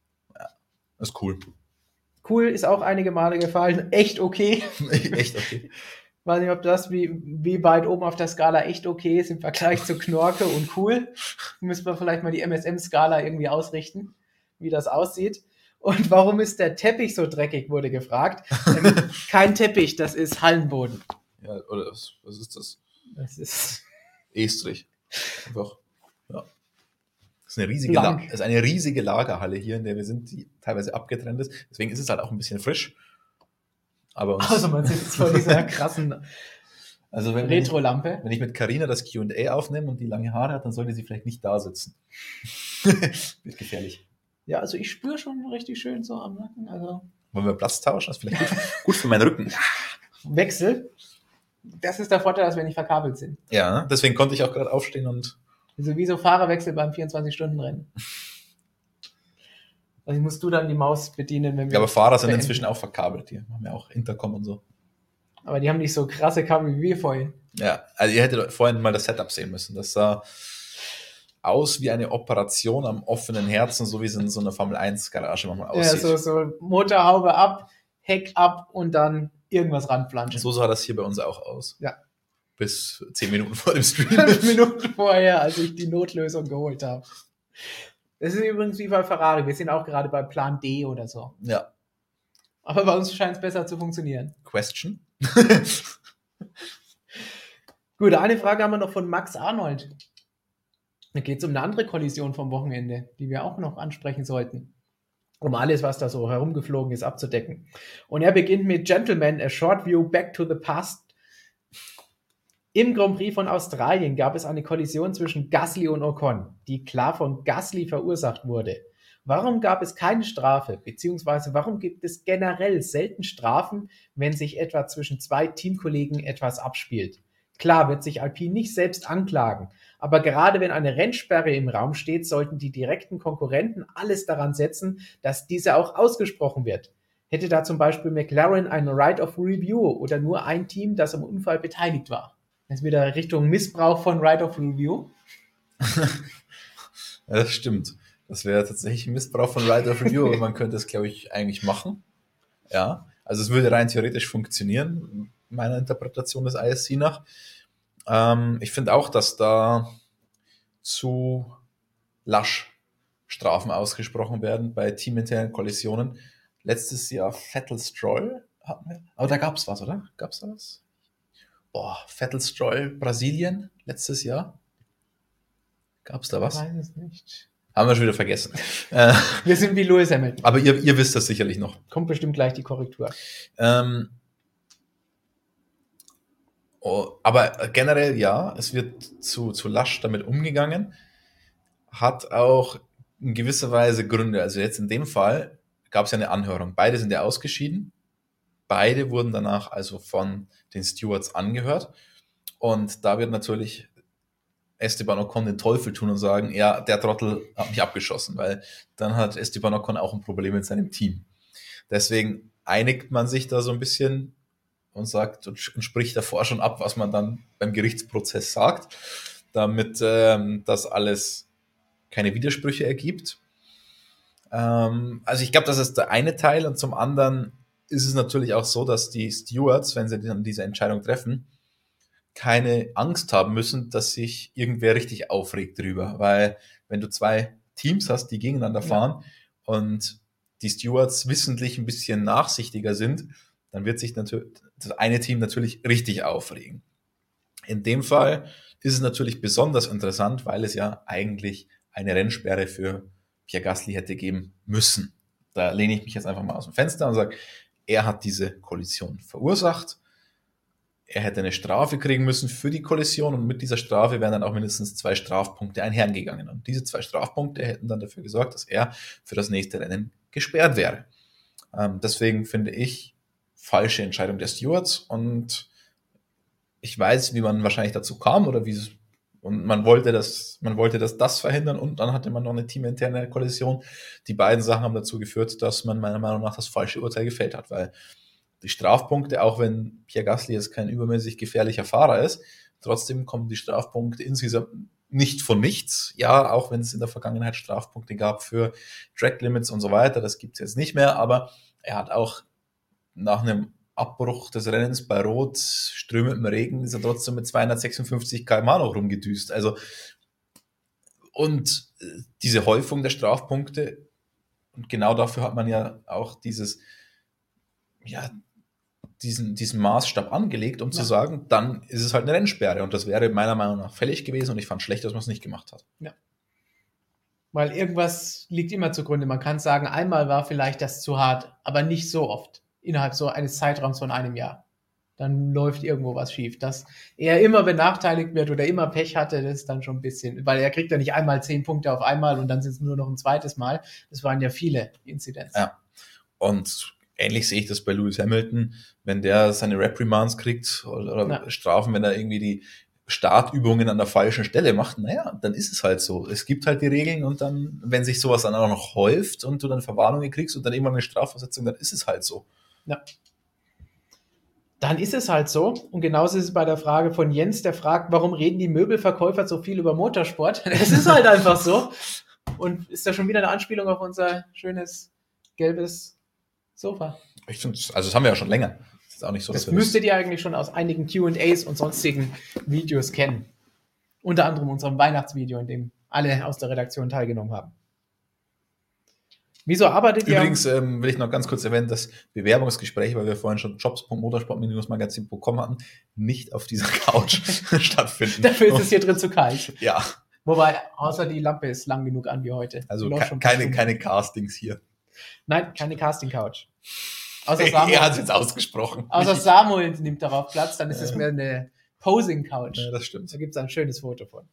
B: Das ist cool.
A: Cool, ist auch einige Male gefallen. Echt okay.
B: Echt okay.
A: Weiß nicht, ob das wie, wie weit oben auf der Skala echt okay ist im Vergleich zu Knorke und cool. Müssen wir vielleicht mal die M S M-Skala irgendwie ausrichten, wie das aussieht. Und warum ist der Teppich so dreckig, wurde gefragt. Ähm, kein Teppich, das ist Hallenboden.
B: Ja, oder was, was ist das?
A: Das ist
B: Estrich. Einfach, ja. Das ist, eine riesige
A: Lang.
B: La- das ist eine riesige Lagerhalle hier, in der wir sind, die teilweise abgetrennt ist. Deswegen ist es halt auch ein bisschen frisch. Aber uns,
A: Also man sitzt vor dieser krassen
B: also wenn,
A: Retro-Lampe.
B: wenn ich mit Carina das Q und A aufnehme und die lange Haare hat, dann sollte sie vielleicht nicht da sitzen. Wird gefährlich.
A: Ja, also ich spüre schon richtig schön so am Nacken. Also
B: Wollen wir Platz tauschen? Das ist vielleicht gut, gut für meinen Rücken.
A: Wechsel. Das ist der Vorteil, dass wir nicht verkabelt sind.
B: Ja, deswegen konnte ich auch gerade aufstehen und
A: Also wie so Fahrerwechsel beim vierundzwanzig-Stunden-Rennen. Also musst du dann die Maus bedienen, wenn wir.
B: ja, aber Fahrer sind
A: beenden.
B: inzwischen auch verkabelt. Die haben ja auch Intercom und so.
A: Aber die haben nicht so krasse Kabel wie wir vorhin.
B: Ja, also ihr hättet vorhin mal das Setup sehen müssen. Das sah aus wie eine Operation am offenen Herzen, so wie es in so einer Formel eins Garage manchmal
A: Ja,
B: aussieht.
A: so, so Motorhaube ab, Heck ab und dann irgendwas ranflanschen.
B: So sah das hier bei uns auch aus.
A: Ja.
B: Bis zehn Minuten vor dem Stream.
A: Fünf Minuten vorher, als ich die Notlösung geholt habe. Das ist übrigens wie bei Ferrari. Wir sind auch gerade bei Plan D oder so.
B: Ja.
A: Aber bei uns scheint es besser zu funktionieren.
B: Question?
A: Gut, eine Frage haben wir noch von Max Arnold. Da geht es um eine andere Kollision vom Wochenende, die wir auch noch ansprechen sollten. Um alles, was da so herumgeflogen ist, abzudecken. Und er beginnt mit Gentlemen, a short view back to the past. Im Grand Prix von Australien gab es eine Kollision zwischen Gasly und Ocon, die klar von Gasly verursacht wurde. Warum gab es keine Strafe, beziehungsweise warum gibt es generell selten Strafen, wenn sich etwa zwischen zwei Teamkollegen etwas abspielt? Klar wird sich Alpine nicht selbst anklagen, aber gerade wenn eine Rennsperre im Raum steht, sollten die direkten Konkurrenten alles daran setzen, dass diese auch ausgesprochen wird. Hätte da zum Beispiel McLaren ein Right of Review oder nur ein Team, das am Unfall beteiligt war? Das ist wieder Richtung Missbrauch von Right of Review.
B: Ja, das stimmt. Das wäre tatsächlich ein Missbrauch von Right of Review, aber man könnte es, glaube ich, eigentlich machen. Ja, also es würde rein theoretisch funktionieren, meiner Interpretation des I S C nach. Ähm, ich finde auch, dass da zu lasch Strafen ausgesprochen werden bei teaminternen Kollisionen. Letztes Jahr Vettel Stroll hatten wir. Aber da gab es was, oder? Gab es da was? Boah, Vettel Stroll Brasilien letztes Jahr. Gab es da was?
A: Ich weiß es nicht.
B: Haben wir schon wieder vergessen. Äh,
A: Wir sind wie Lewis Hamilton.
B: aber ihr, ihr wisst das sicherlich noch.
A: Kommt bestimmt gleich die Korrektur.
B: Ähm, oh, aber generell ja, es wird zu, zu lasch damit umgegangen. Hat auch in gewisser Weise Gründe. Also jetzt in dem Fall gab es ja eine Anhörung. Beide sind ja ausgeschieden. Beide wurden danach also von den Stewards angehört. Und da wird natürlich Esteban Ocon den Teufel tun und sagen, ja, der Trottel hat mich abgeschossen, weil dann hat Esteban Ocon auch ein Problem mit seinem Team. Deswegen einigt man sich da so ein bisschen und sagt und spricht davor schon ab, was man dann beim Gerichtsprozess sagt, damit ähm, das alles keine Widersprüche ergibt. Ähm, also ich glaube, das ist der eine Teil, und zum anderen ist es natürlich auch so, dass die Stewards, wenn sie dann diese Entscheidung treffen, keine Angst haben müssen, dass sich irgendwer richtig aufregt drüber, weil wenn du zwei Teams hast, die gegeneinander fahren, ja, und die Stewards wissentlich ein bisschen nachsichtiger sind, dann wird sich natürlich das eine Team natürlich richtig aufregen. In dem Fall ist es natürlich besonders interessant, weil es ja eigentlich eine Rennsperre für Pierre Gasly hätte geben müssen. Da lehne ich mich jetzt einfach mal aus dem Fenster und sage, er hat diese Kollision verursacht. Er hätte eine Strafe kriegen müssen für die Kollision, und mit dieser Strafe wären dann auch mindestens zwei Strafpunkte einhergegangen. Und diese zwei Strafpunkte hätten dann dafür gesorgt, dass er für das nächste Rennen gesperrt wäre. Ähm, deswegen finde ich, falsche Entscheidung der Stewards, und ich weiß, wie man wahrscheinlich dazu kam oder wie es, und man wollte das, man wollte das, das verhindern, und dann hatte man noch eine teaminterne Kollision. Die beiden Sachen haben dazu geführt, dass man meiner Meinung nach das falsche Urteil gefällt hat, weil die Strafpunkte, auch wenn Pierre Gasly jetzt kein übermäßig gefährlicher Fahrer ist, trotzdem kommen die Strafpunkte insgesamt nicht von nichts. Ja, auch wenn es in der Vergangenheit Strafpunkte gab für Track Limits und so weiter, das gibt es jetzt nicht mehr, aber er hat auch nach einem Abbruch des Rennens bei Rot, strömendem Regen, ist er trotzdem mit zweihundertsechsundfünfzig Kilometer pro Stunde noch rumgedüst. Also, und diese Häufung der Strafpunkte, und genau dafür hat man ja auch dieses, ja, diesen, diesen Maßstab angelegt, um ja. zu sagen, dann ist es halt eine Rennsperre. Und das wäre meiner Meinung nach fällig gewesen, und ich fand schlecht, dass man es nicht gemacht hat.
A: Ja. Weil irgendwas liegt immer zugrunde. Man kann sagen, einmal war vielleicht das zu hart, aber nicht so oft. Innerhalb so eines Zeitraums von einem Jahr. Dann läuft irgendwo was schief. Dass er immer benachteiligt wird oder immer Pech hatte, das ist dann schon ein bisschen, weil er kriegt ja nicht einmal zehn Punkte auf einmal und dann sind es nur noch ein zweites Mal. Das waren ja viele Inzidenz.
B: Ja, und ähnlich sehe ich das bei Lewis Hamilton, wenn der seine Reprimands kriegt oder, oder ja. Strafen, wenn er irgendwie die Startübungen an der falschen Stelle macht, naja, dann ist es halt so. Es gibt halt die Regeln, und dann, wenn sich sowas dann auch noch häuft und du dann Verwarnungen kriegst und dann irgendwann eine Strafversetzung, dann ist es halt so.
A: Ja. Dann ist es halt so. Und genauso ist es bei der Frage von Jens, der fragt, warum reden die Möbelverkäufer so viel über Motorsport? Es ist halt einfach so. Und ist da schon wieder eine Anspielung auf unser schönes gelbes Sofa?
B: Ich finde, also das haben wir ja schon länger. Das ist auch nicht so,
A: das müsstet ihr eigentlich schon aus einigen Q and A's und sonstigen Videos kennen. Unter anderem unserem Weihnachtsvideo, in dem alle aus der Redaktion teilgenommen haben. Wieso arbeitet ihr?
B: Übrigens ähm, will ich noch ganz kurz erwähnen, dass Bewerbungsgespräche, weil wir vorhin schon jobs punkt motorsport magazin punkt com hatten, nicht auf dieser Couch stattfinden.
A: Dafür ist es hier drin zu kalt.
B: Ja.
A: Wobei, außer die Lampe ist lang genug an wie heute.
B: Also ke- keine, keine Castings hier.
A: Nein, keine Casting-Couch.
B: Außer Samuel, er hat es jetzt ausgesprochen.
A: Außer Samuel nimmt darauf Platz, dann ist ja. es mehr eine Posing-Couch.
B: Ja, das stimmt.
A: Da gibt es ein schönes Foto von.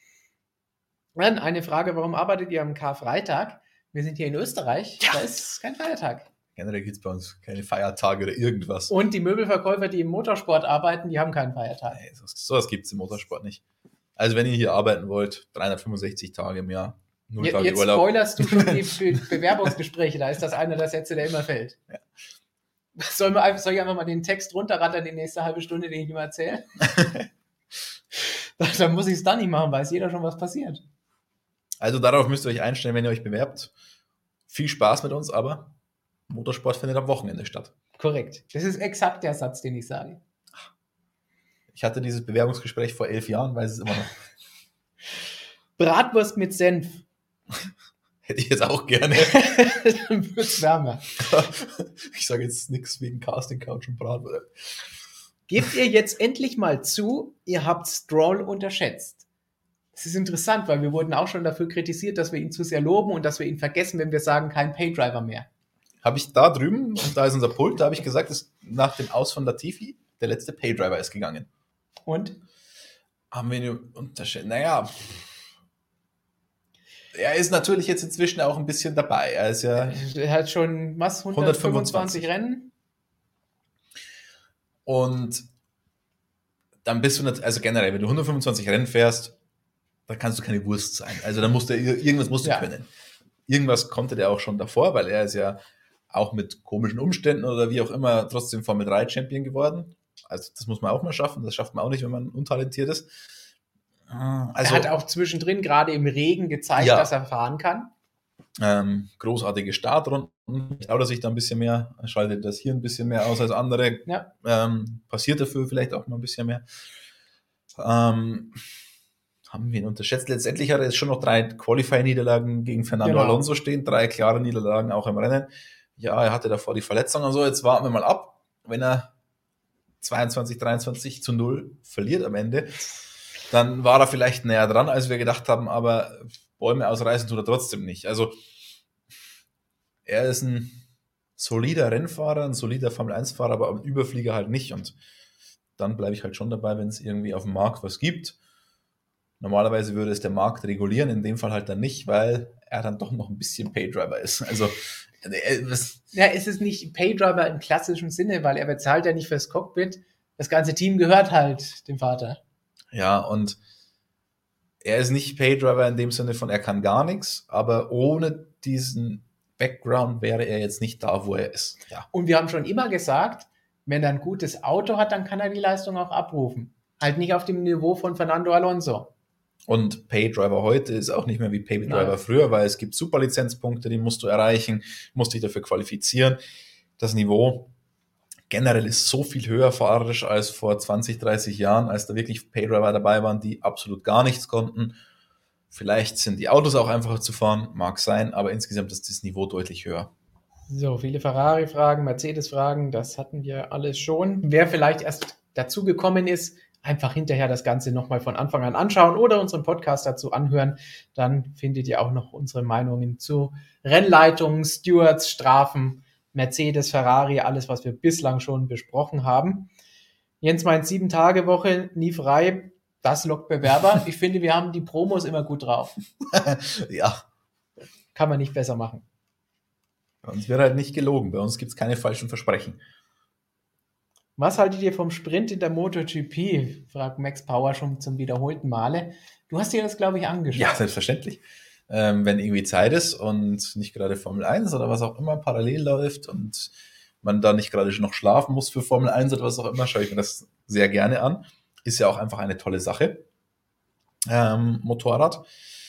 A: Dann eine Frage, warum arbeitet ihr am Karfreitag? Wir sind hier in Österreich, ja. Da ist kein Feiertag.
B: Generell gibt es bei uns keine Feiertage oder irgendwas.
A: Und die Möbelverkäufer, die im Motorsport arbeiten, die haben keinen Feiertag.
B: Nee, sowas gibt es im Motorsport nicht. Also wenn ihr hier arbeiten wollt, dreihundertfünfundsechzig Tage im Jahr, null
A: Je,
B: Tage
A: jetzt
B: Urlaub.
A: Spoilerst du schon die Be- Bewerbungsgespräche, da ist das einer der Sätze, der immer fällt. Ja. Soll, man, soll ich einfach mal den Text runterrattern, die nächste halbe Stunde, den ich immer erzähle? Dann muss ich es dann nicht machen, weiß jeder schon, was passiert.
B: Also darauf müsst ihr euch einstellen, wenn ihr euch bewerbt. Viel Spaß mit uns, aber Motorsport findet am Wochenende statt.
A: Korrekt. Das ist exakt der Satz, den ich sage.
B: Ich hatte dieses Bewerbungsgespräch vor elf Jahren, weiß es immer noch.
A: Bratwurst mit Senf.
B: Hätte ich jetzt auch gerne.
A: Dann wird es wärmer.
B: Ich sage jetzt nichts wegen Casting Couch und Bratwurst.
A: Gebt ihr jetzt endlich mal zu, ihr habt Stroll unterschätzt. Das ist interessant, weil wir wurden auch schon dafür kritisiert, dass wir ihn zu sehr loben und dass wir ihn vergessen, wenn wir sagen, kein Paydriver mehr.
B: Habe ich da drüben, und da ist unser Pult, da habe ich gesagt, dass nach dem Aus von Latifi der letzte Paydriver ist gegangen.
A: Und?
B: Haben wir ihn unterschätzt? Naja, er ist natürlich jetzt inzwischen auch ein bisschen dabei. Er ist ja.
A: Er hat schon was, hundertfünfundzwanzig Rennen.
B: Und dann bist du, nicht, also generell, wenn du hundertfünfundzwanzig Rennen fährst, dann kannst du keine Wurst sein. Also dann musst du, irgendwas musst du ja. können. Irgendwas konnte der auch schon davor, weil er ist ja auch mit komischen Umständen oder wie auch immer trotzdem Formel drei Champion geworden. Also das muss man auch mal schaffen. Das schafft man auch nicht, wenn man untalentiert ist.
A: Also, er hat auch zwischendrin gerade im Regen gezeigt, ja, dass er fahren kann.
B: Ähm, großartige Startrunden. Traut er sich da ein bisschen mehr, schaltet das hier ein bisschen mehr aus als andere.
A: Ja.
B: Ähm, passiert dafür vielleicht auch mal ein bisschen mehr. Ähm, haben wir ihn unterschätzt. Letztendlich hat er jetzt schon noch drei Qualify-Niederlagen gegen Fernando genau. Alonso stehen, drei klare Niederlagen auch im Rennen. Ja, er hatte davor die Verletzung und so. Jetzt warten wir mal ab, wenn er zweiundzwanzig, dreiundzwanzig zu null verliert am Ende, dann war er vielleicht näher dran, als wir gedacht haben, aber Bäume ausreißen tut er trotzdem nicht. Also er ist ein solider Rennfahrer, ein solider Formel eins Fahrer, aber ein Überflieger halt nicht. Und dann bleibe ich halt schon dabei, wenn es irgendwie auf dem Markt was gibt. Normalerweise würde es der Markt regulieren, in dem Fall halt dann nicht, weil er dann doch noch ein bisschen Paydriver ist. Also
A: das ja, es ist nicht Paydriver im klassischen Sinne, weil er bezahlt ja nicht fürs Cockpit. Das ganze Team gehört halt dem Vater.
B: Ja, und er ist nicht Paydriver in dem Sinne von, er kann gar nichts, aber ohne diesen Background wäre er jetzt nicht da, wo er ist. Ja.
A: Und wir haben schon immer gesagt, wenn er ein gutes Auto hat, dann kann er die Leistung auch abrufen. Halt nicht auf dem Niveau von Fernando Alonso.
B: Und Paydriver heute ist auch nicht mehr wie Paydriver früher, weil es gibt Superlizenzpunkte, die musst du erreichen, musst dich dafür qualifizieren. Das Niveau generell ist so viel höher fahrerisch als vor zwanzig, dreißig Jahren, als da wirklich Paydriver dabei waren, die absolut gar nichts konnten. Vielleicht sind die Autos auch einfacher zu fahren, mag sein, aber insgesamt ist das Niveau deutlich höher.
A: So, viele Ferrari-Fragen, Mercedes-Fragen, das hatten wir alles schon. Wer vielleicht erst dazugekommen ist, einfach hinterher das Ganze nochmal von Anfang an anschauen oder unseren Podcast dazu anhören. Dann findet ihr auch noch unsere Meinungen zu Rennleitungen, Stewards, Strafen, Mercedes, Ferrari, alles, was wir bislang schon besprochen haben. Jens meint Sieben-Tage-Woche, nie frei. Das lockt Bewerber. Ich finde, wir haben die Promos immer gut drauf.
B: Ja.
A: Kann man nicht besser machen.
B: Bei uns wird halt nicht gelogen. Bei uns gibt es keine falschen Versprechen.
A: Was haltet ihr vom Sprint in der MotoGP? Fragt Max Power schon zum wiederholten Male. Du hast dir das, glaube ich, angeschaut.
B: Ja, selbstverständlich. Ähm, wenn irgendwie Zeit ist und nicht gerade Formel eins oder was auch immer parallel läuft und man da nicht gerade noch schlafen muss für Formel eins oder was auch immer, schaue ich mir das sehr gerne an. Ist ja auch einfach eine tolle Sache. Ähm, Motorrad.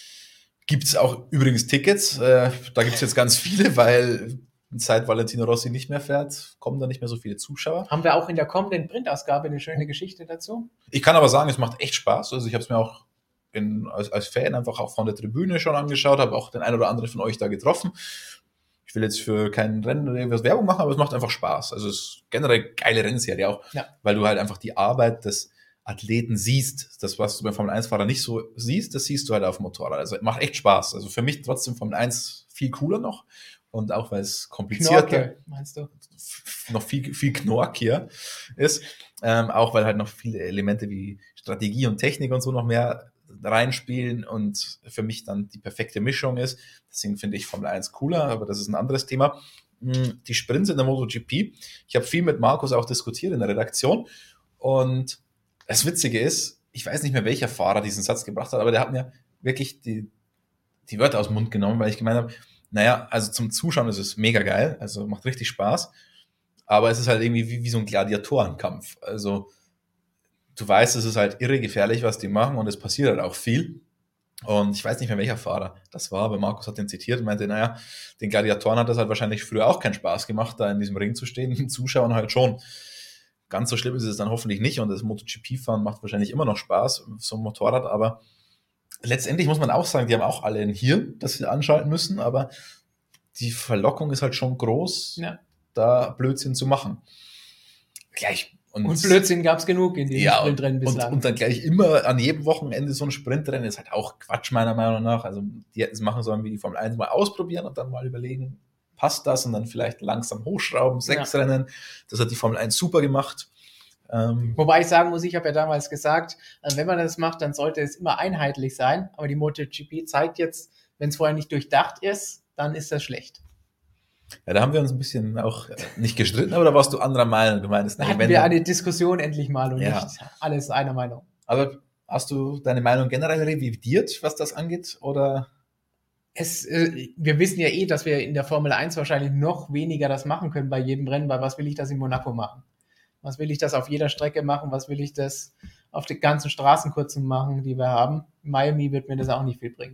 B: Gibt es auch übrigens Tickets. Äh, da gibt es jetzt ganz viele, weil seit Valentino Rossi nicht mehr fährt, kommen da nicht mehr so viele Zuschauer.
A: Haben wir auch in der kommenden Printausgabe eine schöne Geschichte dazu?
B: Ich kann aber sagen, es macht echt Spaß. Also ich habe es mir auch in, als, als Fan einfach auch von der Tribüne schon angeschaut, habe auch den einen oder anderen von euch da getroffen. Ich will jetzt für kein Rennen oder irgendwas Werbung machen, aber es macht einfach Spaß. Also es ist generell geile Rennserie auch, ja. Weil du halt einfach die Arbeit des Athleten siehst. Das, was du beim Formel eins Fahrer nicht so siehst, das siehst du halt auf dem Motorrad. Also macht echt Spaß. Also für mich trotzdem Formel eins viel cooler noch. Und auch weil es komplizierter,
A: Knorke, meinst du?
B: noch viel, viel knorkiger ist. Ähm, auch weil halt noch viele Elemente wie Strategie und Technik und so noch mehr reinspielen und für mich dann die perfekte Mischung ist. Deswegen finde ich Formel eins cooler, aber das ist ein anderes Thema. Die Sprints in der MotoGP. Ich habe viel mit Markus auch diskutiert in der Redaktion. Und das Witzige ist, ich weiß nicht mehr, welcher Fahrer diesen Satz gebracht hat, aber der hat mir wirklich die, die Wörter aus dem Mund genommen, weil ich gemeint habe, naja, also zum Zuschauen ist es mega geil, also macht richtig Spaß, aber es ist halt irgendwie wie, wie so ein Gladiatorenkampf. Also du weißt, es ist halt irre gefährlich, was die machen und es passiert halt auch viel. Und ich weiß nicht mehr, welcher Fahrer das war, aber Markus hat den zitiert und meinte, naja, den Gladiatoren hat das halt wahrscheinlich früher auch keinen Spaß gemacht, da in diesem Ring zu stehen, den Zuschauern halt schon. Ganz so schlimm ist es dann hoffentlich nicht und das MotoGP-Fahren macht wahrscheinlich immer noch Spaß, so ein Motorrad, aber letztendlich muss man auch sagen, die haben auch alle ein Hirn, das sie anschalten müssen, aber die Verlockung ist halt schon groß, ja, da Blödsinn zu machen. Gleich.
A: Und, und Blödsinn gab es genug in den
B: ja,
A: Sprintrennen bislang.
B: Und, und dann gleich immer an jedem Wochenende so ein Sprintrennen ist halt auch Quatsch, meiner Meinung nach. Also die hätten es machen sollen, wie die Formel eins mal ausprobieren und dann mal überlegen, passt das und dann vielleicht langsam hochschrauben, sechs ja. Rennen. Das hat die Formel eins super gemacht.
A: Ähm, Wobei ich sagen muss, ich habe ja damals gesagt, also wenn man das macht, dann sollte es immer einheitlich sein. Aber die MotoGP zeigt jetzt, wenn es vorher nicht durchdacht ist, dann ist das schlecht.
B: Ja, da haben wir uns ein bisschen auch nicht gestritten, aber da warst du anderer Meinung. Du meinst,
A: da hatten wir eine Diskussion endlich mal und
B: ja.
A: nicht alles einer Meinung.
B: Aber hast du deine Meinung generell revidiert, was das angeht, oder?
A: Es, äh, wir wissen ja eh, dass wir in der Formel eins wahrscheinlich noch weniger das machen können bei jedem Rennen, weil was will ich das in Monaco machen? Was will ich das auf jeder Strecke machen? Was will ich das auf den ganzen Straßenkurzen machen, die wir haben? In Miami wird mir das auch nicht viel bringen.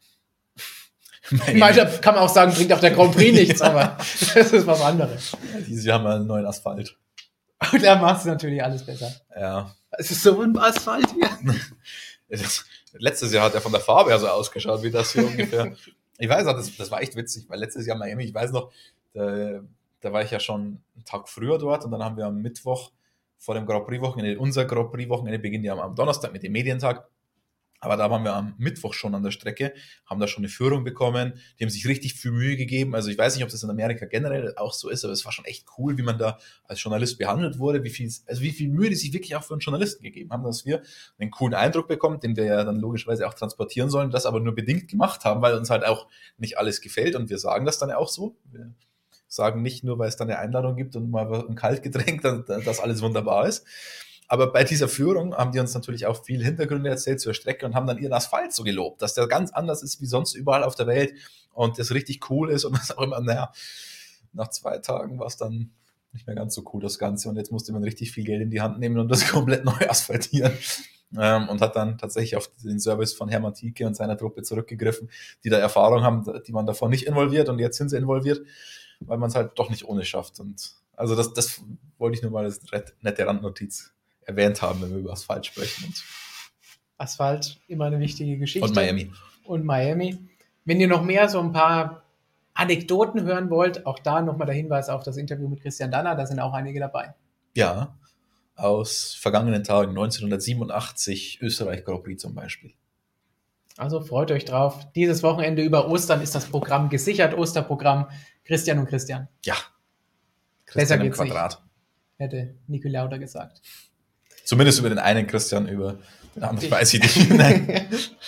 A: Ich meine, da kann man auch sagen, bringt auch der Grand Prix nichts, aber das ist was anderes.
B: Ja, dieses Jahr haben wir einen neuen Asphalt.
A: Und da machst du natürlich alles besser.
B: Ja.
A: Es ist so ein Asphalt hier.
B: Das, letztes Jahr hat er von der Farbe her so ausgeschaut, wie das hier ungefähr. Ich weiß auch, das, das war echt witzig, weil letztes Jahr Miami, ich weiß noch, da, da war ich ja schon einen Tag früher dort und dann haben wir am Mittwoch vor dem Grand Prix-Wochenende, unser Grand Prix-Wochenende beginnt ja am Donnerstag mit dem Medientag, aber da waren wir am Mittwoch schon an der Strecke, haben da schon eine Führung bekommen, die haben sich richtig viel Mühe gegeben, also ich weiß nicht, ob das in Amerika generell auch so ist, aber es war schon echt cool, wie man da als Journalist behandelt wurde, wie viel, also wie viel Mühe die sich wirklich auch für einen Journalisten gegeben haben, dass wir einen coolen Eindruck bekommen, den wir ja dann logischerweise auch transportieren sollen, das aber nur bedingt gemacht haben, weil uns halt auch nicht alles gefällt und wir sagen das dann auch so, wir sagen nicht nur, weil es dann eine Einladung gibt und mal ein Kaltgetränk, dass alles wunderbar ist. Aber bei dieser Führung haben die uns natürlich auch viel Hintergründe erzählt zur Strecke und haben dann ihren Asphalt so gelobt, dass der ganz anders ist wie sonst überall auf der Welt und das richtig cool ist und was auch immer. Naja, nach zwei Tagen war es dann nicht mehr ganz so cool, das Ganze. Und jetzt musste man richtig viel Geld in die Hand nehmen und das komplett neu asphaltieren. Ähm, und hat dann tatsächlich auf den Service von Hermann Tieke und seiner Truppe zurückgegriffen, die da Erfahrung haben, die waren davor nicht involviert und jetzt sind sie involviert, weil man es halt doch nicht ohne schafft. Und also das, das wollte ich nur mal als nette Randnotiz erwähnt haben, wenn wir über Asphalt sprechen. Und
A: Asphalt, immer eine wichtige Geschichte.
B: Und Miami.
A: Und Miami. Wenn ihr noch mehr so ein paar Anekdoten hören wollt, auch da nochmal der Hinweis auf das Interview mit Christian Danner, da sind auch einige dabei.
B: Ja, aus vergangenen Tagen, neunzehnhundertsiebenundachtzig, Österreich Grand Prix zum Beispiel.
A: Also freut euch drauf. Dieses Wochenende über Ostern ist das Programm gesichert, Osterprogramm. Christian und Christian.
B: Ja.
A: Christian im
B: Quadrat.
A: Nicht, hätte Niki Lauda gesagt.
B: Zumindest über den einen Christian, über den anderen weiß ich nicht. Nein.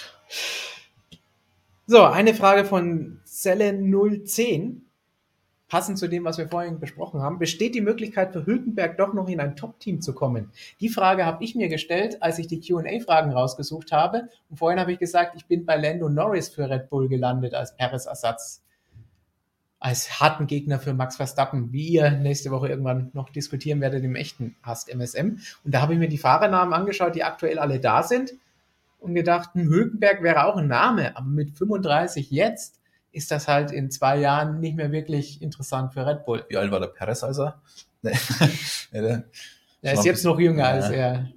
A: So, eine Frage von Zelle null zehn. Passend zu dem, was wir vorhin besprochen haben. Besteht die Möglichkeit für Hülkenberg doch noch in ein Top-Team zu kommen? Die Frage habe ich mir gestellt, als ich die Q und A-Fragen rausgesucht habe. Und vorhin habe ich gesagt, ich bin bei Lando Norris für Red Bull gelandet als Perez-Ersatz. Als harten Gegner für Max Verstappen, wie ihr nächste Woche irgendwann noch diskutieren werdet im echten Ask M S M. Und da habe ich mir die Fahrernamen angeschaut, die aktuell alle da sind und gedacht, hm, Hülkenberg wäre auch ein Name, aber mit fünfunddreißig jetzt ist das halt in zwei Jahren nicht mehr wirklich interessant für Red Bull.
B: Wie alt war der Perez, als er? Nee. ja, der
A: er ist jetzt noch jünger
B: ja.
A: als er.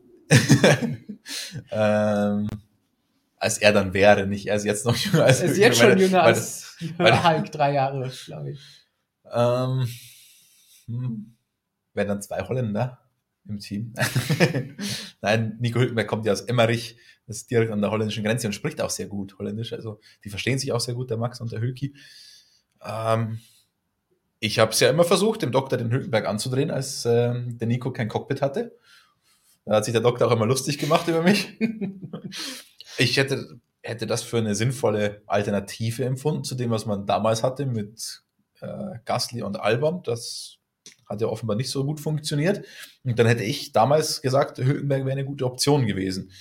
B: ähm, als er dann wäre, nicht er ist jetzt noch jünger als
A: er ist jetzt schon jünger
B: weil,
A: als weil, Hulk, drei Jahre, glaube ich.
B: Ähm, hm, wären dann zwei Holländer im Team. Nein, Nico Hülkenberg kommt ja aus Emmerich, das ist direkt an der holländischen Grenze und spricht auch sehr gut Holländisch, also die verstehen sich auch sehr gut, der Max und der Hülki. Ähm, ich habe es ja immer versucht, dem Doktor den Hülkenberg anzudrehen, als ähm, der Nico kein Cockpit hatte. Da hat sich der Doktor auch immer lustig gemacht über mich. Ich hätte, hätte das für eine sinnvolle Alternative empfunden zu dem, was man damals hatte mit äh, Gasly und Albon. Das hat ja offenbar nicht so gut funktioniert. Und dann hätte ich damals gesagt, Hülkenberg wäre eine gute Option gewesen.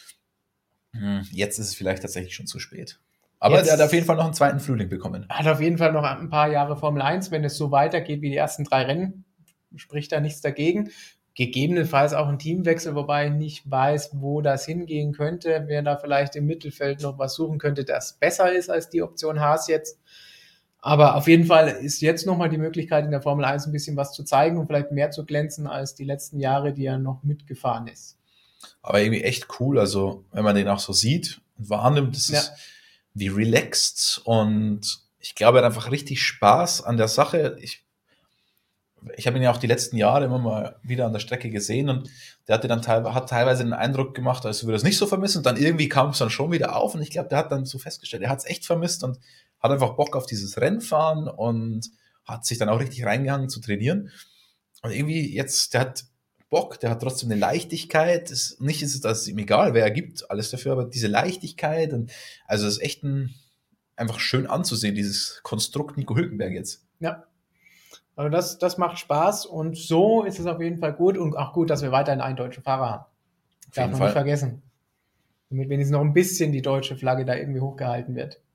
B: Hm, jetzt ist es vielleicht tatsächlich schon zu spät. Aber jetzt, der hat auf jeden Fall noch einen zweiten Frühling bekommen.
A: Hat auf jeden Fall noch ein paar Jahre Formel eins. Wenn es so weitergeht wie die ersten drei Rennen, spricht da nichts dagegen. Gegebenenfalls auch ein Teamwechsel, wobei ich nicht weiß, wo das hingehen könnte. Wer da vielleicht im Mittelfeld noch was suchen könnte, das besser ist als die Option Haas jetzt. Aber auf jeden Fall ist jetzt nochmal die Möglichkeit, in der Formel eins ein bisschen was zu zeigen und vielleicht mehr zu glänzen als die letzten Jahre, die er noch mitgefahren ist.
B: Aber irgendwie echt cool, also wenn man den auch so sieht und wahrnimmt, das ja. ist wie relaxed und ich glaube, er hat einfach richtig Spaß an der Sache. Ich Ich habe ihn ja auch die letzten Jahre immer mal wieder an der Strecke gesehen und der hatte dann teilweise, hat teilweise den Eindruck gemacht, als würde er es nicht so vermissen und dann irgendwie kam es dann schon wieder auf und ich glaube, der hat dann so festgestellt, er hat es echt vermisst und hat einfach Bock auf dieses Rennfahren und hat sich dann auch richtig reingehangen zu trainieren und irgendwie jetzt, der hat Bock, der hat trotzdem eine Leichtigkeit, es, nicht ist es, dass es ihm egal, wer er gibt, alles dafür, aber diese Leichtigkeit und also es ist echt ein, einfach schön anzusehen, dieses Konstrukt Nico Hülkenberg jetzt.
A: Ja. Also das, das macht Spaß und so ist es auf jeden Fall gut und auch gut, dass wir weiterhin einen deutschen Fahrer haben.
B: Auf
A: Darf
B: jeden
A: man
B: Fall.
A: nicht vergessen. Damit wenigstens noch ein bisschen die deutsche Flagge da irgendwie hochgehalten wird.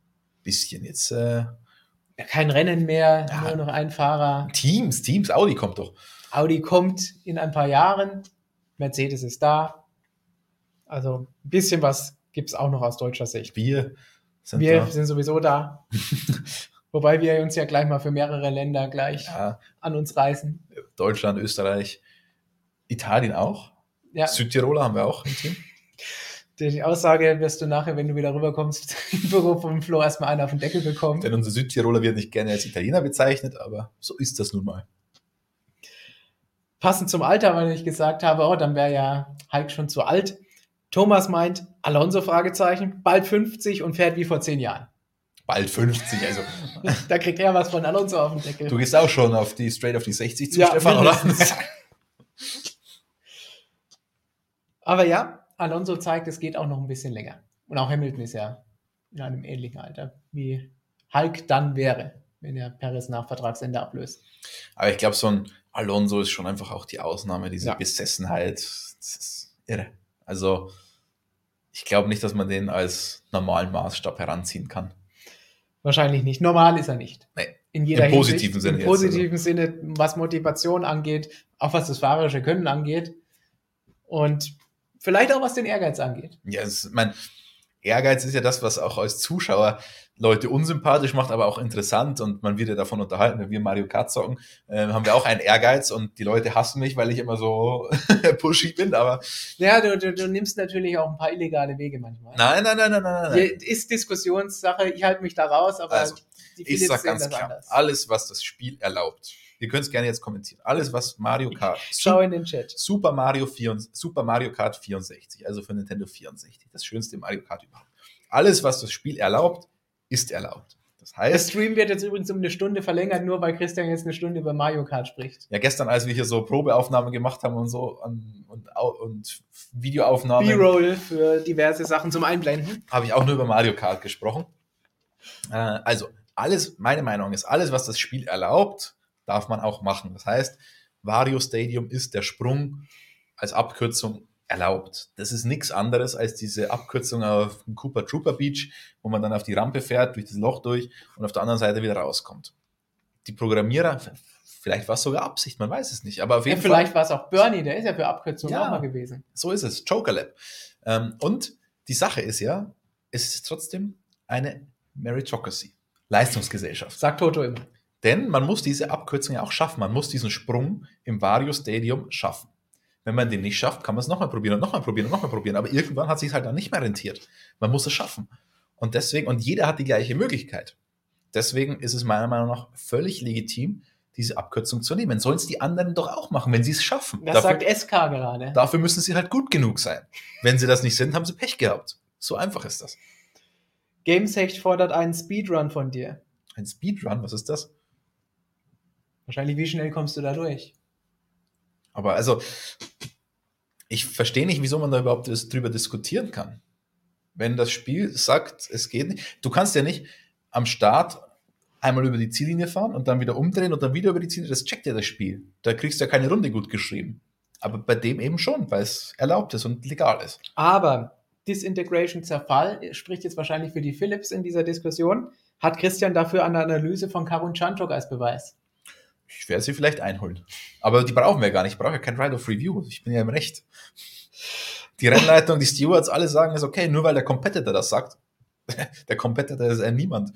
B: bisschen. Jetzt äh,
A: Ja, kein Rennen mehr,
B: Ja.
A: nur noch ein Fahrer.
B: Teams, Teams, Audi kommt doch.
A: Audi kommt in ein paar Jahren. Mercedes ist da. Also ein bisschen was gibt es auch noch aus deutscher Sicht.
B: Wir sind
A: Wir
B: da.
A: sind sowieso da. Wobei wir uns ja gleich mal für mehrere Länder gleich
B: Ja,
A: an uns reißen.
B: Deutschland, Österreich, Italien auch.
A: Ja,
B: Südtiroler haben wir auch im Team.
A: die Aussage wirst du nachher, wenn du wieder rüberkommst, im Büro vom Flo erstmal einen auf den Deckel bekommen.
B: Denn unser Südtiroler wird nicht gerne als Italiener bezeichnet, aber so ist das nun mal.
A: Passend zum Alter, weil ich gesagt habe, oh, dann wäre ja Hulk schon zu alt. Thomas meint, Alonso, Fragezeichen, bald fünfzig und fährt wie vor zehn Jahren.
B: Bald fünfzig, also
A: Da kriegt er was von Alonso auf den Deckel.
B: du gehst auch schon auf die straight auf die sechzig zu,
A: Ja,
B: Stefan, oder?
A: mindestens. Aber ja, Alonso zeigt, es geht auch noch ein bisschen länger. Und auch Hamilton ist ja in einem ähnlichen Alter, wie Hulk dann wäre, wenn er Perez nach Vertragsende ablöst.
B: Aber ich glaube, so ein Alonso ist schon einfach auch die Ausnahme, diese
A: Ja.
B: Besessenheit. Das ist irre. Also ich glaube nicht, dass man den als normalen Maßstab heranziehen kann.
A: Wahrscheinlich nicht. Normal ist er nicht.
B: Nee.
A: In jeder
B: Im positiven
A: Hinsicht.
B: Sinne
A: Im
B: jetzt,
A: positiven Sinne, was Motivation angeht, auch was das fahrerische Können angeht und vielleicht auch was den Ehrgeiz angeht.
B: Ja, es, mein Ehrgeiz ist ja das, was auch als Zuschauer Leute unsympathisch macht, aber auch interessant, und man wird ja davon unterhalten, wenn wir Mario Kart zocken, äh, haben wir auch einen Ehrgeiz und die Leute hassen mich, weil ich immer so pushy bin, aber
A: Ja, du, du, du nimmst natürlich auch ein paar illegale Wege manchmal.
B: nein, nein, nein, nein, nein, nein.
A: Die, ist Diskussionssache, ich halte mich da raus, aber
B: Also,
A: die
B: Ich
A: Philips
B: sag
A: sehen
B: ganz
A: das
B: klar,
A: anders.
B: alles, was das Spiel erlaubt, ihr könnt es gerne jetzt kommentieren, alles, was Mario Kart,
A: Schau in den Chat.
B: Super Mario, vierundsechzig, Super Mario Kart vierundsechzig, also für Nintendo vierundsechzig, das schönste Mario Kart überhaupt. Alles, was das Spiel erlaubt, ist erlaubt. Das
A: Der
B: heißt,
A: Stream wird jetzt übrigens um eine Stunde verlängert, nur weil Christian jetzt eine Stunde über Mario Kart spricht.
B: ja, gestern, als wir hier so Probeaufnahmen gemacht haben und so und, und, und Videoaufnahmen,
A: B-Roll für diverse Sachen zum Einblenden.
B: habe ich auch nur über Mario Kart gesprochen. Äh, also, alles, meine Meinung ist, alles, was das Spiel erlaubt, darf man auch machen. Das heißt, Wario Stadium ist der Sprung als Abkürzung erlaubt. Das ist nichts anderes als diese Abkürzung auf dem Cooper Trooper Beach, wo man dann auf die Rampe fährt, durch das Loch durch und auf der anderen Seite wieder rauskommt. Die Programmierer, vielleicht war es sogar Absicht, man weiß es nicht, aber auf
A: Ja,
B: jeden
A: vielleicht
B: Fall,
A: war es auch Bernie, der ist ja für Abkürzungen
B: Ja.
A: auch mal gewesen.
B: so ist es, Joker Lab. Ähm, und die Sache ist ja, es ist trotzdem eine Meritocracy, Leistungsgesellschaft.
A: Sagt Toto immer.
B: Denn man muss diese Abkürzung ja auch schaffen. Man muss diesen Sprung im Wario Stadium schaffen. Wenn man den nicht schafft, kann man es nochmal probieren und nochmal probieren und nochmal probieren. Aber irgendwann hat es sich halt dann nicht mehr rentiert. Man muss es schaffen. Und deswegen, und jeder hat die gleiche Möglichkeit. Deswegen ist es meiner Meinung nach völlig legitim, diese Abkürzung zu nehmen. Sollen es die anderen doch auch machen, wenn sie es schaffen.
A: Das
B: Dafür,
A: sagt S K gerade.
B: dafür müssen sie halt gut genug sein. Wenn sie das nicht sind, haben sie Pech gehabt. So einfach ist das.
A: Gamesecht fordert einen Speedrun von dir.
B: Ein Speedrun, was ist das?
A: Wahrscheinlich, wie schnell kommst du da durch?
B: Aber also, ich verstehe nicht, wieso man da überhaupt das, drüber diskutieren kann. Wenn das Spiel sagt, es geht nicht. Du kannst ja nicht am Start einmal über die Ziellinie fahren und dann wieder umdrehen und dann wieder über die Ziellinie. Das checkt ja das Spiel. Da kriegst du ja keine Runde gut geschrieben. Aber bei dem eben schon, weil es erlaubt ist und legal ist.
A: Aber Disintegration-Zerfall spricht jetzt wahrscheinlich für die Philips in dieser Diskussion. Hat Christian dafür eine Analyse von Karun Chandok als Beweis?
B: Ich werde sie vielleicht einholen. Aber die brauchen wir gar nicht. Ich brauche ja kein Right of Review. Ich bin ja im Recht. Die Rennleitung, die Stewards, alle sagen es okay, nur weil der Competitor das sagt. Der Competitor ist ja niemand.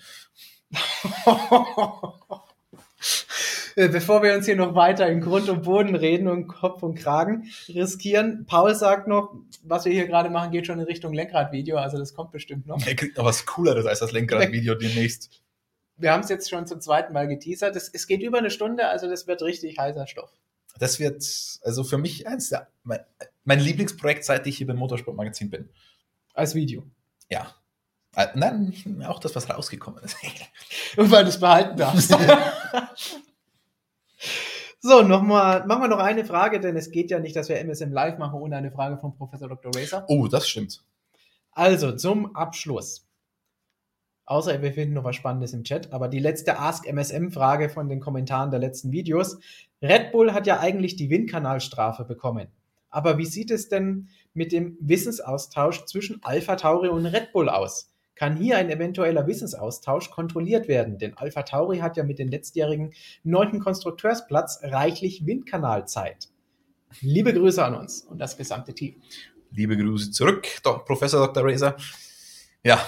A: Bevor wir uns hier noch weiter in Grund und Boden reden und Kopf und Kragen riskieren, Paul sagt noch, was wir hier gerade machen, geht schon in Richtung Lenkradvideo, also das kommt bestimmt noch.
B: Er kriegt noch was Cooleres als das Lenkradvideo demnächst.
A: Wir haben es jetzt schon zum zweiten Mal geteasert. Es, es geht über eine Stunde, also das wird richtig heißer Stoff.
B: Das wird also für mich eins der, mein, mein Lieblingsprojekt, seit ich hier beim Motorsportmagazin bin.
A: Als Video.
B: Ja. Äh, Nein, auch das, was rausgekommen ist.
A: Und weil du es behalten darfst. So, noch mal, machen wir noch eine Frage, denn es geht ja nicht, dass wir M S M Live machen ohne eine Frage von Professor Doktor Racer.
B: Oh, das stimmt.
A: Also, zum Abschluss. Außer wir finden noch was Spannendes im Chat, aber die letzte Ask M S M-Frage von den Kommentaren der letzten Videos. Red Bull hat ja eigentlich die Windkanalstrafe bekommen. Aber wie sieht es denn mit dem Wissensaustausch zwischen Alpha Tauri und Red Bull aus? kann hier ein eventueller Wissensaustausch kontrolliert werden, denn Alpha Tauri hat ja mit dem letztjährigen neunten Konstrukteursplatz reichlich Windkanalzeit. Liebe Grüße an uns und das gesamte Team.
B: Liebe Grüße zurück, Doch, Professor Doktor Racer. Ja,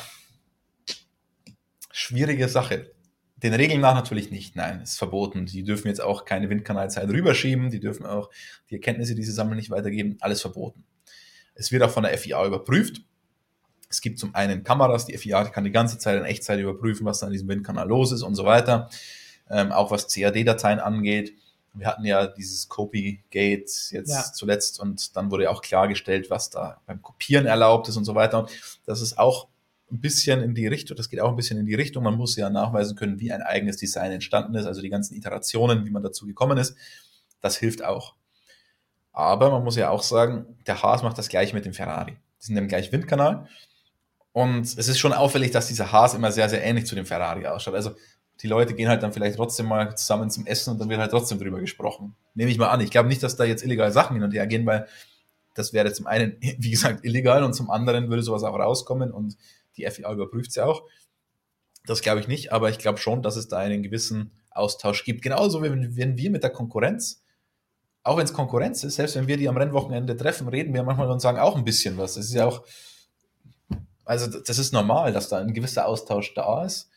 B: schwierige Sache. Den Regeln nach natürlich nicht, nein, ist verboten. Die dürfen jetzt auch keine Windkanalzeit rüberschieben, die dürfen auch die Erkenntnisse, die sie sammeln, nicht weitergeben, alles verboten. Es wird auch von der F I A überprüft. Es gibt zum einen Kameras, die F I A kann die ganze Zeit in Echtzeit überprüfen, was da an diesem Windkanal los ist und so weiter. Ähm, auch was C A D-Dateien angeht. Wir hatten ja dieses Copy-Gate jetzt ja. zuletzt und dann wurde ja auch klargestellt, was da beim Kopieren erlaubt ist und so weiter. Und das ist auch ein bisschen in die Richtung, das geht auch ein bisschen in die Richtung. Man muss ja nachweisen können, wie ein eigenes Design entstanden ist, also die ganzen Iterationen, wie man dazu gekommen ist. Das hilft auch. Aber man muss ja auch sagen, der Haas macht das gleiche mit dem Ferrari. Die sind im gleichen Windkanal. Und es ist schon auffällig, dass dieser Haas immer sehr, sehr ähnlich zu dem Ferrari ausschaut. Also die Leute gehen halt dann vielleicht trotzdem mal zusammen zum Essen und dann wird halt trotzdem drüber gesprochen. Nehme ich mal an. Ich glaube nicht, dass da jetzt illegal Sachen hin und her gehen, weil das wäre zum einen, wie gesagt, illegal und zum anderen würde sowas auch rauskommen und die F I A überprüft es ja auch. Das glaube ich nicht, aber ich glaube schon, dass es da einen gewissen Austausch gibt. Genauso wie wenn wir mit der Konkurrenz, auch wenn es Konkurrenz ist, selbst wenn wir die am Rennwochenende treffen, reden wir manchmal und sagen auch ein bisschen was. Es ist ja auch, also das ist normal, dass da ein gewisser Austausch da ist.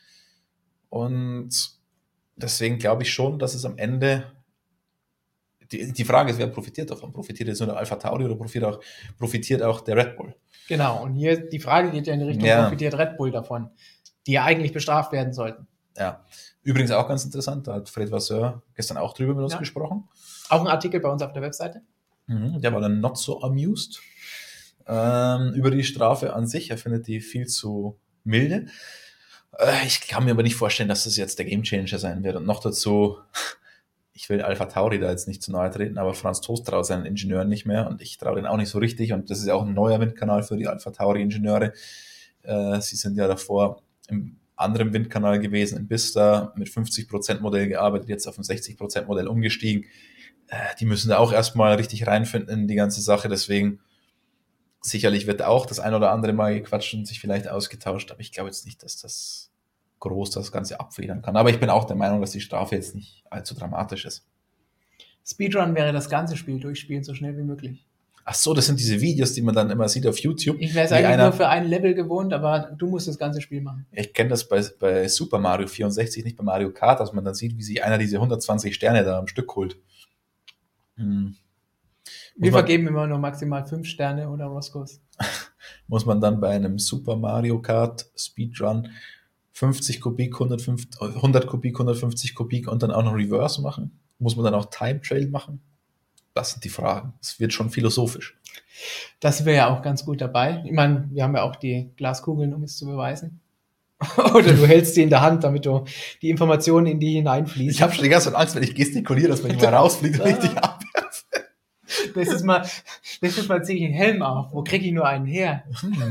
B: Und deswegen glaube ich schon, dass es am Ende, die, die Frage ist, wer profitiert davon? Profitiert jetzt nur der Alpha Tauri oder profitiert auch, profitiert auch der Red Bull?
A: Genau, und hier die Frage geht ja in die Richtung, ja. Profitiert Red Bull davon, die ja eigentlich bestraft werden sollten.
B: Ja, übrigens auch ganz interessant, da hat Fred Vasseur gestern auch drüber mit uns ja. gesprochen.
A: Auch ein Artikel bei uns auf der Webseite.
B: Mhm, der war dann not so amused ähm, über die Strafe an sich. Er findet die viel zu milde. Äh, ich kann mir aber nicht vorstellen, dass das jetzt der Gamechanger sein wird. Und noch dazu, ich will Alpha Tauri da jetzt nicht zu nahe treten, aber Franz Tost traut seinen Ingenieuren nicht mehr und ich traue den auch nicht so richtig. Und das ist ja auch ein neuer Windkanal für die Alpha Tauri-Ingenieure. Äh, sie sind ja davor im anderen Windkanal gewesen, in Bista, mit fünfzig Prozent Modell gearbeitet, jetzt auf ein sechzig Prozent Modell umgestiegen. Äh, die müssen da auch erstmal richtig reinfinden in die ganze Sache. Deswegen sicherlich wird auch das ein oder andere Mal gequatscht und sich vielleicht ausgetauscht, aber ich glaube jetzt nicht, dass das groß das Ganze abfedern kann. Aber ich bin auch der Meinung, dass die Strafe jetzt nicht allzu dramatisch ist.
A: Speedrun wäre das ganze Spiel durchspielen, so schnell wie möglich.
B: Ach so, das sind diese Videos, die man dann immer sieht auf YouTube.
A: Ich wäre es eigentlich einer, nur für ein Level gewohnt, aber du musst das ganze Spiel machen.
B: Ich kenne das bei, bei Super Mario vierundsechzig, nicht bei Mario Kart, dass man dann sieht, wie sich einer diese hundertzwanzig Sterne da am Stück holt. Hm.
A: Wir man, vergeben immer nur maximal fünf Sterne oder Roscos.
B: Muss man dann bei einem Super Mario Kart Speedrun fünfzig Kubik, hundertfünfzig, hundert Kubik, hundertfünfzig Kubik und dann auch noch Reverse machen? Muss man dann auch Time Trail machen? Das sind die Fragen. Es wird schon philosophisch.
A: Das wäre ja auch ganz gut dabei. Ich meine, wir haben ja auch die Glaskugeln, um es zu beweisen. Oder du hältst die in der Hand, damit du die Informationen in die hineinfließen.
B: Ich habe schon die ganze Zeit Angst, wenn ich gestikuliere, dass man nicht mal rausfliegt und richtig abwerfe.
A: Nächstes Mal, nächstes Mal ziehe ich einen Helm auf. Wo kriege ich nur einen her?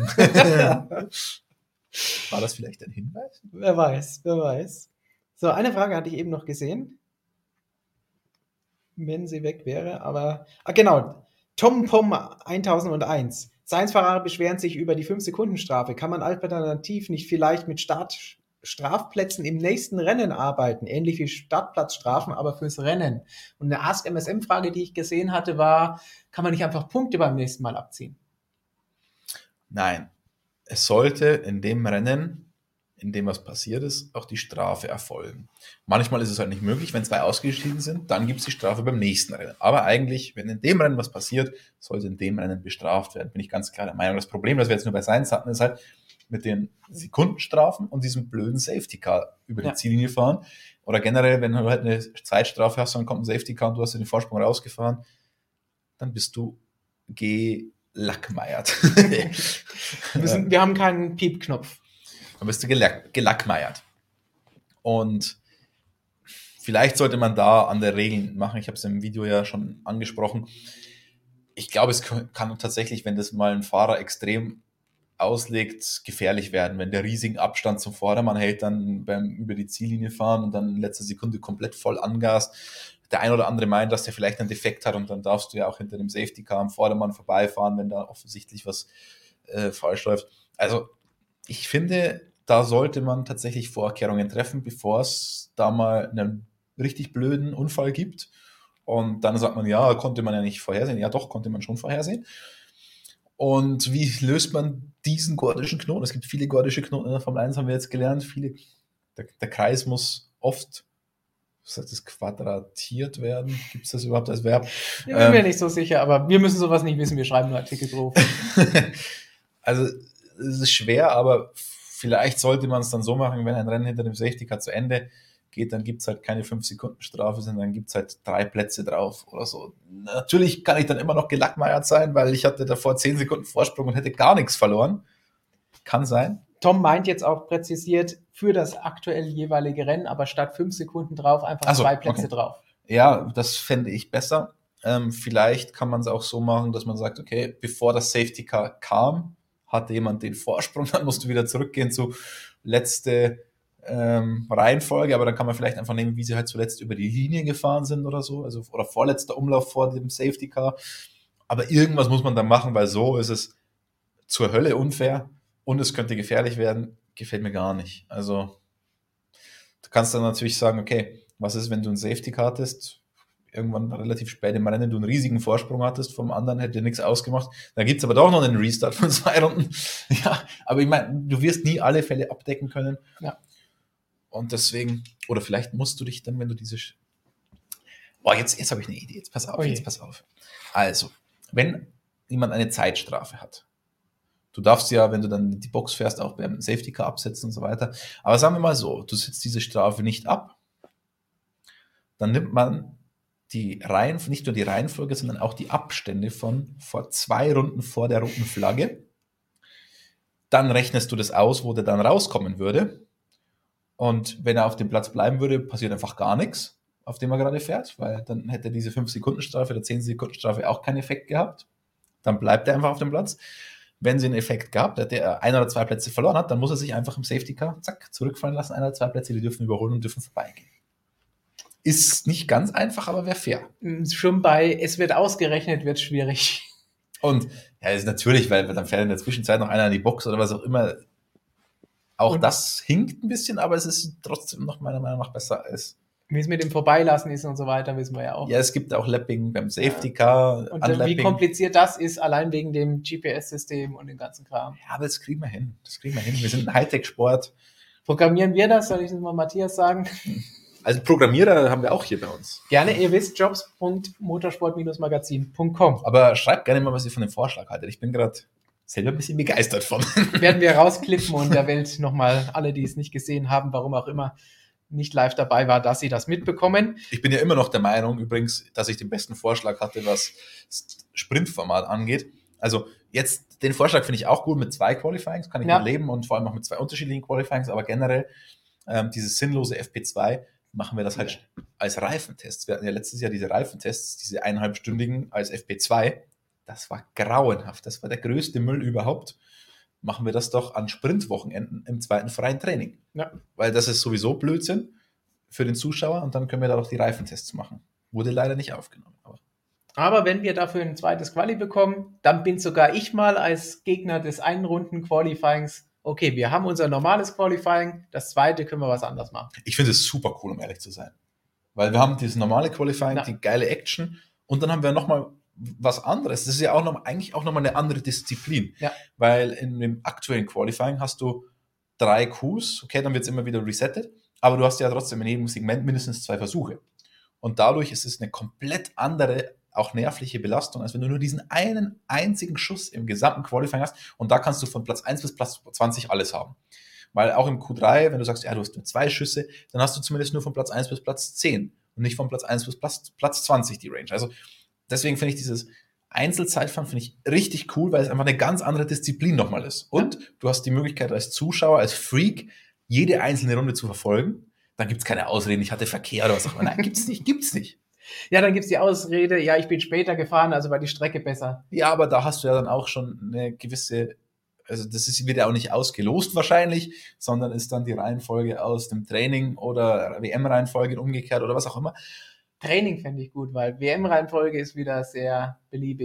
B: War das vielleicht ein Hinweis?
A: Wer weiß, wer weiß. So, eine Frage hatte ich eben noch gesehen. Wenn sie weg wäre, aber... Ah, genau. Tom Pom eintausendeins. Science-Fahrer beschweren sich über die fünf Sekunden Strafe. Kann man alternativ nicht vielleicht mit Startstrafplätzen im nächsten Rennen arbeiten? Ähnlich wie Startplatzstrafen, aber fürs Rennen. Und eine Ask M S M-Frage, die ich gesehen hatte, war, kann man nicht einfach Punkte beim nächsten Mal abziehen?
B: Nein. Es sollte in dem Rennen, in dem was passiert ist, auch die Strafe erfolgen. Manchmal ist es halt nicht möglich, wenn zwei ausgeschieden sind, dann gibt es die Strafe beim nächsten Rennen. Aber eigentlich, wenn in dem Rennen was passiert, sollte in dem Rennen bestraft werden, bin ich ganz klar der Meinung. Das Problem, das wir jetzt nur bei Science hatten, ist halt mit den Sekundenstrafen und diesem blöden Safety Car über die ja. Ziellinie fahren. Oder generell, wenn du halt eine Zeitstrafe hast, dann kommt ein Safety Car und du hast den Vorsprung rausgefahren, dann bist du ge Lackmeiert.
A: wir, sind, wir haben keinen Piepknopf.
B: Dann bist du gelack, gelackmeiert. Und vielleicht sollte man da andere Regeln machen. Ich habe es im Video ja schon angesprochen. Ich glaube, es kann tatsächlich, wenn das mal ein Fahrer extrem auslegt, gefährlich werden. Wenn der riesigen Abstand zum Vordermann hält, dann beim über die Ziellinie fahren und dann in letzter Sekunde komplett voll angast. Der ein oder andere meint, dass der vielleicht einen Defekt hat und dann darfst du ja auch hinter dem Safety Car am Vordermann vorbeifahren, wenn da offensichtlich was äh, falsch läuft. Also ich finde, da sollte man tatsächlich Vorkehrungen treffen, bevor es da mal einen richtig blöden Unfall gibt. Und dann sagt man, ja, konnte man ja nicht vorhersehen. Ja, doch, konnte man schon vorhersehen. Und wie löst man diesen gordischen Knoten? Es gibt viele gordische Knoten in der Formel eins, haben wir jetzt gelernt. Viele, der, der Kreis muss oft, was heißt das, quadratiert werden. Gibt es das überhaupt als Verb?
A: Ich bin mir
B: Ähm,
A: nicht so sicher, aber wir müssen sowas nicht wissen. Wir schreiben nur Artikel drauf.
B: Also es ist schwer, aber vielleicht sollte man es dann so machen, wenn ein Rennen hinter dem Safety Car zu Ende geht, dann gibt es halt keine fünf Sekunden Strafe, sondern dann gibt es halt drei Plätze drauf oder so. Natürlich kann ich dann immer noch gelackmeiert sein, weil ich hatte davor zehn Sekunden Vorsprung und hätte gar nichts verloren. Kann sein.
A: Tom meint jetzt auch präzisiert für das aktuell jeweilige Rennen, aber statt fünf Sekunden drauf einfach
B: Ach so,
A: zwei Plätze
B: okay.
A: drauf.
B: Ja, das fände ich besser. Ähm, vielleicht kann man es auch so machen, dass man sagt, okay, bevor das Safety Car kam, hatte jemand den Vorsprung, dann musst du wieder zurückgehen zu letzte ähm, Reihenfolge, aber dann kann man vielleicht einfach nehmen, wie sie halt zuletzt über die Linie gefahren sind oder so, also oder vorletzter Umlauf vor dem Safety Car. Aber irgendwas muss man dann machen, weil so ist es zur Hölle unfair und es könnte gefährlich werden. Gefällt mir gar nicht. Also du kannst dann natürlich sagen, okay, was ist, wenn du ein Safety Car hattest, irgendwann relativ spät im Rennen du einen riesigen Vorsprung hattest, vom anderen hätte nichts ausgemacht. Da gibt es aber doch noch einen Restart von zwei Runden. Ja, aber ich meine, du wirst nie alle Fälle abdecken können.
A: Ja.
B: Und deswegen, oder vielleicht musst du dich dann, wenn du diese... Boah, jetzt, jetzt habe ich eine Idee. Jetzt pass auf,
A: Oje.
B: jetzt pass auf. Also, wenn jemand eine Zeitstrafe hat, du darfst ja, wenn du dann die Box fährst, auch beim Safety Car absetzen und so weiter. Aber sagen wir mal so, du sitzt diese Strafe nicht ab, dann nimmt man die Reihen, nicht nur die Reihenfolge, sondern auch die Abstände von vor zwei Runden vor der roten Flagge. Dann rechnest du das aus, wo der dann rauskommen würde. Und wenn er auf dem Platz bleiben würde, passiert einfach gar nichts, auf dem er gerade fährt, weil dann hätte diese fünf Sekunden Strafe oder zehn Sekunden Strafe auch keinen Effekt gehabt. Dann bleibt er einfach auf dem Platz. Wenn sie einen Effekt gab, dass er ein oder zwei Plätze verloren hat, dann muss er sich einfach im Safety Car, zack, zurückfallen lassen. Ein oder zwei Plätze, die dürfen überholen und dürfen vorbeigehen. Ist nicht ganz einfach, aber wäre fair.
A: Schon bei, es wird ausgerechnet, wird schwierig.
B: Und ja, ist natürlich, weil dann fährt in der Zwischenzeit noch einer in die Box oder was auch immer. Auch
A: Und
B: das hinkt ein bisschen, aber es ist trotzdem noch meiner Meinung nach besser als...
A: wie es mit dem Vorbeilassen ist und so weiter, wissen wir ja auch.
B: Ja, es gibt auch Lapping beim Safety Car.
A: Und äh, wie kompliziert das ist, allein wegen dem G P S-System und dem ganzen Kram.
B: Ja, aber das kriegen wir hin. Das kriegen wir hin. Wir sind ein Hightech-Sport.
A: Programmieren wir das? Soll ich das mal Matthias sagen?
B: Also Programmierer haben wir auch hier bei uns.
A: Gerne, ihr wisst, jobs punkt motorsport magazin punkt com.
B: Aber schreibt gerne mal, was ihr von dem Vorschlag haltet. Ich bin gerade selber ein bisschen begeistert von.
A: Werden wir rausklippen und der Welt nochmal, alle, die es nicht gesehen haben, warum auch immer, nicht live dabei war, dass sie das mitbekommen.
B: Ich bin ja immer noch der Meinung, übrigens, dass ich den besten Vorschlag hatte, was das Sprintformat angeht. Also jetzt, den Vorschlag finde ich auch gut mit zwei Qualifyings, kann ich
A: Ja.
B: mit leben und vor allem auch mit zwei unterschiedlichen Qualifyings, aber generell ähm, dieses sinnlose F P zwei machen wir das halt als Reifentests. Wir hatten ja letztes Jahr diese Reifentests, diese eineinhalbstündigen als F P zwei. Das war grauenhaft. Das war der größte Müll überhaupt. Machen wir das doch an Sprintwochenenden im zweiten freien Training.
A: Ja.
B: Weil das ist sowieso Blödsinn für den Zuschauer und dann können wir da doch die Reifentests machen. Wurde leider nicht aufgenommen. Aber
A: Aber wenn wir dafür ein zweites Quali bekommen, dann bin sogar ich mal als Gegner des Einrunden-Qualifyings, okay, wir haben unser normales Qualifying, das zweite können wir was anderes machen.
B: ich finde es super cool, um ehrlich zu sein. Weil wir haben dieses normale Qualifying,
A: Ja.
B: die geile Action und dann haben wir nochmal was anderes. Das ist ja auch noch, eigentlich auch nochmal eine andere Disziplin.
A: Ja.
B: Weil in dem aktuellen Qualifying hast du drei Qs, okay, dann wird es immer wieder resettet, aber du hast ja trotzdem in jedem Segment mindestens zwei Versuche. Und dadurch ist es eine komplett andere, auch nervliche Belastung, als wenn du nur diesen einen einzigen Schuss im gesamten Qualifying hast und da kannst du von Platz eins bis Platz zwanzig alles haben. Weil auch im Q drei, wenn du sagst, ja, du hast nur zwei Schüsse, dann hast du zumindest nur von Platz eins bis Platz zehn und nicht von Platz eins bis Platz, Platz zwanzig die Range. Also deswegen finde ich dieses Einzelzeitfahren finde ich richtig cool, weil es einfach eine ganz andere Disziplin nochmal ist. Und ja. du hast die Möglichkeit als Zuschauer, als Freak, jede einzelne Runde zu verfolgen. Dann gibt es keine Ausreden, ich hatte Verkehr oder was auch immer. Nein, gibt's nicht, gibt's nicht.
A: Ja, dann gibt's die Ausrede, ja, ich bin später gefahren, also war die Strecke besser.
B: Ja, aber da hast du ja dann auch schon eine gewisse, also das ist, wird ja auch nicht ausgelost wahrscheinlich, sondern ist dann die Reihenfolge aus dem Training oder W M-Reihenfolge umgekehrt oder was auch immer.
A: Training fände ich gut, weil W M-Reihenfolge ist wieder sehr beliebig.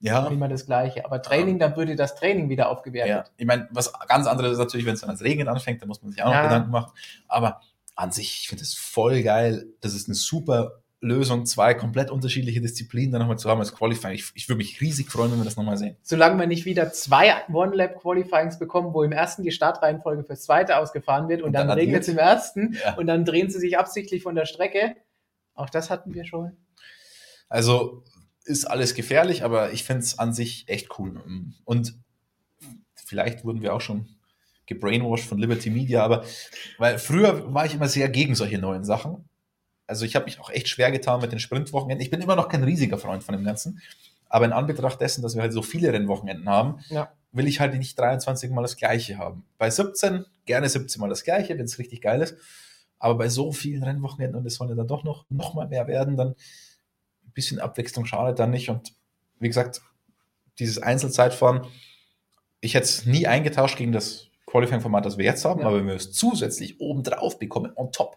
B: Ja.
A: immer das Gleiche. Aber Training, dann würde das Training wieder aufgewertet.
B: Ja, ich meine, was ganz anderes ist natürlich, wenn es dann ans Regnen anfängt, da muss man sich auch noch
A: Ja.
B: Gedanken machen. Aber an sich, ich finde es voll geil. Das ist eine super Lösung, zwei komplett unterschiedliche Disziplinen dann nochmal zu haben als Qualifying. Ich, ich würde mich riesig freuen, wenn wir das nochmal sehen.
A: Solange wir nicht wieder zwei One-Lap-Qualifyings bekommen, wo im ersten die Startreihenfolge fürs zweite ausgefahren wird und, und dann, dann regnet es im ersten ja. und dann drehen sie sich absichtlich von der Strecke. Auch das hatten wir schon.
B: Also ist alles gefährlich, aber ich finde es an sich echt cool. Und vielleicht wurden wir auch schon gebrainwashed von Liberty Media, aber weil früher war ich immer sehr gegen solche neuen Sachen. Also ich habe mich auch echt schwer getan mit den Sprintwochenenden. Ich bin immer noch kein riesiger Freund von dem Ganzen. Aber in Anbetracht dessen, dass wir halt so viele Rennwochenenden haben, ja. will ich halt nicht dreiundzwanzig Mal das Gleiche haben. Bei siebzehn gerne siebzehn Mal das Gleiche, wenn es richtig geil ist. Aber bei so vielen Rennwochenenden, und es sollen ja dann doch noch, noch mal mehr werden, dann ein bisschen Abwechslung schadet dann nicht. Und wie gesagt, dieses Einzelzeitfahren, ich hätte es nie eingetauscht gegen das Qualifying-Format, das wir jetzt haben, ja. aber wenn wir es zusätzlich obendrauf bekommen, on top.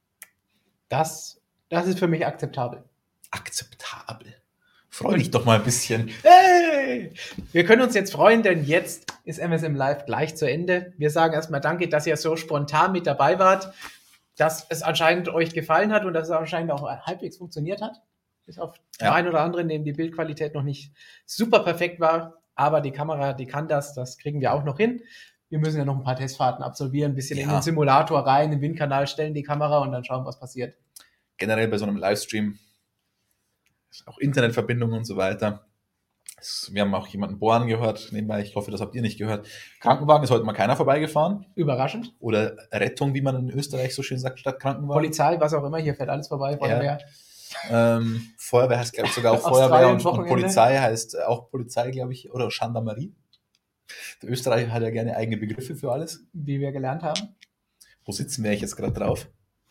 A: Das, das ist für mich akzeptabel.
B: Akzeptabel. Freu dich doch mal ein bisschen.
A: Hey! Wir können uns jetzt freuen, denn jetzt ist M S M Live gleich zu Ende. Wir sagen erstmal danke, dass ihr so spontan mit dabei wart, dass es anscheinend euch gefallen hat und dass es anscheinend auch halbwegs funktioniert hat. Bis auf den ja. einen oder anderen, dem die Bildqualität noch nicht super perfekt war. Aber die Kamera, die kann das, das kriegen wir auch noch hin. Wir müssen ja noch ein paar Testfahrten absolvieren, ein bisschen ja. in den Simulator rein, im Windkanal stellen die Kamera und dann schauen, was passiert.
B: Generell bei so einem Livestream, auch Internetverbindungen und so weiter. Wir haben auch jemanden bohren gehört, nebenbei, ich hoffe, das habt ihr nicht gehört. Krankenwagen ist heute mal keiner vorbeigefahren.
A: Überraschend.
B: Oder Rettung, wie man in Österreich so schön sagt, statt Krankenwagen.
A: Polizei, was auch immer, hier fährt alles vorbei, Feuerwehr.
B: Ja. Ähm, Feuerwehr heißt, glaube ich, sogar auch Feuerwehr und, und Polizei heißt auch Polizei, glaube ich, oder Gendarmerie. Der Österreicher hat ja gerne eigene Begriffe für alles.
A: Wie wir gelernt haben.
B: Wo sitzen wir jetzt gerade drauf?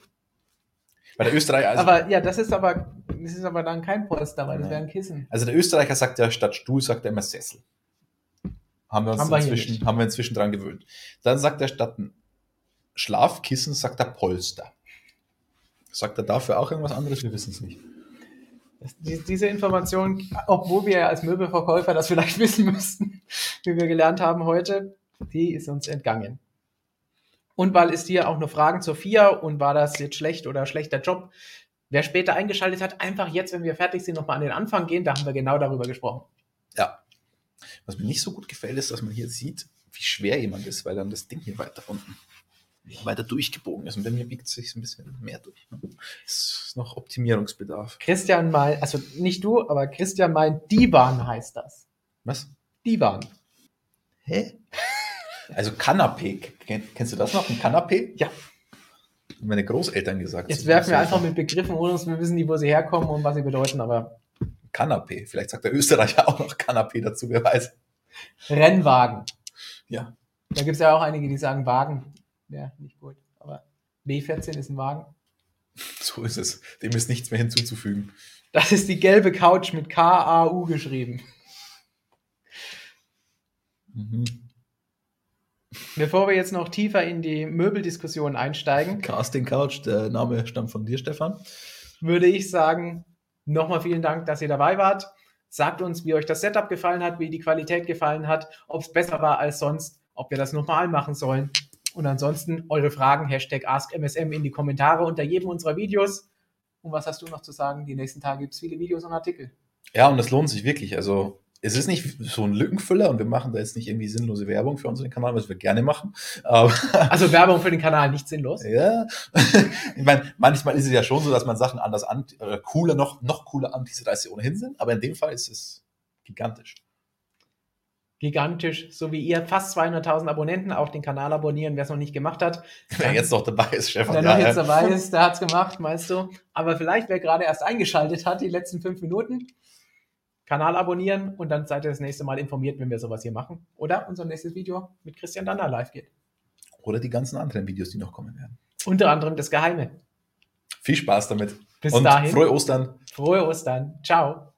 B: Weil der Österreicher... Also,
A: aber ja, das ist aber, das ist aber dann kein Polster, weil das wäre ein Kissen.
B: Also der Österreicher sagt ja statt Stuhl, sagt er immer Sessel. Haben wir uns haben wir inzwischen, haben wir inzwischen dran gewöhnt. Dann sagt er statt ein Schlafkissen, sagt er Polster. Sagt er dafür auch irgendwas anderes? Wir wissen es nicht.
A: Diese Information, obwohl wir ja als Möbelverkäufer das vielleicht wissen müssten, wie wir gelernt haben heute, die ist uns entgangen. Und weil es hier auch noch Fragen zur F I A und war das jetzt schlecht oder schlechter Job, wer später eingeschaltet hat, einfach jetzt, wenn wir fertig sind, nochmal an den Anfang gehen, da haben wir genau darüber gesprochen.
B: Ja. Was mir nicht so gut gefällt, ist, dass man hier sieht, wie schwer jemand ist, weil dann das Ding hier weiter unten weiter durchgebogen ist. Und bei mir biegt es sich ein bisschen mehr durch. Es ist noch Optimierungsbedarf.
A: Christian meint, also nicht du, aber Christian meint, Divan heißt das.
B: Was?
A: Divan.
B: Hä? Also Kanapé. Kennst du das noch? Ein Kanapé?
A: Ja.
B: Haben meine Großeltern gesagt.
A: Jetzt werfen wir einfach mit Begriffen, ohne dass wir wissen, die, wo sie herkommen und was sie bedeuten, aber...
B: Kanapé. Vielleicht sagt der Österreicher auch noch Kanapé dazu, wer weiß.
A: Rennwagen.
B: Ja.
A: Da gibt es ja auch einige, die sagen Wagen. Ja, nicht gut. Aber B vierzehn ist ein Wagen.
B: So ist es. Dem ist nichts mehr hinzuzufügen.
A: Das ist die gelbe Couch mit K A U geschrieben.
B: Mhm.
A: Bevor wir jetzt noch tiefer in die Möbeldiskussion einsteigen.
B: Casting Couch, der Name stammt von dir, Stefan.
A: Würde ich sagen, nochmal vielen Dank, dass ihr dabei wart. Sagt uns, wie euch das Setup gefallen hat, wie die Qualität gefallen hat, ob es besser war als sonst, ob wir das nochmal machen sollen. Und ansonsten eure Fragen, Hashtag AskMSM in die Kommentare unter jedem unserer Videos. Und was hast du noch zu sagen? Die nächsten Tage gibt es viele Videos und Artikel.
B: Ja, und das lohnt sich wirklich. Also es ist nicht so ein Lückenfüller und wir machen da jetzt nicht irgendwie sinnlose Werbung für unseren Kanal, was wir gerne machen. Aber
A: also Werbung für den Kanal nicht sinnlos?
B: Ja. Ich meine, manchmal ist es ja schon so, dass man Sachen anders an, äh, cooler, noch, noch cooler anteasert, als sie ohnehin sind. Aber in dem Fall ist es gigantisch.
A: Gigantisch, so wie ihr, fast zweihunderttausend Abonnenten, auch den Kanal abonnieren, wer es noch nicht gemacht hat.
B: Wer jetzt noch dabei ist, Stefan.
A: Wer noch ja, jetzt dabei ist, der hat es gemacht, meinst du. Aber vielleicht, wer gerade erst eingeschaltet hat, die letzten fünf Minuten, Kanal abonnieren und dann seid ihr das nächste Mal informiert, wenn wir sowas hier machen. Oder unser nächstes Video mit Christian Danner live geht.
B: Oder die ganzen anderen Videos, die noch kommen werden.
A: Unter anderem das Geheime.
B: Viel Spaß damit.
A: Bis
B: und
A: dahin.
B: Frohe Ostern.
A: Frohe Ostern. Ciao.